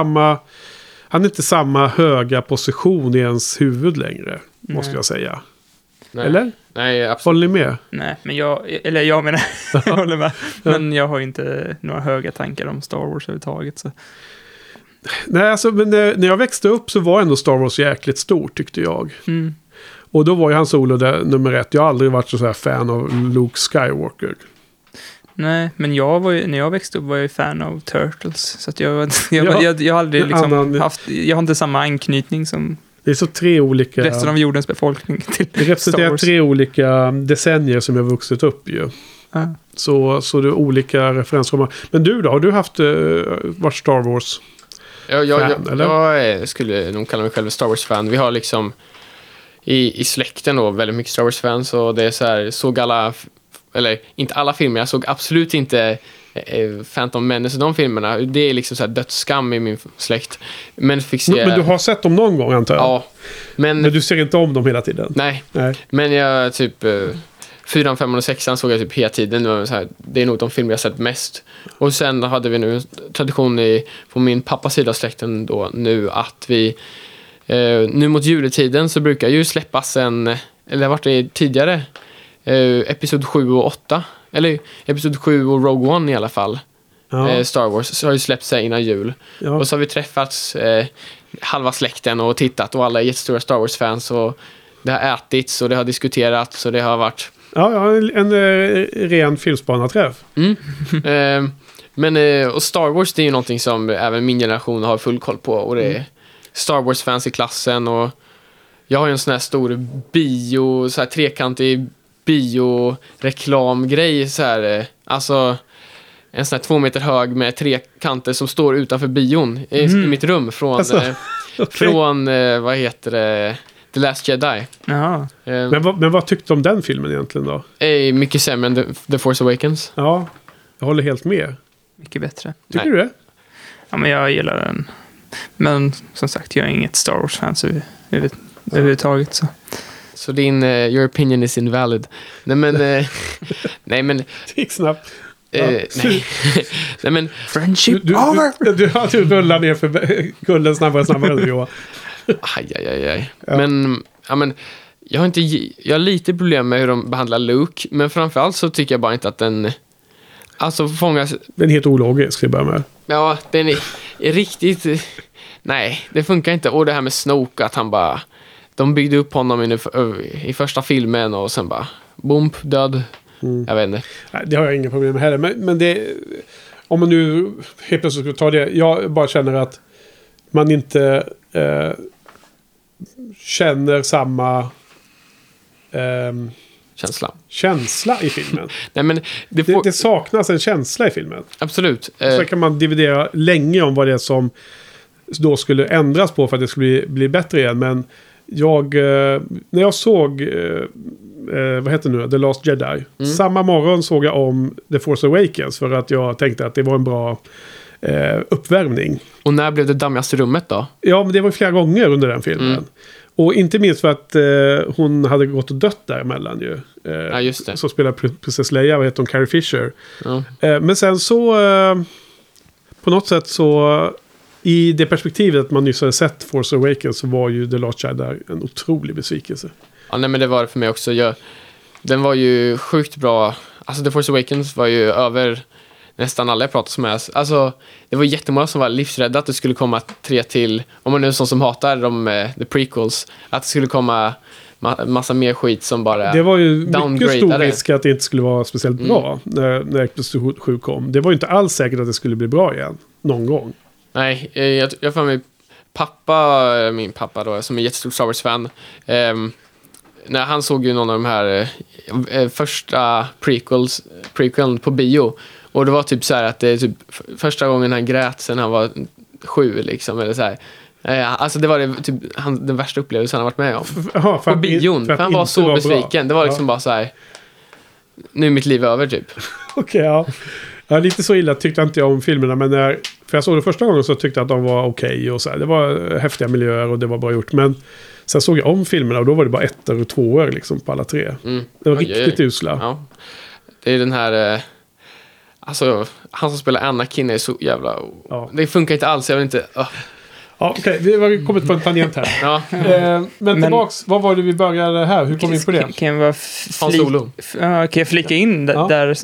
har inte samma höga position i ens huvud längre, måste jag säga. Nej. Eller? Nej, absolut. Håller ni med? Nej, men jag håller med. Men jag har ju inte några höga tankar om Star Wars överhuvudtaget. Så. Nej, alltså, men när jag växte upp så var ändå Star Wars jäkligt stort, tyckte jag. Och då var ju Han Solo nummer 1. Jag har aldrig varit så här fan av Luke Skywalker. Nej, men när jag växte upp var jag fan av Turtles. Så att jag har aldrig liksom jag har inte samma anknytning som... Det är så 3 olika... resten av jordens befolkning till det representerar 3 olika decennier som jag vuxit upp ju. Så det är olika referensramar. Men du då? Har du varit Star Wars fan, eller? Jag skulle nog kalla mig själv Star Wars-fan. Vi har liksom i släkten då väldigt mycket Star Wars-fans. Och det är så här, såg alla... Eller inte alla filmer. Jag såg absolut inte... Phantom Menace och de filmerna, det är liksom så här dödsskam i min släkt. Men du har sett dem någon gång, antar jag? Ja. Men du ser inte om dem hela tiden? Nej. Men jag typ 4, 5 och 6 såg jag typ hela tiden. Det är nog de filmer jag sett mest. Och sen hade vi nu tradition på min pappas sida av släkten då nu att vi nu mot juletiden så brukar ju släppas eller vart det tidigare episod 7 och 8. Eller episod 7 och Rogue One i alla fall. Star Wars. Så har ju släppt sig innan jul. Ja. Och så har vi träffats halva släkten och tittat. Och alla är jättestora Star Wars-fans. Och det har ätits och det har diskuterats. Och det har varit... Ja, en ren filmspanarträff. Men och Star Wars, det är ju någonting som även min generation har full koll på. Och det är Star Wars-fans i klassen. Och jag har ju en sån här stor så här trekantig bioreklamgrej så här, alltså en sån här 2 meter hög med 3 kanter som står utanför bion i mitt rum från från vad heter det, The Last Jedi. Men vad tyckte du om den filmen egentligen då? Mycket sämre än The Force Awakens. Ja, jag håller helt med. Mycket bättre. Tycker du det? Ja, men jag gillar den. Men som sagt, jag är inget Star Wars-fan överhuvudtaget så. Så din your opinion is invalid. Nej men det gick snabbt. Nej. Nej, men Friendship Du rullar ner för kullen snabbare än jag. aj. Ja. Men jag har lite problem med hur de behandlar Luke, men framförallt så tycker jag bara inte att den fångas. Den är helt ologisk till att börja med. Ja, den är riktigt. Nej, det funkar inte. Och det här med Snoke, att han bara, de byggde upp honom i första filmen och sen bara bump, död. Jag vet inte. Nej, det har jag inga problem med heller. Men det, om man nu helt plötsligt skulle ta det. Jag bara känner att man inte känner samma känsla i filmen. Nej, men det saknas en känsla i filmen. Absolut. Så kan man dividera länge om vad det är som då skulle ändras på för att det skulle bli bättre igen. Men när jag såg vad heter det nu? The Last Jedi. Samma morgon såg jag om The Force Awakens för att jag tänkte att det var en bra uppvärmning. Och när blev det dammigaste rummet då? Ja, men det var flera gånger under den filmen. Och inte minst för att hon hade gått och dött däremellan ju. Ja, just det. Så spelar Princess Leia, vad heter hon? Carrie Fisher. Ja. Men sen så på något sätt så i det perspektivet att man nyss hade sett Force Awakens så var ju The Last Jedi en otrolig besvikelse. Ja, nej, men det var det för mig också. Den var ju sjukt bra. Alltså The Force Awakens var ju över nästan alla jag pratade med. Alltså, det var jättemånga som var livsrädda att det skulle komma 3 till. Om man nu är sån som hatar the prequels. Att det skulle komma massa mer skit som bara det var ju mycket stor risk att det inte skulle vara speciellt bra när Episod 7 kom. Det var ju inte alls säkert att det skulle bli bra igen. Någon gång. Nej, jag får mig min pappa då, som är jättestort Star Wars-fan. När han såg ju någon av de här första prequeln på bio. Och det var typ så här att det är typ första gången han grät sen han var 7 liksom, eller så här. Alltså det var typ den värsta upplevelsen han varit med om. På bion. För han var så besviken. Det var liksom bara så här, nu är mitt liv över typ. Okej, ja. Ja, lite så illa tyckte jag inte om filmerna, men för jag såg det första gången så tyckte jag att de var okej och så här. Det var häftiga miljöer och det var bra gjort, men sen såg jag om filmerna och då var det bara 1 och 2 liksom på alla 3. Det var riktigt usla. Ja. Det är den här alltså, han som spelar Anakin är så jävla... Ja. Det funkar inte alls, jag vill inte... Ja, okej. Vi har kommit på en tangent här. Ja. Men tillbaks, vad var det vi började här? Hur kom vi in på det? Kan jag flika in där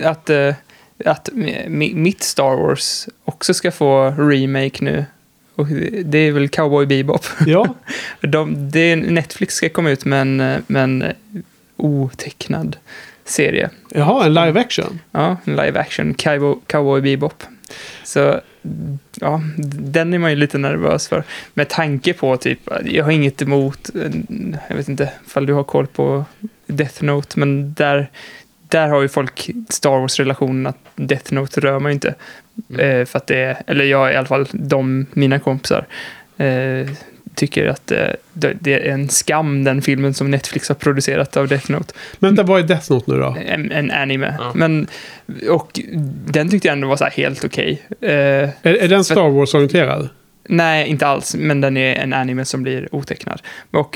att mitt Star Wars också ska få remake nu. Och det är väl Cowboy Bebop. Ja. Netflix ska komma ut med en otecknad serie. Jaha, en live action? Ja, en live action Cowboy Bebop. Så ja, den är man ju lite nervös för. Med tanke på typ, jag har inget emot, jag vet inte ifall du har koll på Death Note, men där har ju folk Star Wars-relationen att Death Note rör man ju inte. För att eller jag i alla fall, mina kompisar tycker att det är en skam, den filmen som Netflix har producerat av Death Note. Men vad är Death Note nu då? En anime. Ja. Men, och den tyckte jag ändå var så här helt okej. Är den Star Wars-orienterad? Nej, inte alls. Men den är en anime som blir otecknad. Och,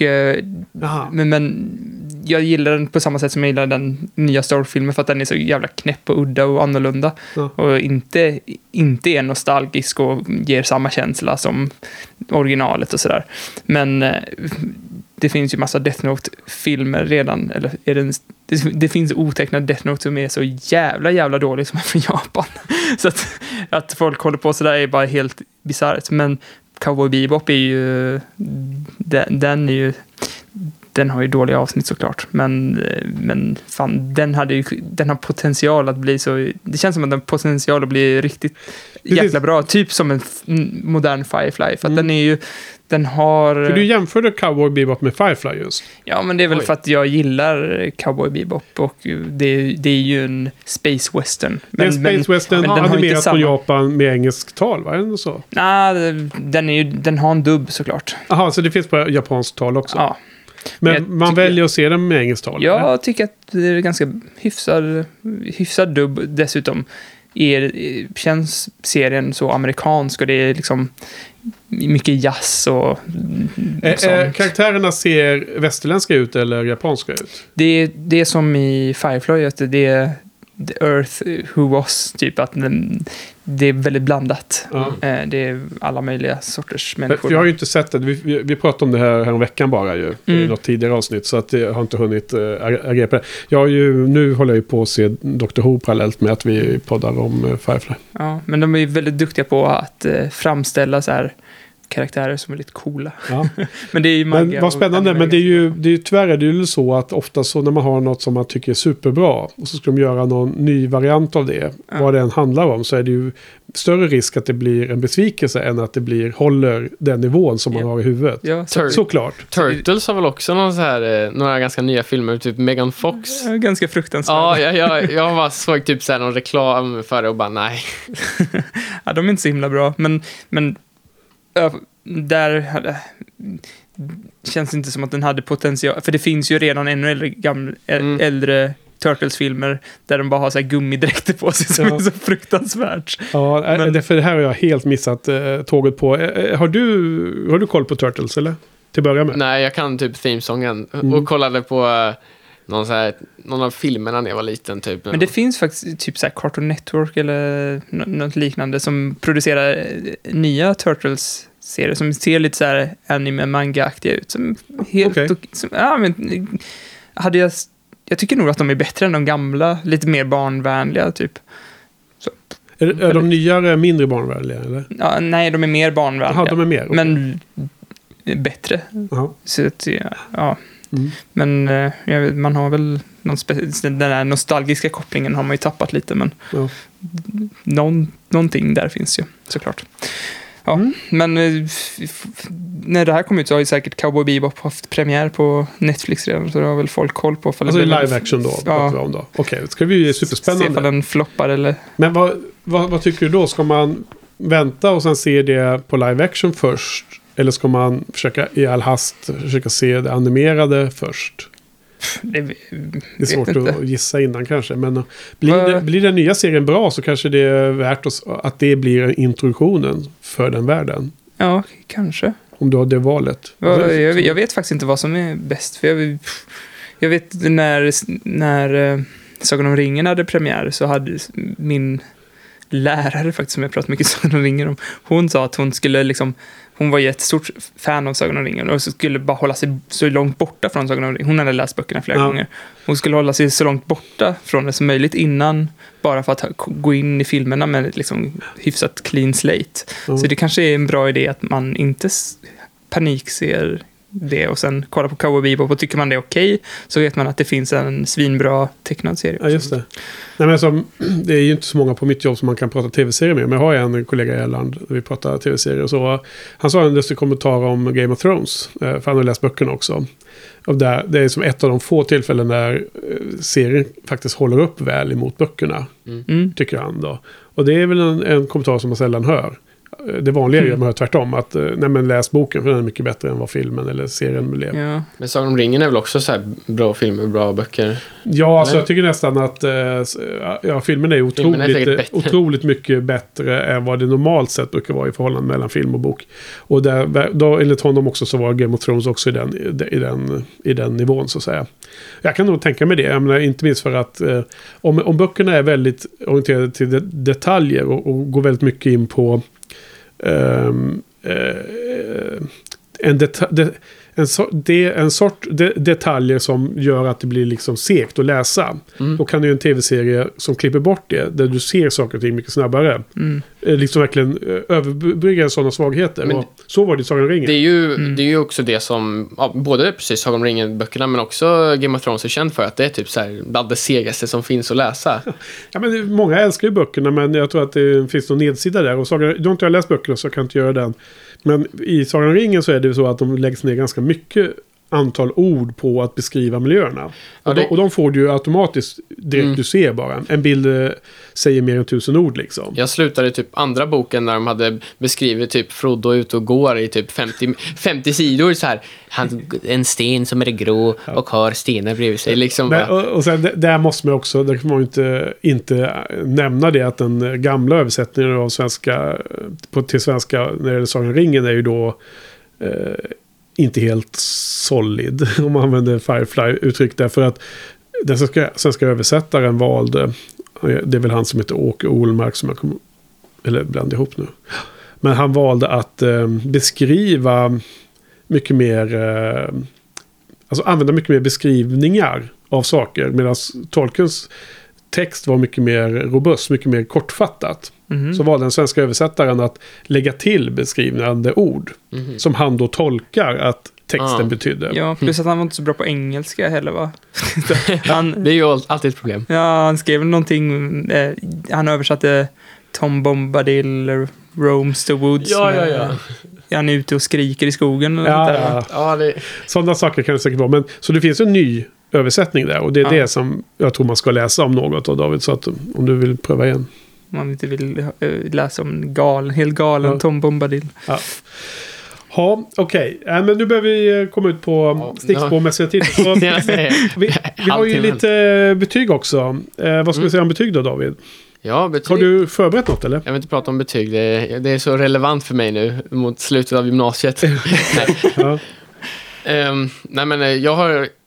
men jag gillar den på samma sätt som jag gillar den nya Star Wars-filmen, för att den är så jävla knäpp och udda och annorlunda. Ja. Och inte är nostalgisk och ger samma känsla som originalet och sådär. Men det finns ju massa Death Note-filmer redan. Eller det finns otecknad Death Note som är så jävla dålig som är från Japan. Så att folk håller på sådär är bara helt bisarrt. Men Cowboy Bebop är ju... Den har ju dåliga avsnitt såklart. Men fan, den har potential att bli så... Det känns som att den har potential att bli riktigt jäkla bra. Typ som en modern Firefly. För att den är ju... Den har... För du jämförde Cowboy Bebop med Firefly just. Ja, men det är väl för att jag gillar Cowboy Bebop. Och det är ju en space western. Det är en space western animerat från Japan med engelsk tal, va? Eller så? Nej, den har en dubb såklart. Jaha, så det finns på japansk tal också? Ja. Men man väljer att se den med engelsk tal? Jag tycker att det är ganska hyfsad dubb. Dessutom känns serien så amerikansk och det är liksom mycket jazz och sånt. Karaktärerna ser västerländska ut eller japanska ut? Det är som i Firefly, att det The Earth Who Was, typ att det är väldigt blandat. Ja. Det är alla möjliga sorters människor. Jag har ju inte sett det. Vi pratade om det här en veckan bara ju. I något tidigare avsnitt. Så att jag har inte hunnit agera på det. Nu håller jag ju på att se Dr. Who parallellt med att vi poddar om Firefly. Ja, men de är ju väldigt duktiga på att framställa så här karaktärer som är lite coola. Ja. Men det är ju Men vad spännande, men det är ju tyvärr är det ju så att ofta så när man har något som man tycker är superbra och så ska de göra någon ny variant av det, vad det än handlar om, så är det ju större risk att det blir en besvikelse än att det håller den nivån som man har i huvudet. Ja, såklart. Turtles har väl också några ganska nya filmer, typ Megan Fox. Ganska fruktansvärt. Ja, jag var såg typ någon reklam för det och bara nej. Ja, de är inte så himla bra, men där känns det inte som att den hade potential, för det finns ju redan ännu äldre Turtles-filmer där de bara har så här gummidräkter på sig som är så fruktansvärt. Ja, för det här har jag helt missat tåget på. Har du koll på Turtles, eller? Till att börja med? Nej, jag kan typ themesången och kollade på någon av filmerna när jag var liten typ. Men det finns faktiskt typ så här Cartoon Network eller något liknande som producerar nya Turtles-serier som ser lite så här anime-manga-aktiga ut. Som helt jag tycker nog att de är bättre än de gamla, lite mer barnvänliga typ. Så. Är de nyare mindre barnvänliga, eller? Ja, nej, de är mer barnvänliga. Aha, de är mer, okay. Men bättre. Så att, ja. Men jag vet, man har väl den där nostalgiska kopplingen har man ju tappat lite, men någonting där finns ju såklart. Ja, men när det här kom ut så har ju säkert Cowboy Bebop haft premiär på Netflix redan, så det har väl folk koll på. Alltså live action då? Ja. Okej, det ska bli superspännande. Se om den floppar eller... Men vad tycker du då? Ska man vänta och sen se det på live action först? Eller ska man försöka i all hast försöka se det animerade först? Det är svårt att gissa innan kanske. Men blir den nya serien bra så kanske det är värt att det blir introduktionen för den världen. Ja, kanske. Om du har det valet. Jag vet faktiskt inte vad som är bäst. För jag vet när Sagan om ringen hade premiär så hade min lärare faktiskt, som jag pratat mycket Sagan om ringen om, hon sa att hon skulle liksom, hon var ju ett stort fan av Sagan om ringen och så skulle bara hålla sig så långt borta från Sagan om ringen. Hon hade läst böckerna flera gånger. Hon skulle hålla sig så långt borta från det som möjligt innan, bara för att gå in i filmerna med liksom hyfsat clean slate. Så det kanske är en bra idé att man inte panikser det och sen kolla på Cowboy Bebop och tycker man det är okej, så vet man att det finns en svinbra tecknad serie också. Ja, just det. Nej, men det är ju inte så många på mitt jobb som man kan prata tv-serier med, men jag har en kollega i Irland där vi pratar tv-serier och så. Han sa en lustig kommentar om Game of Thrones, för han har läst böckerna också. Och det är som ett av de få tillfällen där serien faktiskt håller upp väl emot böckerna, tycker han då. Och det är väl en kommentar som man sällan hör. Det vanliga är ju att man hör tvärtom, att läs boken för den är mycket bättre än vad filmen eller serien blev. Ja. Men Sagan om ringen är väl också så här bra filmer, bra böcker? Ja, alltså jag tycker nästan att filmen är otroligt mycket bättre än vad det normalt sett brukar vara i förhållande mellan film och bok. Och då enligt honom också så var Game of Thrones också i den nivån så att säga. Jag kan nog tänka mig det, jag menar, inte minst för att om böckerna är väldigt orienterade till detaljer och går väldigt mycket in på en sort detaljer som gör att det blir liksom segt att läsa. Då kan du en tv-serie som klipper bort det, där du ser saker och ting mycket snabbare. Liksom verkligen överbrygga sådana svagheter. Men så var det i Sagan om ringen. Det är ju också det som både precis Sagan om ringen-böckerna, men också Game of Thrones är känd för att det är typ så här bland det segaste som finns att läsa. Ja, men många älskar ju böckerna, men jag tror att det finns någon nedsida där. Och du har inte läst böckerna så kan jag inte göra den. Men i Sagan om ringen så är det så att de läggs ner ganska mycket antal ord på att beskriva miljöerna. Och de får du ju automatiskt direkt du ser bara. En bild säger mer än 1000 ord liksom. Jag slutade typ andra boken när de hade beskrivit typ Frodo ut och går i typ 50 sidor så här. En sten som är grå och har stenar bredvid sig liksom. Och sen där måste man också, där kan man ju inte nämna det, att den gamla översättningen av svenska till svenska när det gäller Sagan om ringen är ju då inte helt solid, om man använder Firefly-uttryck, därför att den svenska översättaren valde Det är väl han som heter Åke Olmark som jag kommer... Eller blandar ihop nu. Men han valde att beskriva mycket mer... alltså använda mycket mer beskrivningar av saker. Medan Tolkiens text var mycket mer robust, mycket mer kortfattat. Så valde den svenska översättaren att lägga till beskrivande ord. Som han då tolkar att texten betydde. Ja, plus att han var inte så bra på engelska heller, va? Det är ju alltid ett problem. Ja, han skrev någonting... han översatte Tom Bombadil, Roams the Woods. Ja. Han är ute och skriker i skogen. Och Sådana saker kan det säkert vara. Men, så det finns en ny översättning där. Och det är det som jag tror man ska läsa om något av, David. Så att om du vill pröva igen. Man inte vill läsa om helt galen Tom Bombadil. Ja, okej. Men nu behöver vi komma ut på stickspårmässiga tider. Vi har ju lite betyg också. Vad ska vi säga om betyg då, David? Ja, betyg. Har du förberett något, eller? Jag vill inte prata om betyg. Det är så relevant för mig nu mot slutet av gymnasiet. Nej, men jag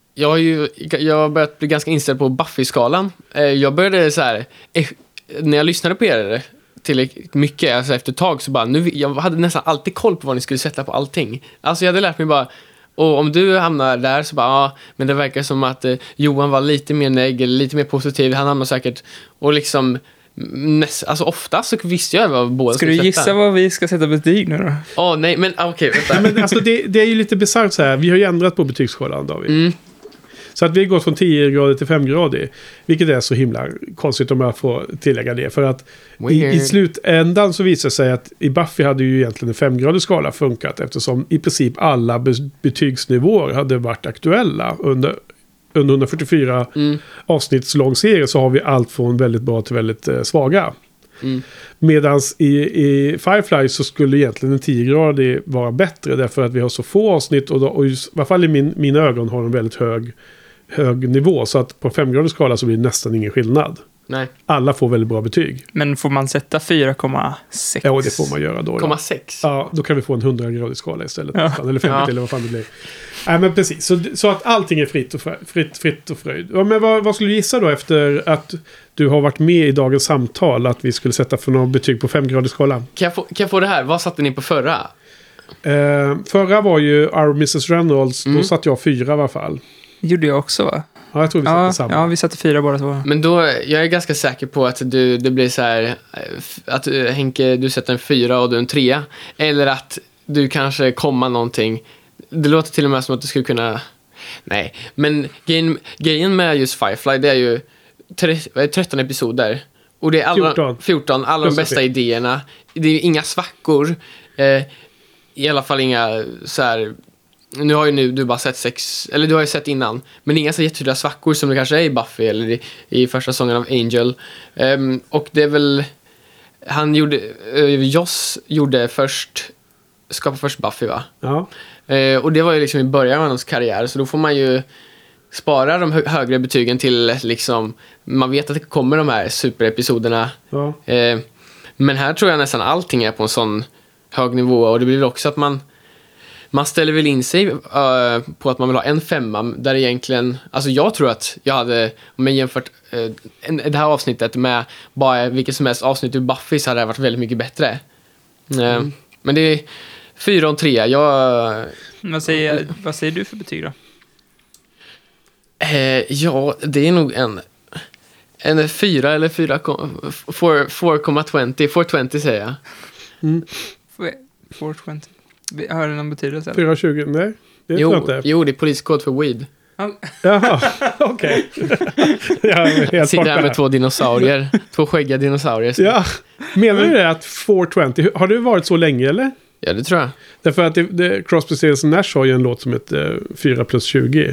har börjat bli ganska inställd på Buffy-skalan. Jag började så här... När jag lyssnade på er tillräckligt mycket, alltså efter ett tag, så bara... jag hade nästan alltid koll på vad ni skulle sätta på allting. Alltså jag hade lärt mig bara... Och om du hamnar där så bara... men det verkar som att Johan var lite mer eller lite mer positiv. Han hamnar säkert... Och liksom... alltså ofta så visste jag vad båda ska du gissa sätta. Vad vi ska sätta betyg nu då? Nej, men okej, vänta. Men alltså det är ju lite bisarrt så här. Vi har ju ändrat på betygsskalan, David. Så att vi går från 10 grader till 5 grader. Vilket är så himla konstigt om jag får tillägga det. För att i slutändan så visar det sig att i Buffy hade ju egentligen en 5-gradig skala funkat. Eftersom i princip alla betygsnivåer hade varit aktuella under 144 avsnittslång serie, så har vi allt från väldigt bra till väldigt svaga. Medan i Firefly så skulle egentligen en 10-gradig vara bättre, därför att vi har så få avsnitt och i alla fall i mina ögon har en väldigt hög nivå, så att på 5-gradig skala så blir det nästan ingen skillnad. Nej. Alla får väldigt bra betyg. Men får man sätta 4,6? Ja, det får man göra då. 4,6? Ja, då kan vi få en 100-gradig skala istället. Ja. Eller 50 eller vad fan det blir. Nej, men precis. Så att allting är fritt och fröjd. Ja, men vad skulle du gissa då efter att du har varit med i dagens samtal att vi skulle sätta för några betyg på 5-gradig skala? Kan jag få det här? Vad satte ni på förra? Förra var ju Our Mrs. Reynolds. Då satt jag 4 i alla fall. Gjorde jag också, va? Ja, jag tror vi satte samma. Ja, vi satte 4 bara så. Men då, jag är ganska säker på att det blir så här att Henke, du sätter en 4 och du en 3. Eller att du kanske kommer någonting. Det låter till och med som att du skulle kunna... Nej, men grejen med just Firefly, det är ju 13 episoder. Och det är 14 alla de bästa idéerna. Det är inga svackor. I alla fall inga så här... Nu har ju du bara sett 6, eller du har ju sett innan, men inga så jättetydliga svackor som det kanske är i Buffy eller i första säsongen av Angel. Och det är väl Joss skapade först Buffy, va? Ja. Och det var ju liksom i början av hans karriär, så då får man ju spara de högre betygen till liksom, man vet att det kommer de här superepisoderna. Ja. Men här tror jag nästan allting är på en sån hög nivå, och det blir också att man ställer väl in sig på att man vill ha en 5, där egentligen... Alltså jag tror att jag hade, om jag jämfört det här avsnittet med bara vilket som helst avsnitt ur Buffy, så hade det varit väldigt mycket bättre. Men det är 4 och 3. Vad säger du för betyg då? Ja, det är nog en 4 eller 4,20. 420 säger jag. 420. Har det någon betydelse? 420, nej. Det tror jag inte. Jo, det är poliskod för weed. Jaha, okej. Sitter här med 2 dinosaurier. 2 skäggiga dinosaurier. Ja, menar du det att 420, har det varit så länge eller? Ja, det tror jag. Därför att Crosby, Stills & Nash har ju en låt som heter 4+20.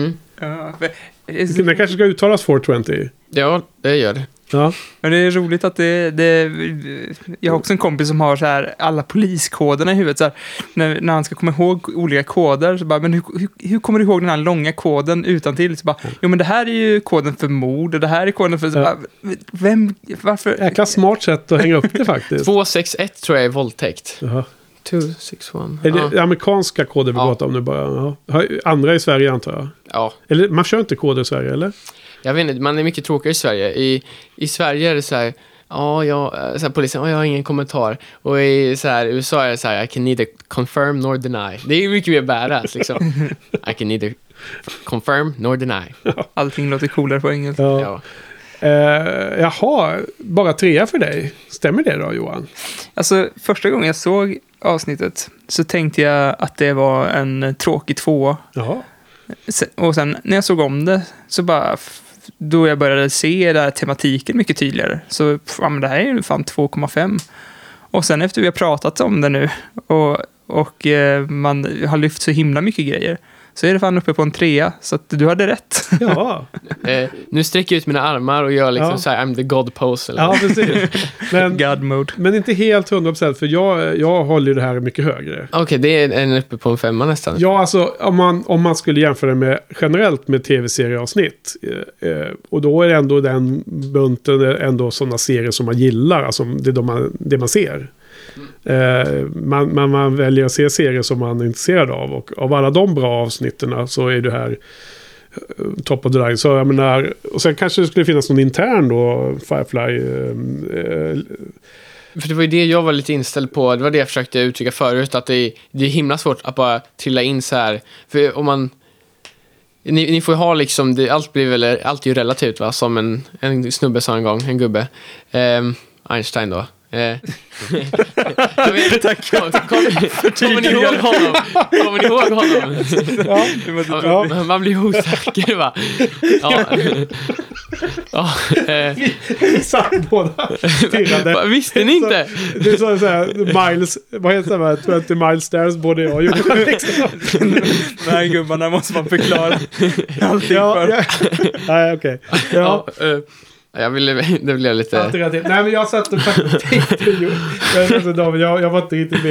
Den kanske ska uttalas 420. Ja, det gör det. Ja. Men det är roligt att jag har också en kompis som har så här alla poliskoderna i huvudet så här, när han ska komma ihåg olika koder så bara, men hur kommer du ihåg den här långa koden utantill? Så bara, jo men det här är ju koden för mord och det här är koden för så bara, varför? Jäkla smart sätt att hänga upp det faktiskt. 261 tror jag är våldtäkt. Jaha. 261. Är det amerikanska koder vi pratar om nu bara? Ja. Andra i Sverige antar jag. Ja. Eller man kör inte koder i Sverige, eller? Jag vet inte, man är mycket tråkigare i Sverige. I Sverige är det så här, så här polisen, jag har ingen kommentar. Och i så här, USA är det så här, I can neither confirm nor deny. Det är mycket mer badass liksom. I can neither confirm nor deny. Allting låter coolare på engelska. Ja. Jaha, bara 3 för dig. Stämmer det då, Johan? Alltså, första gången jag såg avsnittet så tänkte jag att det var en tråkig 2. Jaha. Och sen när jag såg om det så bara, då jag började se där tematiken mycket tydligare, så men det här är ju fan 2,5. Och sen efter vi har pratat om det nu och man har lyft så himla mycket grejer, så är det fan uppe på en 3, så att du hade rätt. Ja. Nu sträcker jag ut mina armar och gör liksom så här, I'm the God pose. Eller? Ja, precis. God mode. Men inte helt 100%, för jag håller ju det här mycket högre. Okej, det är en uppe på en 5 nästan. Ja, alltså om man skulle jämföra med generellt med tv-serieavsnitt, och då är det ändå den bunten ändå sådana serier som man gillar, alltså det man ser. Man väljer att se serier som man är intresserad av, och av alla de bra avsnitten så är det här top of the line. Så jag menar, och sen kanske det skulle finnas någon intern då, Firefly. För det var ju det jag var lite inställd på. Det var det jag försökte uttrycka förut, att det är himla svårt att bara trilla in så här. För om man ni får ju ha liksom, allt är ju relativt, va, som en snubbe sa en gång, en gubbe, Einstein då. Tack. Kommer ni ihåg honom? Ja. Man blir osäker, va? Exakt, båda tirrade. Visste ni inte? Det är så här, miles, vad heter det? 20 miles stairs, både jag och Johan. Nej, gubbarna måste man förklara allting för. Nej, okej. Ja. Det blev lite... Nej, men jag satt och tänkte jag var inte riktigt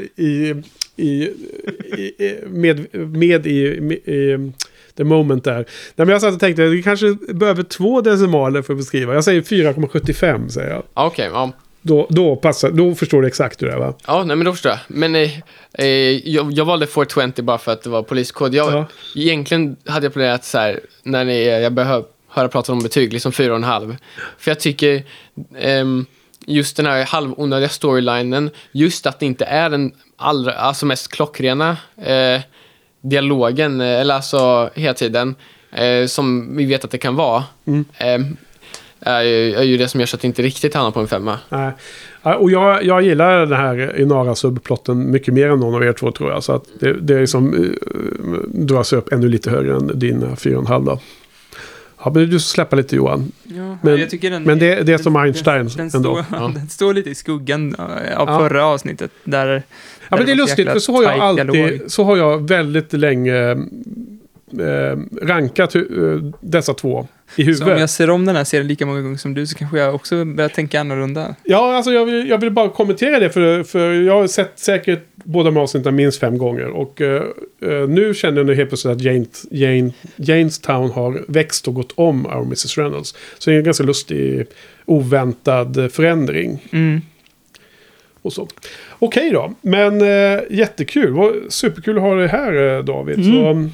med i the moment där. Nej, men jag satt och tänkte att vi kanske behöver 2 decimaler för att beskriva. Jag säger 4,75, säger jag. Okej, ja. Då förstår du exakt hur det är, va? Ja, nej, men då förstår jag. Men jag valde 420 bara för att det var poliskod. Egentligen hade jag planerat så här, när jag behöver höra prata om betyg, liksom 4,5. För jag tycker just den här halvonödiga storylinen, just att det inte är den alltså mest klockrena dialogen, eller alltså hela tiden, som vi vet att det kan vara, är ju det som gör så att det inte riktigt hamnar på en 5. Nej. Och jag gillar den här Inara-subplotten mycket mer än någon av er 2, tror jag. Så att det är liksom dras upp ännu lite högre än din 4,5 då. Ja, men du släpper lite, Johan. Ja, men jag tycker men det är som Einstein ändå. Den står lite i skuggan av förra avsnittet. Där men det är lustigt, för så har jag väldigt länge rankat dessa 2 i huvudet. Så om jag ser om den här serien lika många gånger som du, så kanske jag också börjar tänka annorlunda. Ja, alltså jag vill bara kommentera det, för jag har sett säkert båda med avsnitten minst 5 gånger, och nu känner jag helt plötsligt att Janestown har växt och gått om Our Mrs. Reynolds. Så det är en ganska lustig, oväntad förändring. Och så. Okej då, men jättekul. Superkul att ha det här, David. Så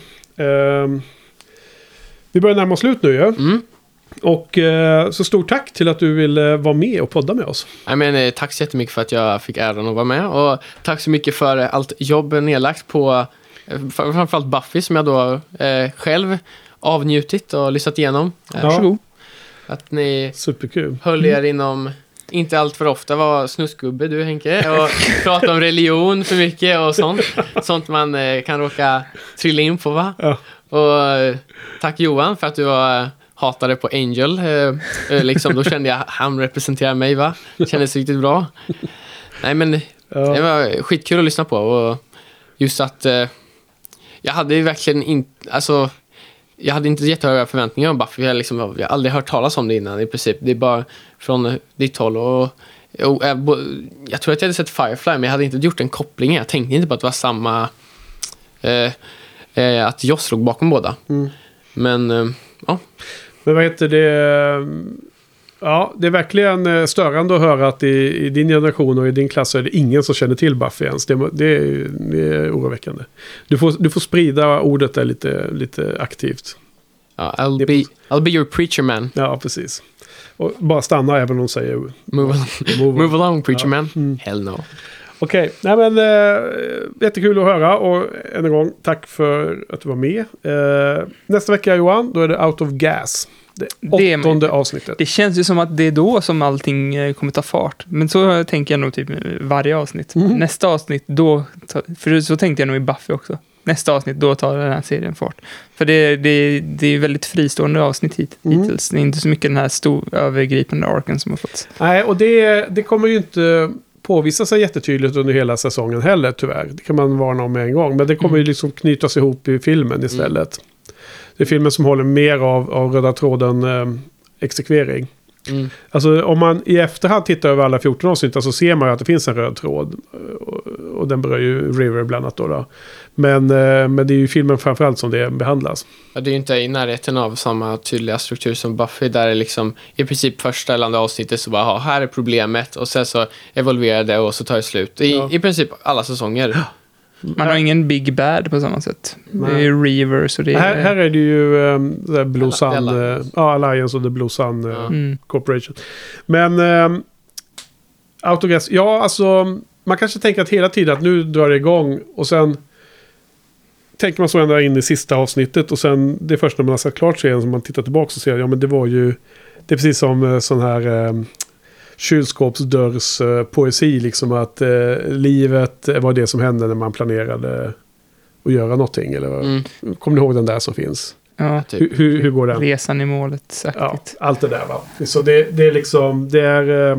vi börjar närma oss slut nu, ja? Och så stort tack till att du ville vara med och podda med oss. Tack så jättemycket för att jag fick äran att vara med. Och tack så mycket för allt jobb nedlagt på framförallt Buffy, som jag då själv avnjutit och lyssnat igenom. Varsågod. Att ni superkul höll er inom... Inte allt för ofta var snusgubbe du, Henke, och prata om religion för mycket och sånt man kan råka trilla in på, va? Ja. Och tack Johan för att du hatade på Angel, liksom, då kände jag han representerar mig, va? Kändes riktigt bra. Nej, men det var skitkul att lyssna på, och just att jag hade ju verkligen inte, alltså jag hade inte jättehöga förväntningar om Buffy. Jag har aldrig hört talas om det innan i princip. Det är bara från ditt håll. Och jag tror att jag hade sett Firefly, men jag hade inte gjort en koppling. Jag tänkte inte på att det var samma... att Joss låg bakom båda. Men, ja. Men vad heter det... Ja, det är verkligen störande att höra att i din generation och i din klass är det ingen som känner till Buffy ens. Det är oroväckande. Du får sprida ordet där lite aktivt. Ja, I'll be your preacher man. Ja, precis. Och bara stanna även om de säger... Move along, preacher man. Hell no. Okej, nej men jättekul att höra och än en gång tack för att du var med. Nästa vecka, Johan, då är det Out of Gas. Det 8:e avsnittet. Det känns ju som att det är då som allting kommer ta fart. Men så tänker jag nog typ varje avsnitt. Nästa avsnitt, då... För så tänkte jag nog i Buffy också. Nästa avsnitt, då tar den här serien fart. För det är väldigt fristående avsnitt hittills. Det är inte så mycket den här övergripande arken som har fått. Nej, och det kommer ju inte påvisa sig jättetydligt under hela säsongen heller, tyvärr. Det kan man varna om med en gång. Men det kommer ju liksom knytas ihop i filmen istället. Det är filmen som håller mer av röda tråden exekvering. Alltså om man i efterhand tittar över alla 14 avsnitt så ser man ju att det finns en röd tråd. Och den berör ju River bland annat då. Men det är ju filmen framförallt som det behandlas. Ja, det är ju inte i närheten av samma tydliga struktur som Buffy. Där är liksom i princip första eller andra avsnittet så bara, här är problemet. Och sen så evolverar det och så tar det slut. I princip alla säsonger. Man har ingen Big Bad på samma sätt. Nej. Det är Reavers och det är... Här är det ju Blue Sun, Alliance och The Blue Sun Corporation. Men Autogas, ja alltså man kanske tänker att hela tiden att nu drar det igång och sen tänker man så ända in i sista avsnittet och sen det är först när man har sett klart serien som man tittar tillbaka och ser ja men det är precis som sån här kylskåpsdörrs poesi liksom att livet var det som hände när man planerade att göra någonting eller kommer ni ihåg den där som finns? Ja, typ. Hur går den? Resan i målet, ja, allt det där va. Så det är liksom det är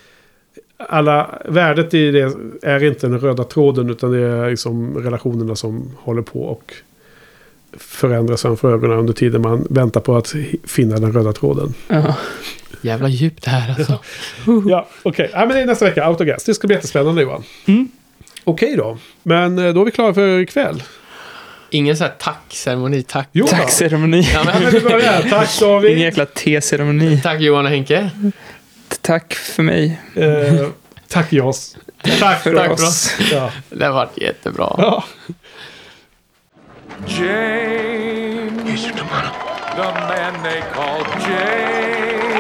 alla värdet i det är inte den röda tråden utan det är liksom relationerna som håller på och förändras framför ögonen under tiden man väntar på att finna den röda tråden. Ja. Jävla djupt det här alltså. Ja, okej. Ja, men det är nästa vecka, Autogas. Det ska bli jättespännande, Johan. Okej då. Men då är vi klara för ikväll. Ingen så här tackceremoni, tack. Tackceremoni. Ja, men vi börjar. Tack David. Ingen jäkla te-ceremoni. Tack Johan och Henke. Tack för mig. Tack Joss. Tack för oss. Ja. Det har varit jättebra. Ja. James, the man they call James.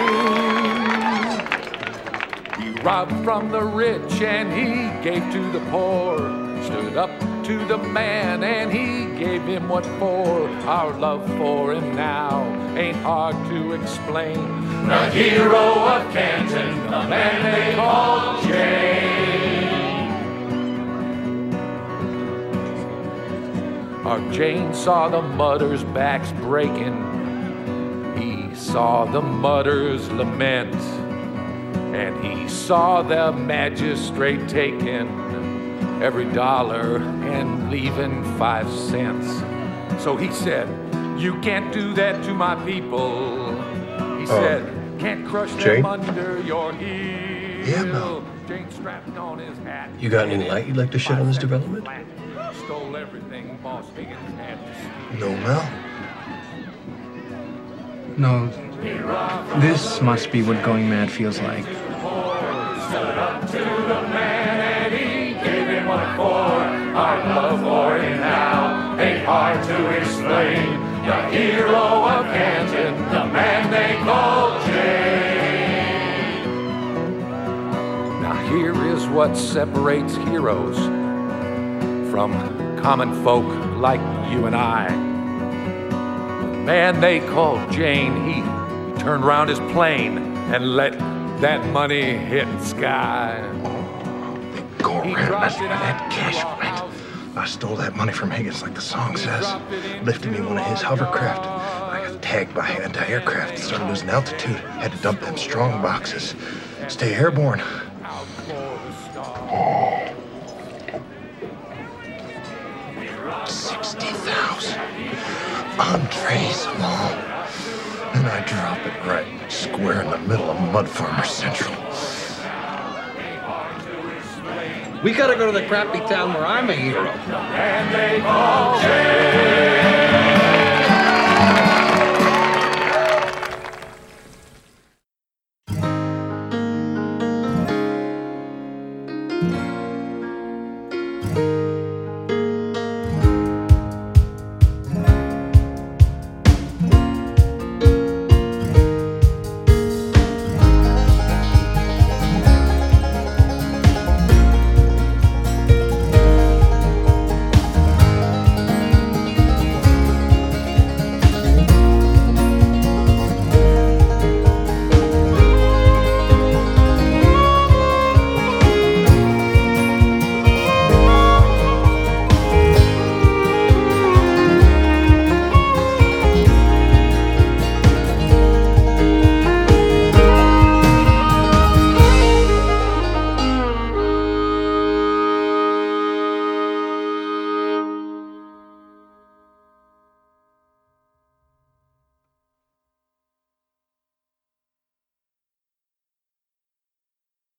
He robbed from the rich and he gave to the poor. Stood up to the man and he gave him what for. Our love for him now ain't hard to explain. The hero of Canton, the man they call James. Our Jane saw the mutters' backs breaking. He saw the mutters lament. And he saw the magistrate taking every dollar and leaving 5 cents. So he said, you can't do that to my people. He said, can't crush them under your heel. Yeah, Mel. Jane strapped on his hat. You got any light you'd like to shed on this development? Stole everything Boss Higgins had to steal. No, Mel. No, this must be what going mad feels like. Stood up to the man and he gave him what for. Our love for him now ain't hard to explain. The hero of Canton, the man they call Jane. Now here is what separates heroes from common folk like you and I. The man they called Jane, he turned around his plane and let that money hit the sky. Go around that cash went. I stole that money from Higgins like the song says. Lifted me one of his hovercraft. I got tagged by anti-aircraft. Started losing altitude. Had to dump them strong boxes. Stay airborne. $60,000. Entrees, Mom. And I drop it right square in the middle of Mud Farmer Central. We gotta go to the crappy town where I'm a hero. And they call Jane.